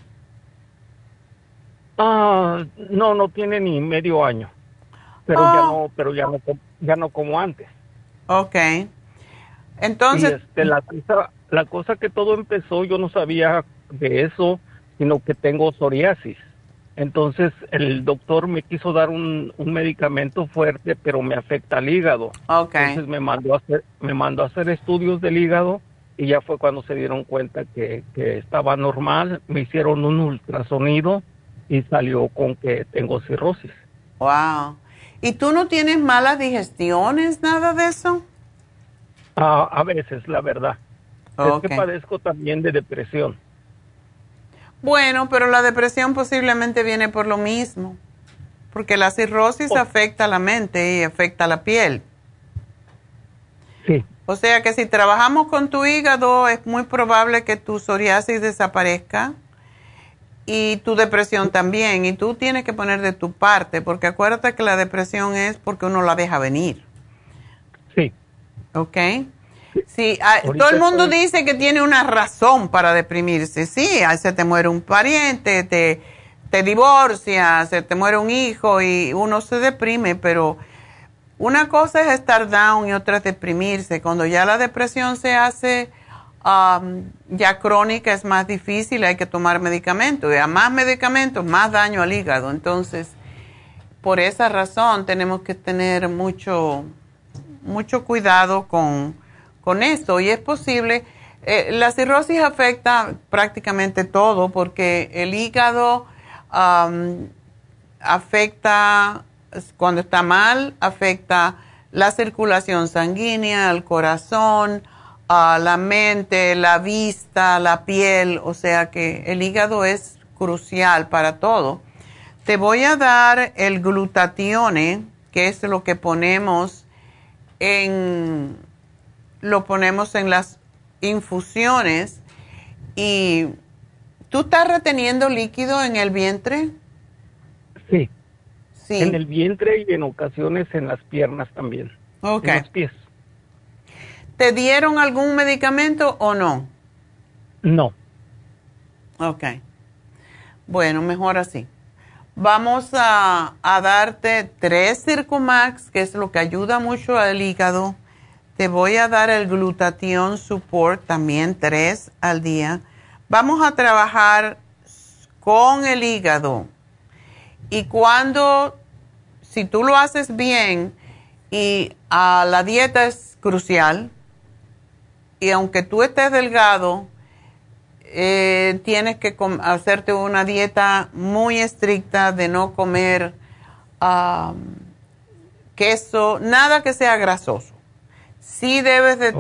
[SPEAKER 12] No tiene ni medio año. Pero ya no como antes.
[SPEAKER 4] Ok. Entonces,
[SPEAKER 12] y la cosa que todo empezó, yo no sabía de eso, sino que tengo psoriasis. Entonces el doctor me quiso dar un medicamento fuerte, pero me afecta al hígado.
[SPEAKER 4] Okay.
[SPEAKER 12] Entonces me mandó a hacer estudios del hígado y ya fue cuando se dieron cuenta que estaba normal. Me hicieron un ultrasonido y salió con que tengo cirrosis.
[SPEAKER 4] Wow. ¿Y tú no tienes malas digestiones, nada de eso?
[SPEAKER 12] A veces, la verdad.
[SPEAKER 4] Okay.
[SPEAKER 12] Es que padezco también de depresión.
[SPEAKER 4] Bueno, pero la depresión posiblemente viene por lo mismo, porque la cirrosis afecta a la mente y afecta a la piel.
[SPEAKER 12] Sí.
[SPEAKER 4] O sea que si trabajamos con tu hígado, es muy probable que tu psoriasis desaparezca y tu depresión también. Y tú tienes que poner de tu parte, porque acuérdate que la depresión es porque uno la deja venir.
[SPEAKER 12] Sí.
[SPEAKER 4] ¿Ok? Sí, todo el mundo dice que tiene una razón para deprimirse. Sí, se te muere un pariente, te divorcias, se te muere un hijo y uno se deprime, pero una cosa es estar down y otra es deprimirse. Cuando ya la depresión se hace ya crónica, es más difícil, hay que tomar medicamentos. Y a más medicamentos, más daño al hígado. Entonces, por esa razón tenemos que tener mucho cuidado con esto. Y es posible, la cirrosis afecta prácticamente todo, porque el hígado afecta, cuando está mal, afecta la circulación sanguínea, el corazón, la mente, la vista, la piel. O sea que el hígado es crucial para todo. Te voy a dar el glutatione, que es lo que ponemos en las infusiones. ¿Y tú estás reteniendo líquido en el vientre?
[SPEAKER 12] Sí.
[SPEAKER 4] Sí.
[SPEAKER 12] En el vientre y en ocasiones en las piernas también.
[SPEAKER 4] Ok.
[SPEAKER 12] En los pies.
[SPEAKER 4] ¿Te dieron algún medicamento o no?
[SPEAKER 12] No.
[SPEAKER 4] Ok. Bueno, mejor así. Vamos a darte 3 Circumax, que es lo que ayuda mucho al hígado. Te voy a dar el Glutathione Support, también 3 al día. Vamos a trabajar con el hígado. Y si tú lo haces bien, y la dieta es crucial, y aunque tú estés delgado, tienes que hacerte una dieta muy estricta de no comer queso, nada que sea grasoso. Sí debes de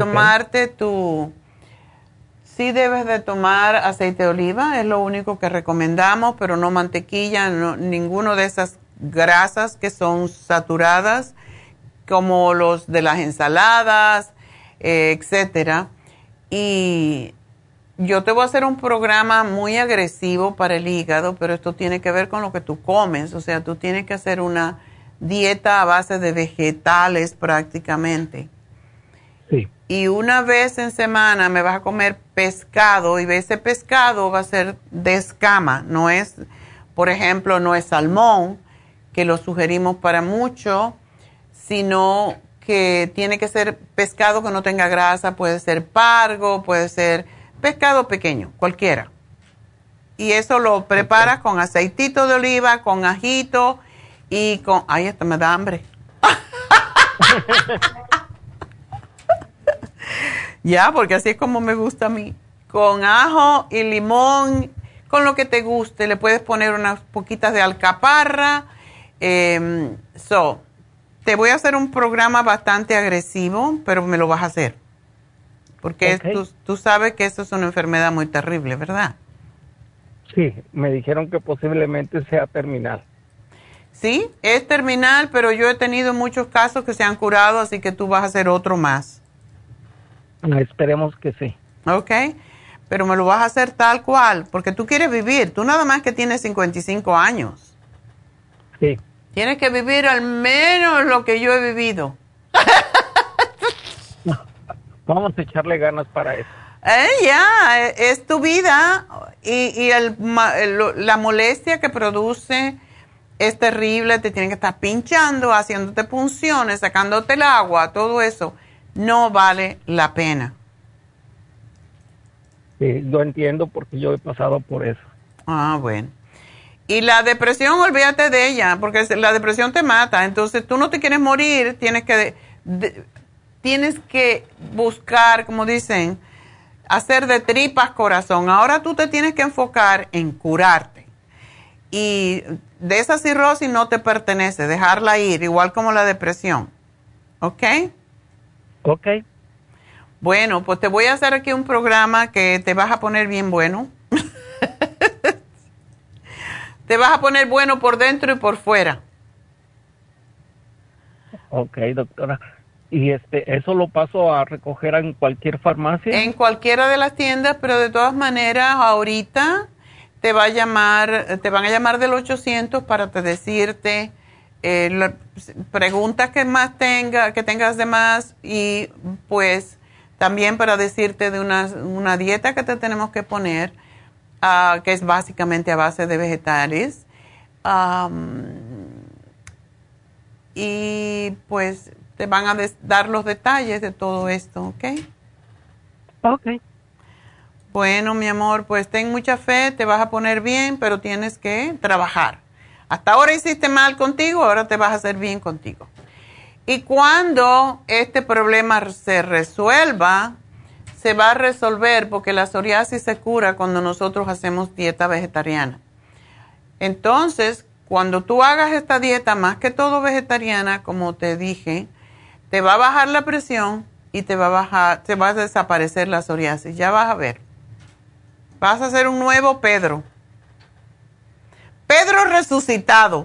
[SPEAKER 4] tomar aceite de oliva, es lo único que recomendamos, pero no mantequilla, ninguno de esas grasas que son saturadas, como los de las ensaladas, etcétera. Y yo te voy a hacer un programa muy agresivo para el hígado, pero esto tiene que ver con lo que tú comes. O sea, tú tienes que hacer una dieta a base de vegetales prácticamente.
[SPEAKER 12] Sí.
[SPEAKER 4] Y una vez en semana me vas a comer pescado, y ese pescado va a ser de escama. No es, por ejemplo, no es salmón, que lo sugerimos para mucho, sino que tiene que ser pescado que no tenga grasa. Puede ser pargo, puede ser pescado pequeño, cualquiera. Y eso lo preparas con aceitito de oliva, con ajito y con... Ay, esto me da hambre. Ya, porque así es como me gusta a mí. Con ajo y limón, con lo que te guste. Le puedes poner unas poquitas de alcaparra. Te voy a hacer un programa bastante agresivo, pero me lo vas a hacer. Porque tú sabes que eso es una enfermedad muy terrible, ¿verdad?
[SPEAKER 12] Sí, me dijeron que posiblemente sea terminal.
[SPEAKER 4] Sí, es terminal, pero yo he tenido muchos casos que se han curado, así que tú vas a hacer otro más.
[SPEAKER 12] Esperemos que sí.
[SPEAKER 4] Ok, pero me lo vas a hacer tal cual, porque tú quieres vivir. Tú nada más que tienes 55 años.
[SPEAKER 12] Sí.
[SPEAKER 4] Tienes que vivir al menos lo que yo he vivido.
[SPEAKER 12] Vamos a echarle ganas para eso.
[SPEAKER 4] Es tu vida y la molestia que produce es terrible. Te tienen que estar pinchando, haciéndote punciones, sacándote el agua, todo eso. No vale la pena.
[SPEAKER 12] Sí, lo entiendo porque yo he pasado por eso.
[SPEAKER 4] Ah, bueno. Y la depresión, olvídate de ella, porque la depresión te mata. Entonces, tú no te quieres morir, tienes que buscar, como dicen, hacer de tripas corazón. Ahora tú te tienes que enfocar en curarte. Y de esa cirrosis no te pertenece, dejarla ir, igual como la depresión. ¿Ok?
[SPEAKER 12] Ok.
[SPEAKER 4] Bueno, pues te voy a hacer aquí un programa que te vas a poner bien bueno. Te vas a poner bueno por dentro y por fuera.
[SPEAKER 12] Ok, doctora. ¿Y eso lo paso a recoger en cualquier farmacia?
[SPEAKER 4] En cualquiera de las tiendas, pero de todas maneras, ahorita te van a llamar del 800 para decirte preguntas que tengas de más y pues también para decirte de una dieta que te tenemos que poner, que es básicamente a base de vegetales. Y pues te van a dar los detalles de todo esto, ¿ok?
[SPEAKER 12] Ok.
[SPEAKER 4] Bueno, mi amor, pues ten mucha fe, te vas a poner bien, pero tienes que trabajar. Hasta ahora hiciste mal contigo, ahora te vas a hacer bien contigo. Y cuando este problema se resuelva, se va a resolver porque la psoriasis se cura cuando nosotros hacemos dieta vegetariana. Entonces, cuando tú hagas esta dieta, más que todo vegetariana, como te dije, te va a bajar la presión y te va a desaparecer la psoriasis. Ya vas a ver. Vas a ser un nuevo Pedro. Pedro resucitado.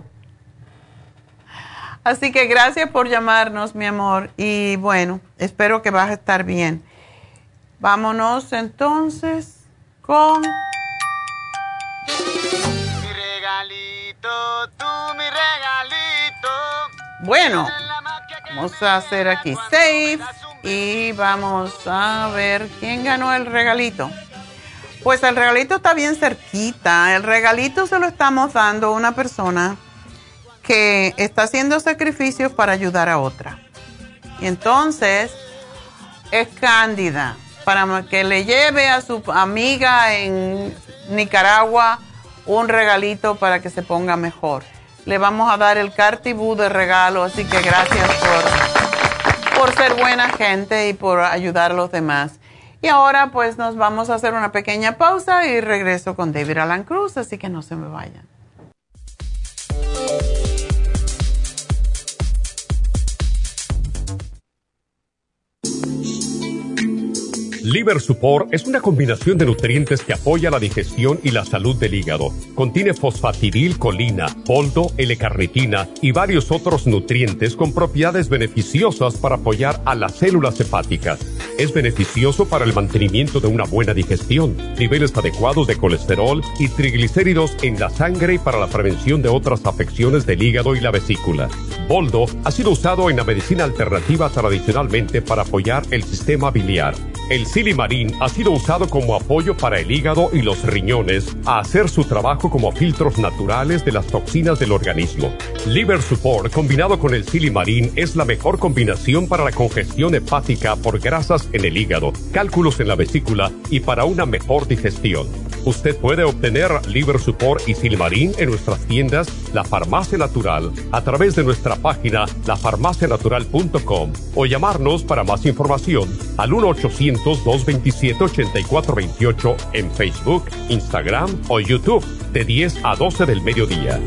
[SPEAKER 4] Así que gracias por llamarnos, mi amor. Y bueno, espero que vas a estar bien. Vámonos entonces con...
[SPEAKER 13] Mi regalito, tú mi regalito.
[SPEAKER 4] Bueno, vamos a hacer aquí save y vamos a ver quién ganó el regalito. Pues el regalito está bien cerquita. El regalito se lo estamos dando a una persona que está haciendo sacrificios para ayudar a otra. Y entonces es Cándida, para que le lleve a su amiga en Nicaragua un regalito para que se ponga mejor. Le vamos a dar el Cartibú de regalo, así que gracias por ser buena gente y por ayudar a los demás. Y ahora pues nos vamos a hacer una pequeña pausa y regreso con David Alan Cruz, así que no se me vayan.
[SPEAKER 7] Liver Support es una combinación de nutrientes que apoya la digestión y la salud del hígado. Contiene fosfatidilcolina, boldo, L-carnitina y varios otros nutrientes con propiedades beneficiosas para apoyar a las células hepáticas. Es beneficioso para el mantenimiento de una buena digestión, niveles adecuados de colesterol y triglicéridos en la sangre y para la prevención de otras afecciones del hígado y la vesícula. Boldo ha sido usado en la medicina alternativa tradicionalmente para apoyar el sistema biliar. El Silimarín ha sido usado como apoyo para el hígado y los riñones a hacer su trabajo como filtros naturales de las toxinas del organismo. Liver Support combinado con el Silimarín es la mejor combinación para la congestión hepática por grasas en el hígado, cálculos en la vesícula y para una mejor digestión. Usted puede obtener Liver Support y Silimarín en nuestras tiendas La Farmacia Natural a través de nuestra página lafarmacianatural.com o llamarnos para más información al 1-800-227-8428 en Facebook, Instagram o YouTube de 10 a 12 del mediodía.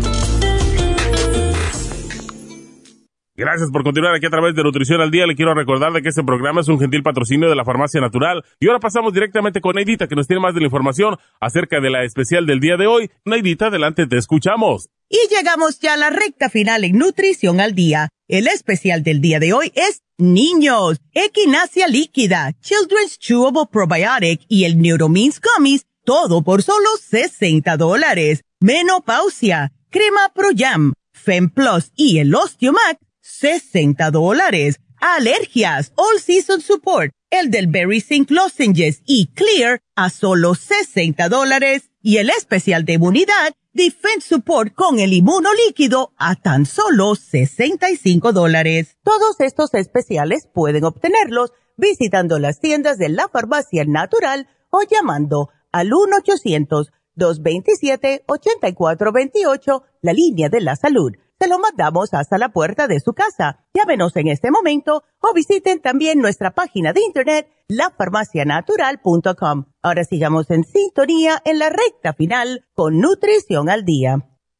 [SPEAKER 5] Gracias por continuar aquí a través de Nutrición al Día. Le quiero recordar de que este programa es un gentil patrocinio de la Farmacia Natural. Y ahora pasamos directamente con Neidita, que nos tiene más de la información acerca de la especial del día de hoy. Neidita, adelante, te escuchamos.
[SPEAKER 6] Y llegamos ya a la recta final en Nutrición al Día. El especial del día de hoy es Niños, Equinacia Líquida, Children's Chewable Probiotic y el Neuromins Gummies, todo por solo $60. Menopausia, Crema Pro Jam, Fem Plus y el Osteomac, $60. Alergias, All Season Support, el del Berry Zinc Lozenges y Clear a solo $60. Y el especial de inmunidad, Defense Support con el inmunolíquido a tan solo $65. Todos estos especiales pueden obtenerlos visitando las tiendas de la Farmacia Natural o llamando al 1-800-227-8428, la línea de la salud. Se lo mandamos hasta la puerta de su casa. Llámenos en este momento o visiten también nuestra página de internet, lafarmacianatural.com. Ahora sigamos en sintonía en la recta final con Nutrición al Día.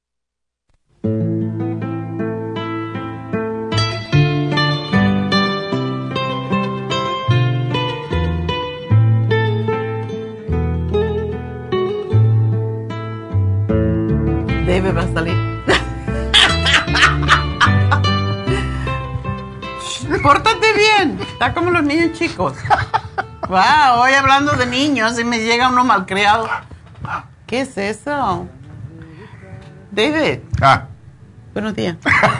[SPEAKER 4] Debe va a salir. Pórtate bien, está como los niños chicos. Wow, hoy hablando de niños y me llega uno malcriado. ¿Qué es eso? David. Buenos días.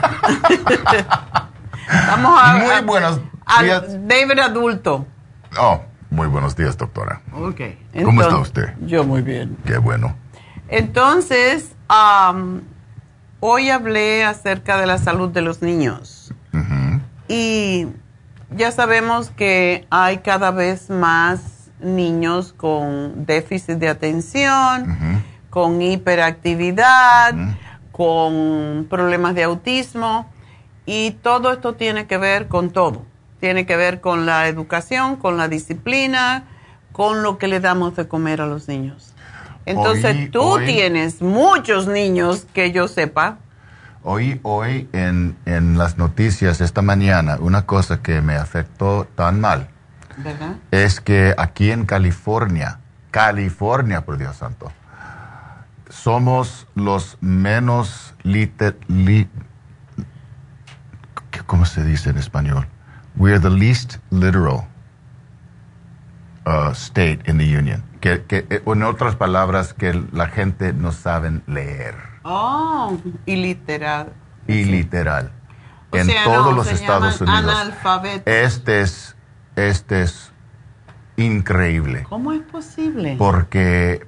[SPEAKER 4] Vamos a...
[SPEAKER 14] Muy buenos días.
[SPEAKER 4] David adulto.
[SPEAKER 14] Oh, muy buenos días, doctora.
[SPEAKER 4] Ok.
[SPEAKER 14] ¿Cómo está usted?
[SPEAKER 4] Yo muy bien.
[SPEAKER 14] Qué bueno.
[SPEAKER 4] Entonces, hoy hablé acerca de la salud de los niños. Y ya sabemos que hay cada vez más niños con déficit de atención, con hiperactividad, con problemas de autismo, y todo esto tiene que ver con todo. Tiene que ver con la educación, con la disciplina, con lo que le damos de comer a los niños. Entonces tú tienes muchos niños que yo sepa.
[SPEAKER 14] Hoy en las noticias esta mañana, una cosa que me afectó tan mal, ¿verdad? Es que aquí en California, por Dios santo, somos los menos ¿cómo se dice en español? We are the least literal state in the union. Que en otras palabras, que la gente no sabe leer.
[SPEAKER 4] Oh, iliteral.
[SPEAKER 14] Iliteral. En todos los Estados Unidos.
[SPEAKER 4] Analfabeto.
[SPEAKER 14] Este es increíble.
[SPEAKER 4] ¿Cómo es posible?
[SPEAKER 14] Porque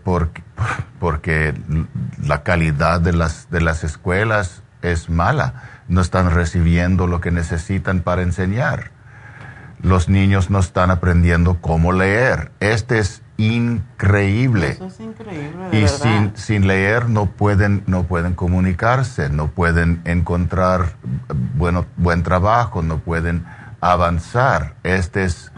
[SPEAKER 14] la calidad de las escuelas es mala. No están recibiendo lo que necesitan para enseñar. Los niños no están aprendiendo cómo leer. Este es increíble.
[SPEAKER 4] Eso es increíble,
[SPEAKER 14] de verdad. Sin leer no pueden comunicarse, no pueden encontrar buen trabajo, no pueden avanzar. Este es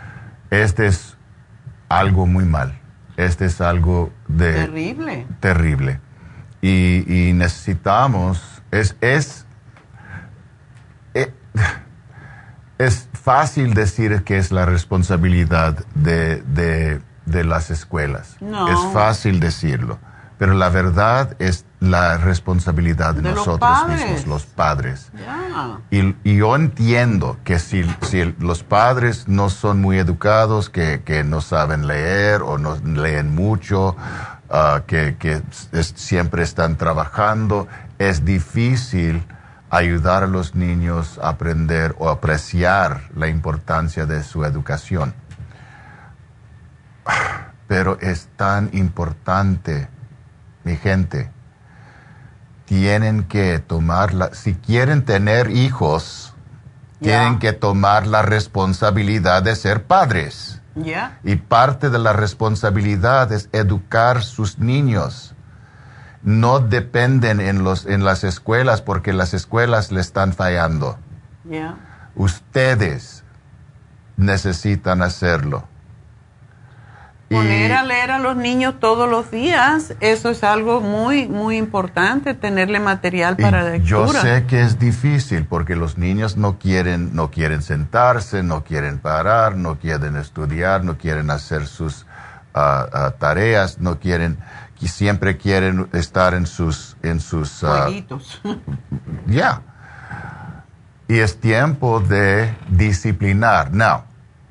[SPEAKER 14] algo muy mal. Este es algo terrible. Y necesitamos es fácil decir que es la responsabilidad de las escuelas.
[SPEAKER 4] No.
[SPEAKER 14] Es fácil decirlo. Pero la verdad es la responsabilidad de nosotros mismos, los padres.
[SPEAKER 4] Yeah.
[SPEAKER 14] Y yo entiendo que si los padres no son muy educados, que no saben leer o no leen mucho, que siempre están trabajando, es difícil ayudar a los niños a aprender o apreciar la importancia de su educación. pero es tan importante, mi gente. Tienen que si quieren tener hijos, tienen que tomar la responsabilidad de ser padres. Y parte de la responsabilidad es educar sus niños. No dependen en las escuelas porque las escuelas le están fallando. Ustedes necesitan hacerlo.
[SPEAKER 4] Poner a leer a los niños todos los días, eso es algo muy, muy importante, tenerle material para lectura.
[SPEAKER 14] Yo sé que es difícil porque los niños no quieren sentarse, no quieren parar, no quieren estudiar, no quieren hacer sus tareas, siempre quieren estar en sus
[SPEAKER 4] jueguitos.
[SPEAKER 14] Y es tiempo de disciplinar. Now,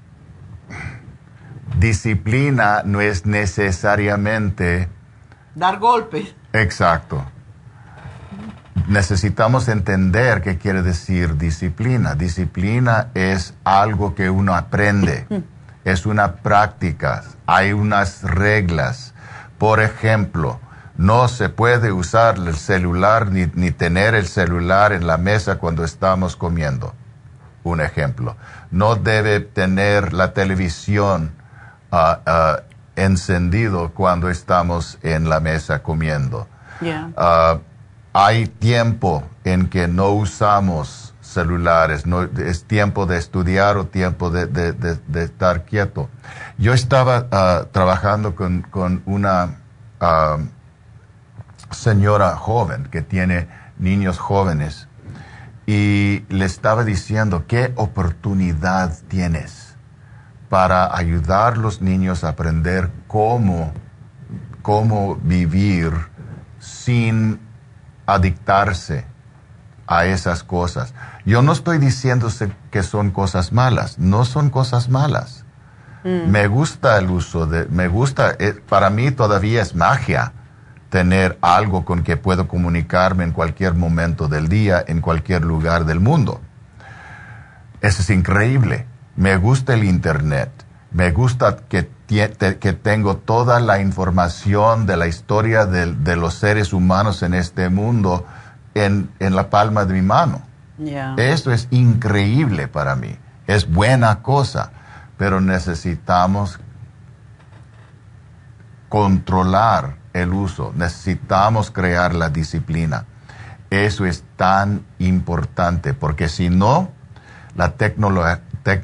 [SPEAKER 14] disciplina no es necesariamente
[SPEAKER 4] dar golpes.
[SPEAKER 14] Exacto. Necesitamos entender qué quiere decir disciplina. Disciplina es algo que uno aprende. Es una práctica. Hay unas reglas. Por ejemplo, no se puede usar el celular ni tener el celular en la mesa cuando estamos comiendo. Un ejemplo. No debe tener la televisión encendido cuando estamos en la mesa comiendo. Hay tiempo en que no usamos celulares, no es tiempo de estudiar o tiempo de estar quieto. Yo estaba trabajando con una señora joven que tiene niños jóvenes y le estaba diciendo qué oportunidad tienes para ayudar a los niños a aprender cómo vivir sin adictarse a esas cosas. Yo no estoy diciendo que son cosas malas, no son cosas malas. Me gusta el uso para mí todavía es magia tener algo con que puedo comunicarme en cualquier momento del día, en cualquier lugar del mundo. Eso es increíble. Me gusta el Internet. Me gusta que tengo toda la información de la historia de los seres humanos en este mundo en la palma de mi mano. Eso es increíble para mí. Es buena cosa. Pero necesitamos controlar el uso. Necesitamos crear la disciplina. Eso es tan importante porque si no, la tecnología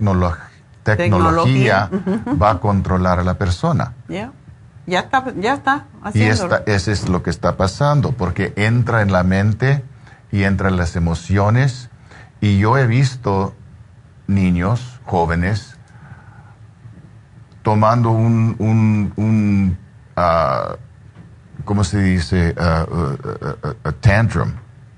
[SPEAKER 14] va a controlar a la persona.
[SPEAKER 4] Ya está haciéndolo.
[SPEAKER 14] Y eso es lo que está pasando, porque entra en la mente y entra en las emociones. Y yo he visto niños jóvenes tomando ¿cómo se dice? A tantrum.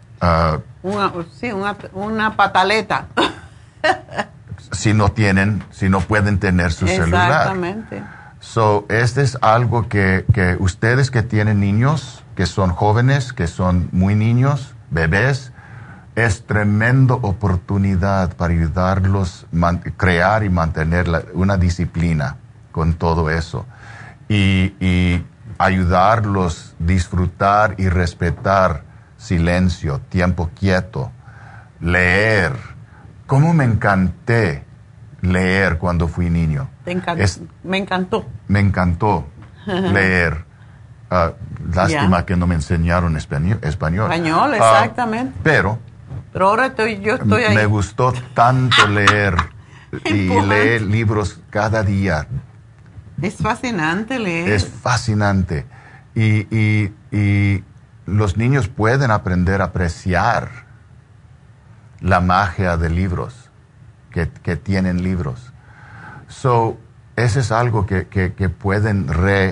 [SPEAKER 4] Una pataleta.
[SPEAKER 14] si no pueden tener su celular.
[SPEAKER 4] Exactamente.
[SPEAKER 14] Este es algo que ustedes que tienen niños, que son jóvenes, que son muy niños, bebés, es tremenda oportunidad para ayudarlos a crear y mantener una disciplina con todo eso. Y ayudarlos a disfrutar y respetar silencio, tiempo quieto, leer. ¿Cómo me encanté leer cuando fui niño?
[SPEAKER 4] Me encantó.
[SPEAKER 14] Me encantó leer. Lástima que no me enseñaron español.
[SPEAKER 4] Español, exactamente.
[SPEAKER 14] Pero
[SPEAKER 4] ahora yo estoy ahí.
[SPEAKER 14] Me gustó tanto leer y leer libros cada día.
[SPEAKER 4] Es fascinante leer.
[SPEAKER 14] Es fascinante. Y los niños pueden aprender a apreciar la magia de libros, que tienen libros. Ese es algo que pueden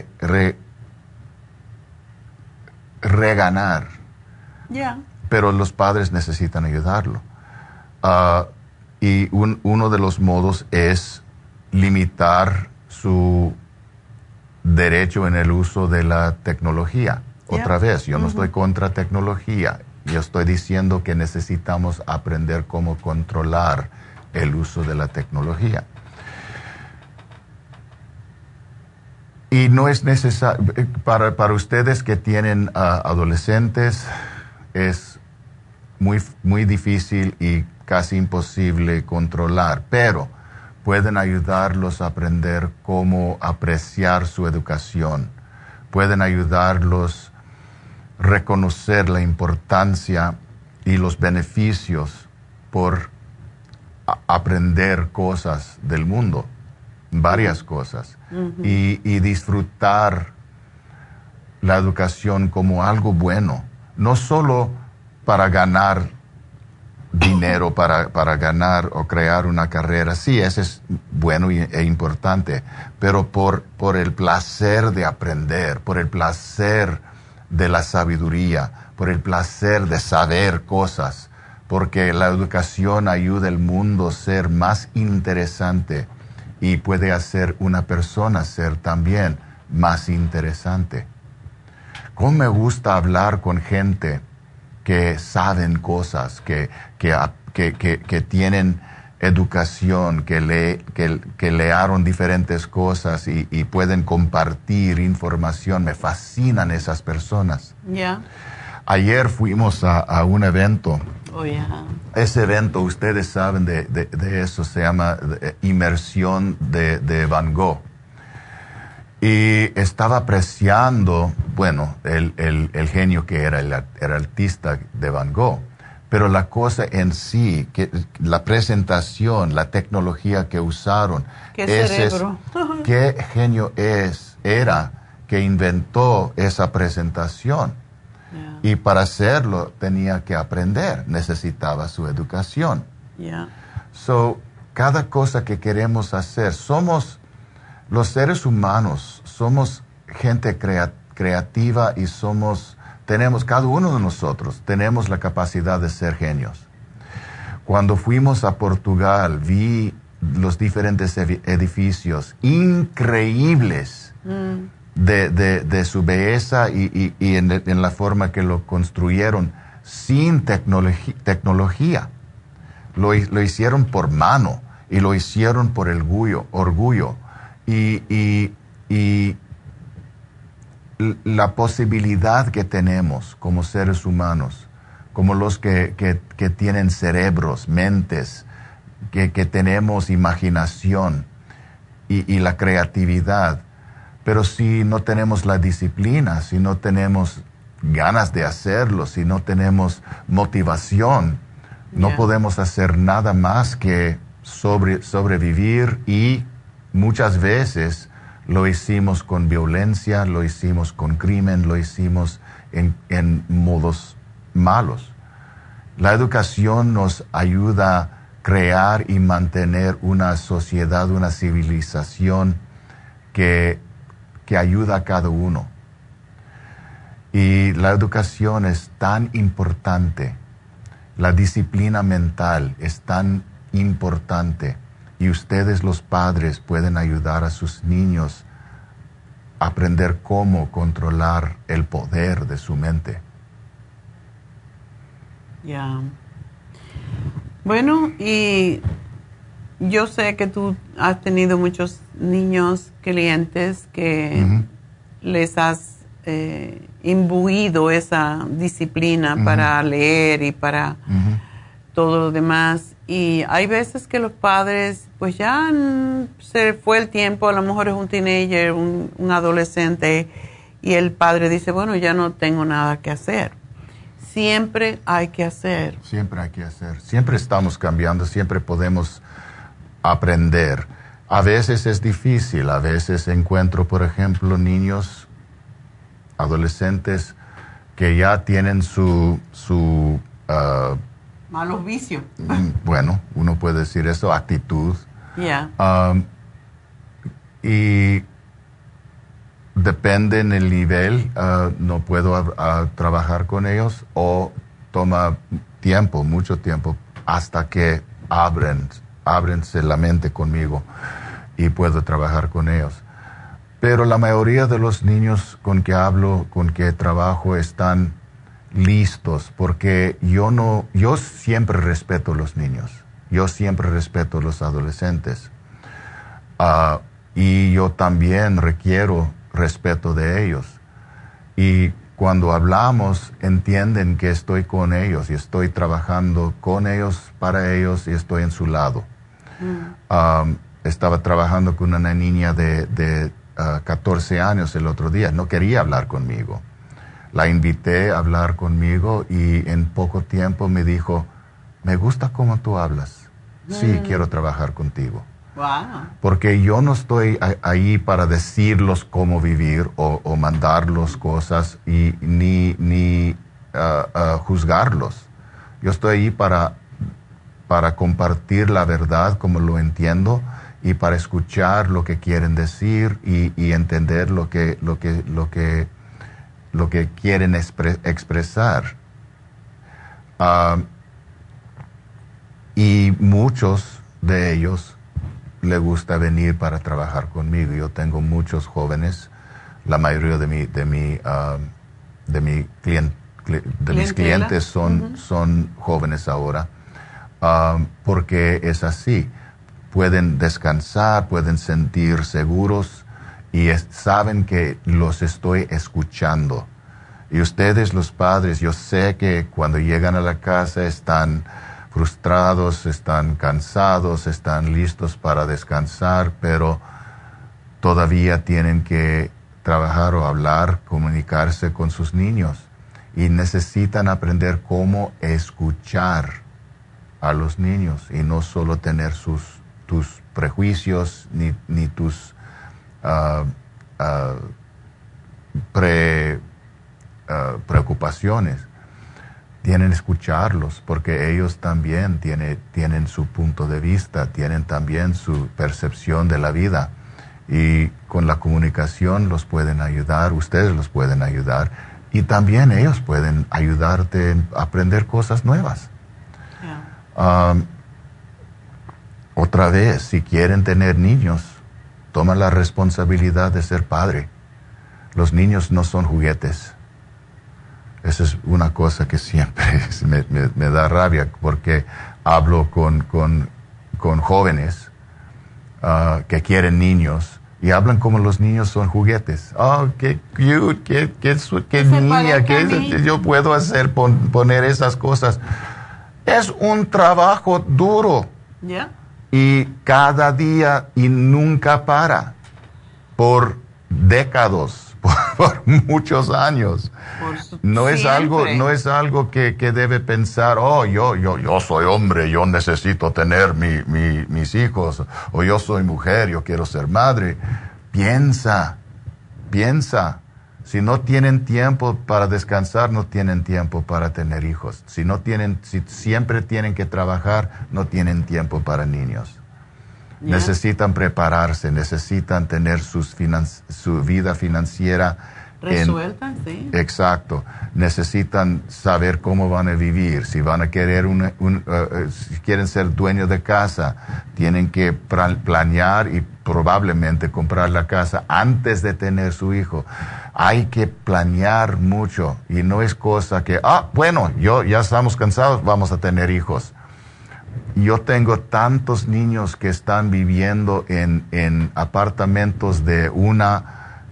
[SPEAKER 14] reganar. Pero los padres necesitan ayudarlo. Y uno de los modos es limitar su derecho en el uso de la tecnología. Otra vez, yo no estoy contra tecnología. Yo estoy diciendo que necesitamos aprender cómo controlar el uso de la tecnología. Y no es necesario, para ustedes que tienen adolescentes, es muy difícil y casi imposible controlar, pero pueden ayudarlos a aprender cómo apreciar su educación. Pueden ayudarlos a reconocer la importancia y los beneficios por aprender cosas del mundo, varias cosas, y disfrutar la educación como algo bueno, no solo para ganar dinero, para ganar o crear una carrera. Sí, eso es bueno e importante, pero por el placer de aprender, por el placer de la sabiduría, por el placer de saber cosas, porque la educación ayuda al mundo a ser más interesante y puede hacer una persona ser también más interesante. ¿Cómo me gusta hablar con gente que saben cosas, que tienen educación, que learon diferentes cosas y pueden compartir información? Me fascinan esas personas.
[SPEAKER 4] Yeah.
[SPEAKER 14] Ayer fuimos a un evento.
[SPEAKER 4] Oh, yeah.
[SPEAKER 14] Ese evento, ustedes saben de eso, se llama Inmersión de Van Gogh. Y estaba apreciando, bueno, el genio que era el artista de Van Gogh. Pero la cosa en sí, que la presentación, la tecnología que usaron.
[SPEAKER 4] ¡Qué cerebro!
[SPEAKER 14] ¿Qué genio era que inventó esa presentación? Yeah. Y para hacerlo tenía que aprender, necesitaba su educación.
[SPEAKER 4] Yeah.
[SPEAKER 14] So, cada cosa que queremos hacer, somos los seres humanos, somos gente creativa y tenemos, cada uno de nosotros, tenemos la capacidad de ser genios. Cuando fuimos a Portugal, vi los diferentes edificios increíbles de su belleza y en la forma que lo construyeron sin tecnología. Lo hicieron por mano y lo hicieron por el orgullo. Y la posibilidad que tenemos como seres humanos, como los que tienen cerebros, mentes, que tenemos imaginación y la creatividad, pero si no tenemos la disciplina, si no tenemos ganas de hacerlo, si no tenemos motivación, no podemos hacer nada más que sobrevivir, y muchas veces lo hicimos con violencia, lo hicimos con crimen, lo hicimos en modos malos. La educación nos ayuda a crear y mantener una sociedad, una civilización que ayuda a cada uno. Y la educación es tan importante, la disciplina mental es tan importante. Y ustedes, los padres, pueden ayudar a sus niños a aprender cómo controlar el poder de su mente.
[SPEAKER 4] Ya. Bueno, y yo sé que tú has tenido muchos niños clientes que les has imbuido esa disciplina para leer y para todo lo demás. Y hay veces que los padres, pues ya se fue el tiempo, a lo mejor es un teenager, un adolescente, y el padre dice, bueno, ya no tengo nada que hacer. Siempre hay que hacer.
[SPEAKER 14] Siempre hay que hacer. Siempre estamos cambiando, siempre podemos aprender. A veces es difícil, a veces encuentro, por ejemplo, niños, adolescentes, que ya tienen su
[SPEAKER 4] malos vicios.
[SPEAKER 14] Bueno, uno puede decir eso, actitud.
[SPEAKER 4] Yeah.
[SPEAKER 14] Y depende en el nivel, no puedo trabajar con ellos, o toma tiempo, mucho tiempo, hasta que ábrense la mente conmigo y puedo trabajar con ellos. Pero la mayoría de los niños con que hablo, con que trabajo, están listos, porque yo siempre respeto a los niños, yo siempre respeto a los adolescentes, y yo también requiero respeto de ellos. Y cuando hablamos, entienden que estoy con ellos y estoy trabajando con ellos, para ellos, y estoy en su lado. Estaba trabajando con una niña de 14 años el otro día. No quería hablar conmigo. La invité a hablar conmigo y en poco tiempo me dijo, me gusta cómo tú hablas. Sí, quiero trabajar contigo.
[SPEAKER 4] Wow.
[SPEAKER 14] Porque yo no estoy ahí para decirlos cómo vivir o mandarlos cosas y ni juzgarlos. Yo estoy ahí para compartir la verdad como lo entiendo y para escuchar lo que quieren decir y entender lo que quieren expresar. Y muchos de ellos les gusta venir para trabajar conmigo. Yo tengo muchos jóvenes, la mayoría de mis clientes son jóvenes ahora, porque es así. Pueden descansar, pueden sentir seguros y saben que los estoy escuchando. Y ustedes, los padres, yo sé que cuando llegan a la casa están frustrados, están cansados, están listos para descansar, pero todavía tienen que trabajar o hablar, comunicarse con sus niños y necesitan aprender cómo escuchar a los niños y no solo tener tus prejuicios ni tus preocupaciones. Tienen que escucharlos porque ellos también tienen su punto de vista, tienen también su percepción de la vida y con la comunicación los pueden ayudar, ustedes los pueden ayudar y también ellos pueden ayudarte a aprender cosas nuevas. Otra vez, si quieren tener niños, toman la responsabilidad de ser padre. Los niños no son juguetes. Esa es una cosa que siempre me da rabia porque hablo con jóvenes que quieren niños y hablan como los niños son juguetes. Oh, qué cute, qué niña, yo puedo hacer poner esas cosas. Es un trabajo duro.
[SPEAKER 4] Yeah.
[SPEAKER 14] Y cada día y nunca para por décadas, por muchos años. No es algo que debe pensar, oh, yo soy hombre, yo necesito tener mis hijos, o yo soy mujer, yo quiero ser madre. Piensa. Si no tienen tiempo para descansar, no tienen tiempo para tener hijos. Si siempre tienen que trabajar, no tienen tiempo para niños. Yeah. Necesitan prepararse, necesitan tener su vida financiera
[SPEAKER 4] resuelta, sí.
[SPEAKER 14] Exacto. Necesitan saber cómo van a vivir. Si van a querer si quieren ser dueños de casa, tienen que planear y probablemente comprar la casa antes de tener su hijo. Hay que planear mucho y no es cosa que, bueno, ya estamos cansados, vamos a tener hijos. Yo tengo tantos niños que están viviendo en apartamentos de una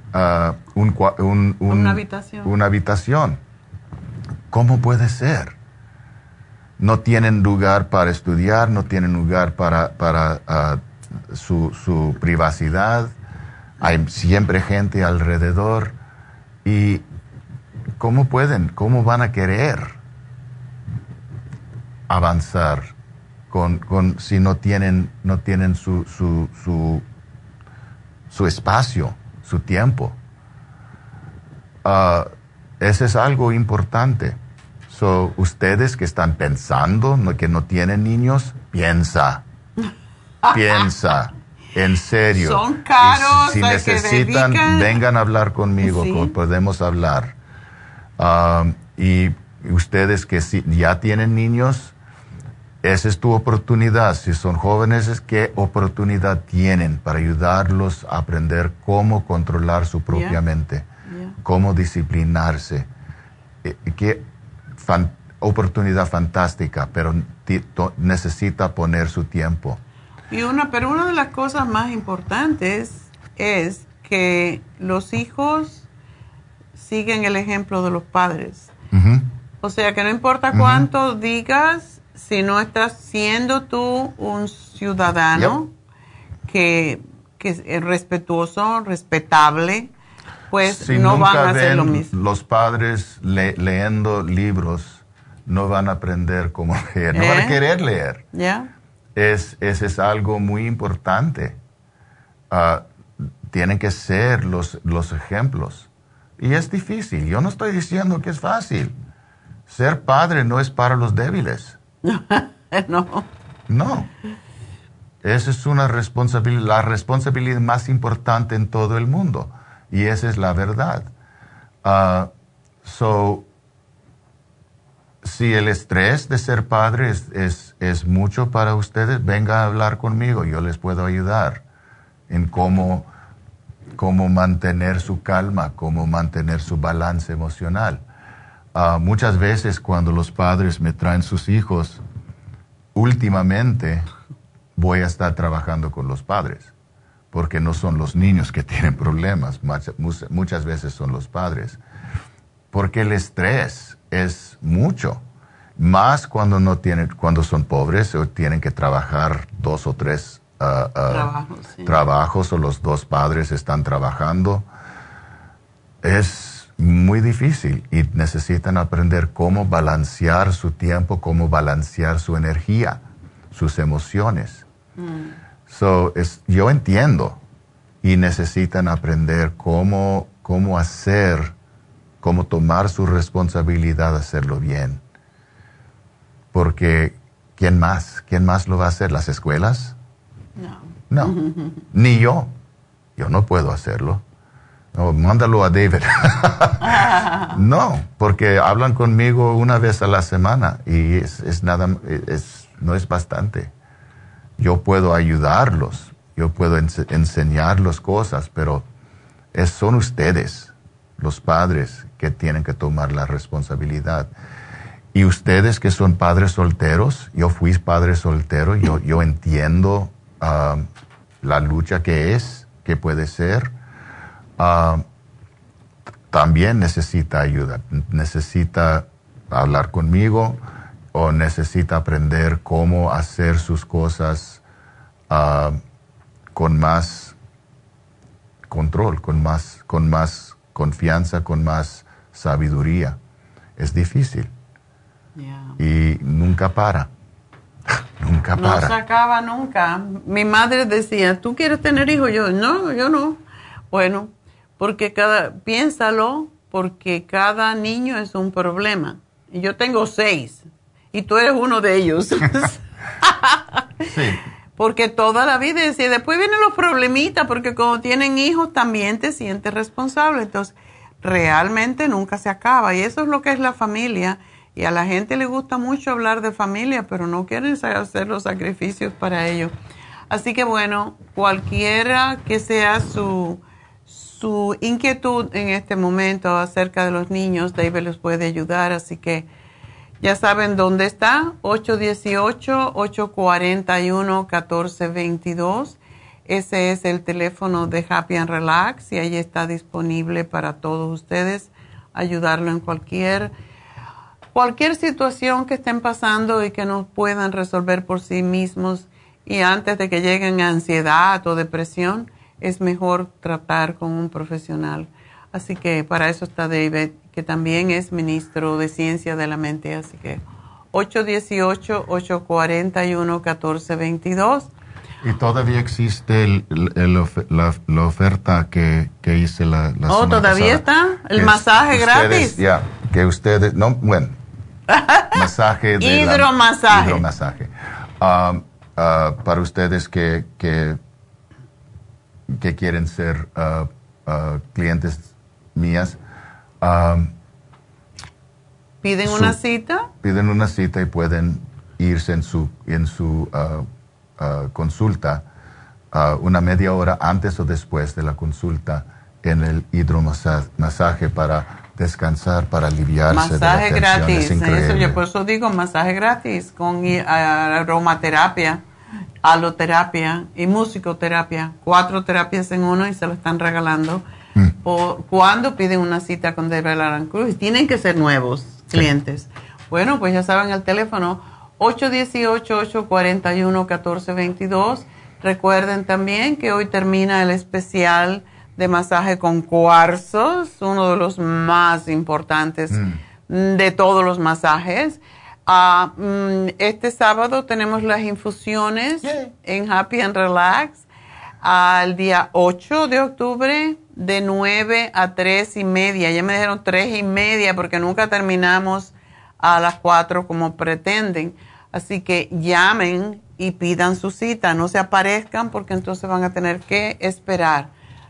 [SPEAKER 14] habitación. ¿Cómo puede ser? No tienen lugar para estudiar, no tienen lugar para su privacidad. Hay siempre gente alrededor. ¿Y cómo van a querer avanzar si no tienen su espacio, su tiempo? Ese es algo importante. Ustedes que están pensando que no tienen niños, piensa. En serio.
[SPEAKER 4] Son caros.
[SPEAKER 14] Si necesitan, vengan a hablar conmigo, sí. Podemos hablar. Y ustedes que ya tienen niños, esa es tu oportunidad. Si son jóvenes, ¿qué oportunidad tienen para ayudarlos a aprender cómo controlar su propia mente? Cómo disciplinarse. Qué oportunidad fantástica, pero necesita poner su tiempo.
[SPEAKER 4] Pero una de las cosas más importantes es que los hijos siguen el ejemplo de los padres. O sea, que no importa cuánto digas, si no estás siendo tú un ciudadano que es respetuoso, respetable, pues
[SPEAKER 14] si
[SPEAKER 4] no
[SPEAKER 14] nunca
[SPEAKER 4] van a hacer
[SPEAKER 14] ven
[SPEAKER 4] lo mismo.
[SPEAKER 14] Los padres leyendo libros no van a aprender cómo leer, no van a querer leer. Ese es algo muy importante. Tienen que ser los ejemplos. Y es difícil. Yo no estoy diciendo que es fácil. Ser padre no es para los débiles. No. Esa es una responsabilidad, la responsabilidad más importante en todo el mundo. Y esa es la verdad. Si el estrés de ser padre es mucho para ustedes, venga a hablar conmigo. Yo les puedo ayudar en cómo mantener su calma, cómo mantener su balance emocional. Muchas veces cuando los padres me traen sus hijos, últimamente voy a estar trabajando con los padres, porque no son los niños que tienen problemas, muchas veces son los padres. Porque el estrés es mucho, más cuando son pobres o tienen que trabajar 2 o 3 trabajos o los 2 padres están trabajando. Es muy difícil y necesitan aprender cómo balancear su tiempo, cómo balancear su energía, sus emociones. Yo entiendo y necesitan aprender cómo tomar su responsabilidad de hacerlo bien. Porque ¿quién más lo va a hacer? ¿Las escuelas? No. Ni yo. Yo no puedo hacerlo. No, mándalo a David. No, porque hablan conmigo una vez a la semana y no es bastante. Yo puedo ayudarlos, yo puedo enseñarlos cosas, pero son ustedes, los padres, que tienen que tomar la responsabilidad. Y ustedes que son padres solteros, yo fui padre soltero, yo entiendo la lucha que puede ser. También necesita ayuda, necesita hablar conmigo o necesita aprender cómo hacer sus cosas con más control, con más confianza, con más sabiduría. Es difícil. Y nunca para. Nunca para.
[SPEAKER 4] No se acaba nunca. Mi madre decía, ¿tú quieres tener hijos? Yo no. Bueno, porque piénsalo, porque cada niño es un problema. Y yo tengo 6 y tú eres uno de ellos. Sí. Porque toda la vida, y después vienen los problemitas, porque cuando tienen hijos también te sientes responsable. Entonces, realmente nunca se acaba. Y eso es lo que es la familia. Y a la gente le gusta mucho hablar de familia, pero no quieren hacer los sacrificios para ello. Así que bueno, cualquiera que sea su inquietud en este momento acerca de los niños, David les puede ayudar. Así que ya saben dónde está, 818-841-1422. Ese es el teléfono de Happy and Relax y ahí está disponible para todos ustedes, ayudarlo en cualquier situación que estén pasando y que no puedan resolver por sí mismos. Y antes de que lleguen a ansiedad o depresión, es mejor tratar con un profesional. Así que para eso está David, que también es ministro de Ciencia de la Mente. Así que 818-841-1422.
[SPEAKER 14] Y todavía existe la oferta que hice la semana pasada.
[SPEAKER 4] ¿Todavía está? ¿El masaje gratis?
[SPEAKER 14] Que ustedes, masaje de
[SPEAKER 4] hidromasaje.
[SPEAKER 14] Hidromasaje. Para ustedes que quieren ser clientes mías.
[SPEAKER 4] ¿Piden una cita?
[SPEAKER 14] Piden una cita y pueden irse en su consulta una media hora antes o después de la consulta en el hidromasaje para descansar, para aliviarse de la tensión.
[SPEAKER 4] Gratis, eso yo por eso digo masaje gratis con aromaterapia. aloterapia y musicoterapia, 4 terapias en uno y se lo están regalando cuando piden una cita con David Arancruz. Tienen que ser nuevos clientes. Bueno, pues ya saben el teléfono 818-841-1422. Recuerden también que hoy termina el especial de masaje con cuarzos, uno de los más importantes de todos los masajes. Este sábado tenemos las infusiones en Happy and Relax al día 8 de octubre de 9 a 3:30. Ya me dijeron 3:30 porque nunca terminamos a las 4 como pretenden. Así que llamen y pidan su cita. No se aparezcan porque entonces van a tener que esperar.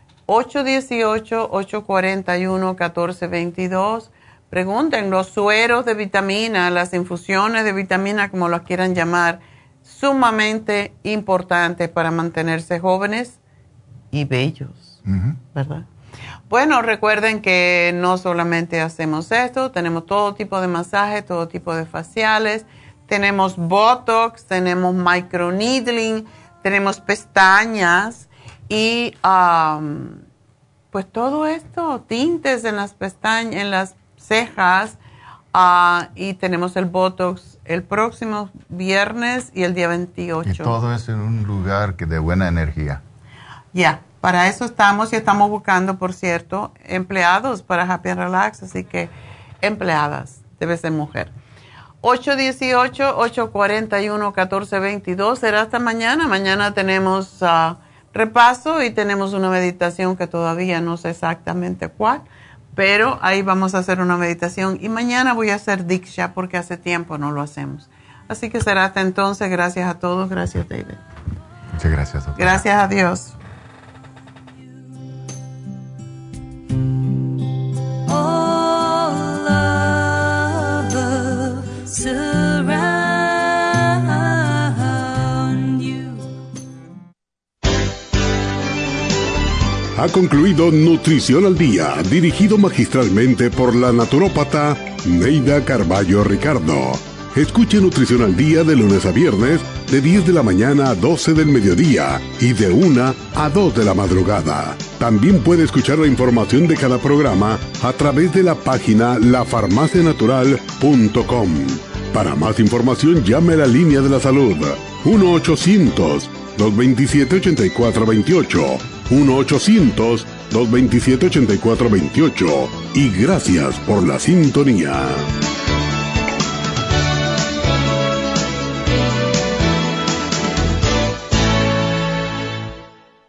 [SPEAKER 4] 818-841-1422. Pregunten los sueros de vitamina, las infusiones de vitamina, como las quieran llamar, sumamente importantes para mantenerse jóvenes y bellos, ¿verdad? Bueno, recuerden que no solamente hacemos esto, tenemos todo tipo de masajes, todo tipo de faciales, tenemos Botox, tenemos microneedling, tenemos pestañas y pues todo esto, tintes en las pestañas, en las cejas, y tenemos el Botox el próximo viernes y el día 28.
[SPEAKER 14] Y todo eso en un lugar que de buena energía.
[SPEAKER 4] Ya, para eso estamos y estamos buscando, por cierto, empleados para Happy and Relax, así que empleadas, debe ser mujer. 818-841-1422, será hasta mañana. Mañana tenemos repaso y tenemos una meditación que todavía no sé exactamente cuál, pero ahí vamos a hacer una meditación y mañana voy a hacer Diksha porque hace tiempo no lo hacemos. Así que será hasta entonces. Gracias a todos. Gracias, David.
[SPEAKER 14] Muchas gracias, doctora.
[SPEAKER 4] Gracias a Dios.
[SPEAKER 1] Ha concluido Nutrición al Día, dirigido magistralmente por la naturópata Neida Carballo Ricardo. Escuche Nutrición al Día de lunes a viernes, de 10 de la mañana a 12 del mediodía y de 1 a 2 de la madrugada. También puede escuchar la información de cada programa a través de la página lafarmacianatural.com. Para más información, llame a la línea de la salud 1-800-227-8428. 1-800-227-8428. Y gracias por la sintonía.